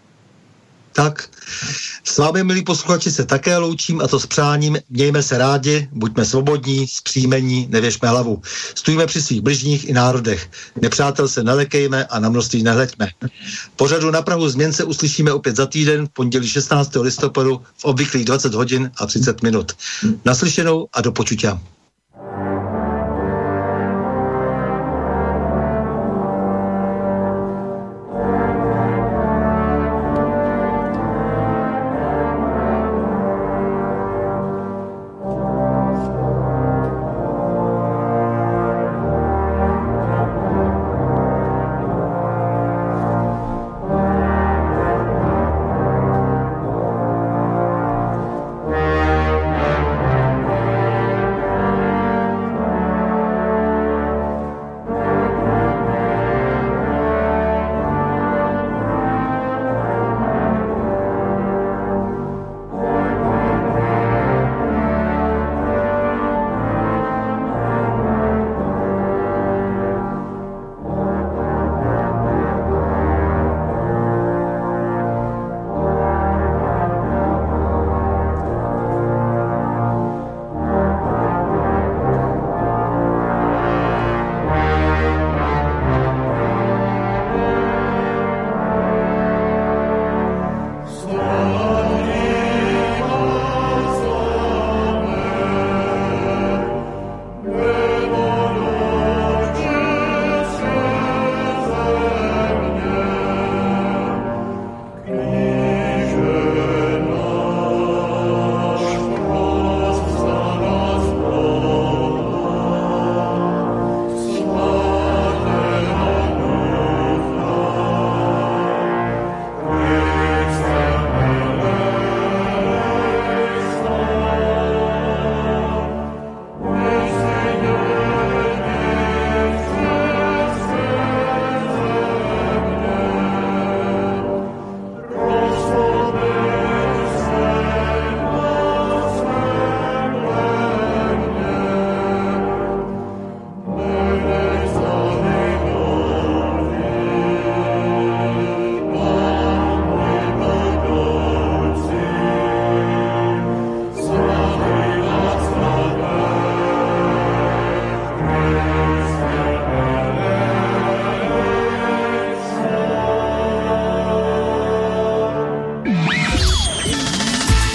Tak, s vámi, milí posluchači, se také loučím a to s přáním: mějme se rádi, buďme svobodní, zpříjmení, nevěšme hlavu. Stojíme při svých bližních i národech. Nepřátel se nelekejme a na množství nehleďme. Pořadu Na prahu změn se uslyšíme opět za týden v pondělí šestnáctého listopadu v obvyklých dvacet hodin a třicet minut. Naslyšenou a do počutia.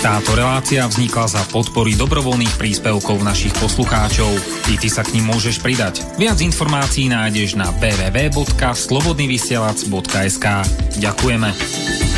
Táto relácia vznikla za podpory dobrovoľných príspevkov našich poslucháčov. I ty sa k nim môžeš pridať. Viac informácií nájdeš na w w w bodka slobodnyvysielac bodka es ka. Ďakujeme.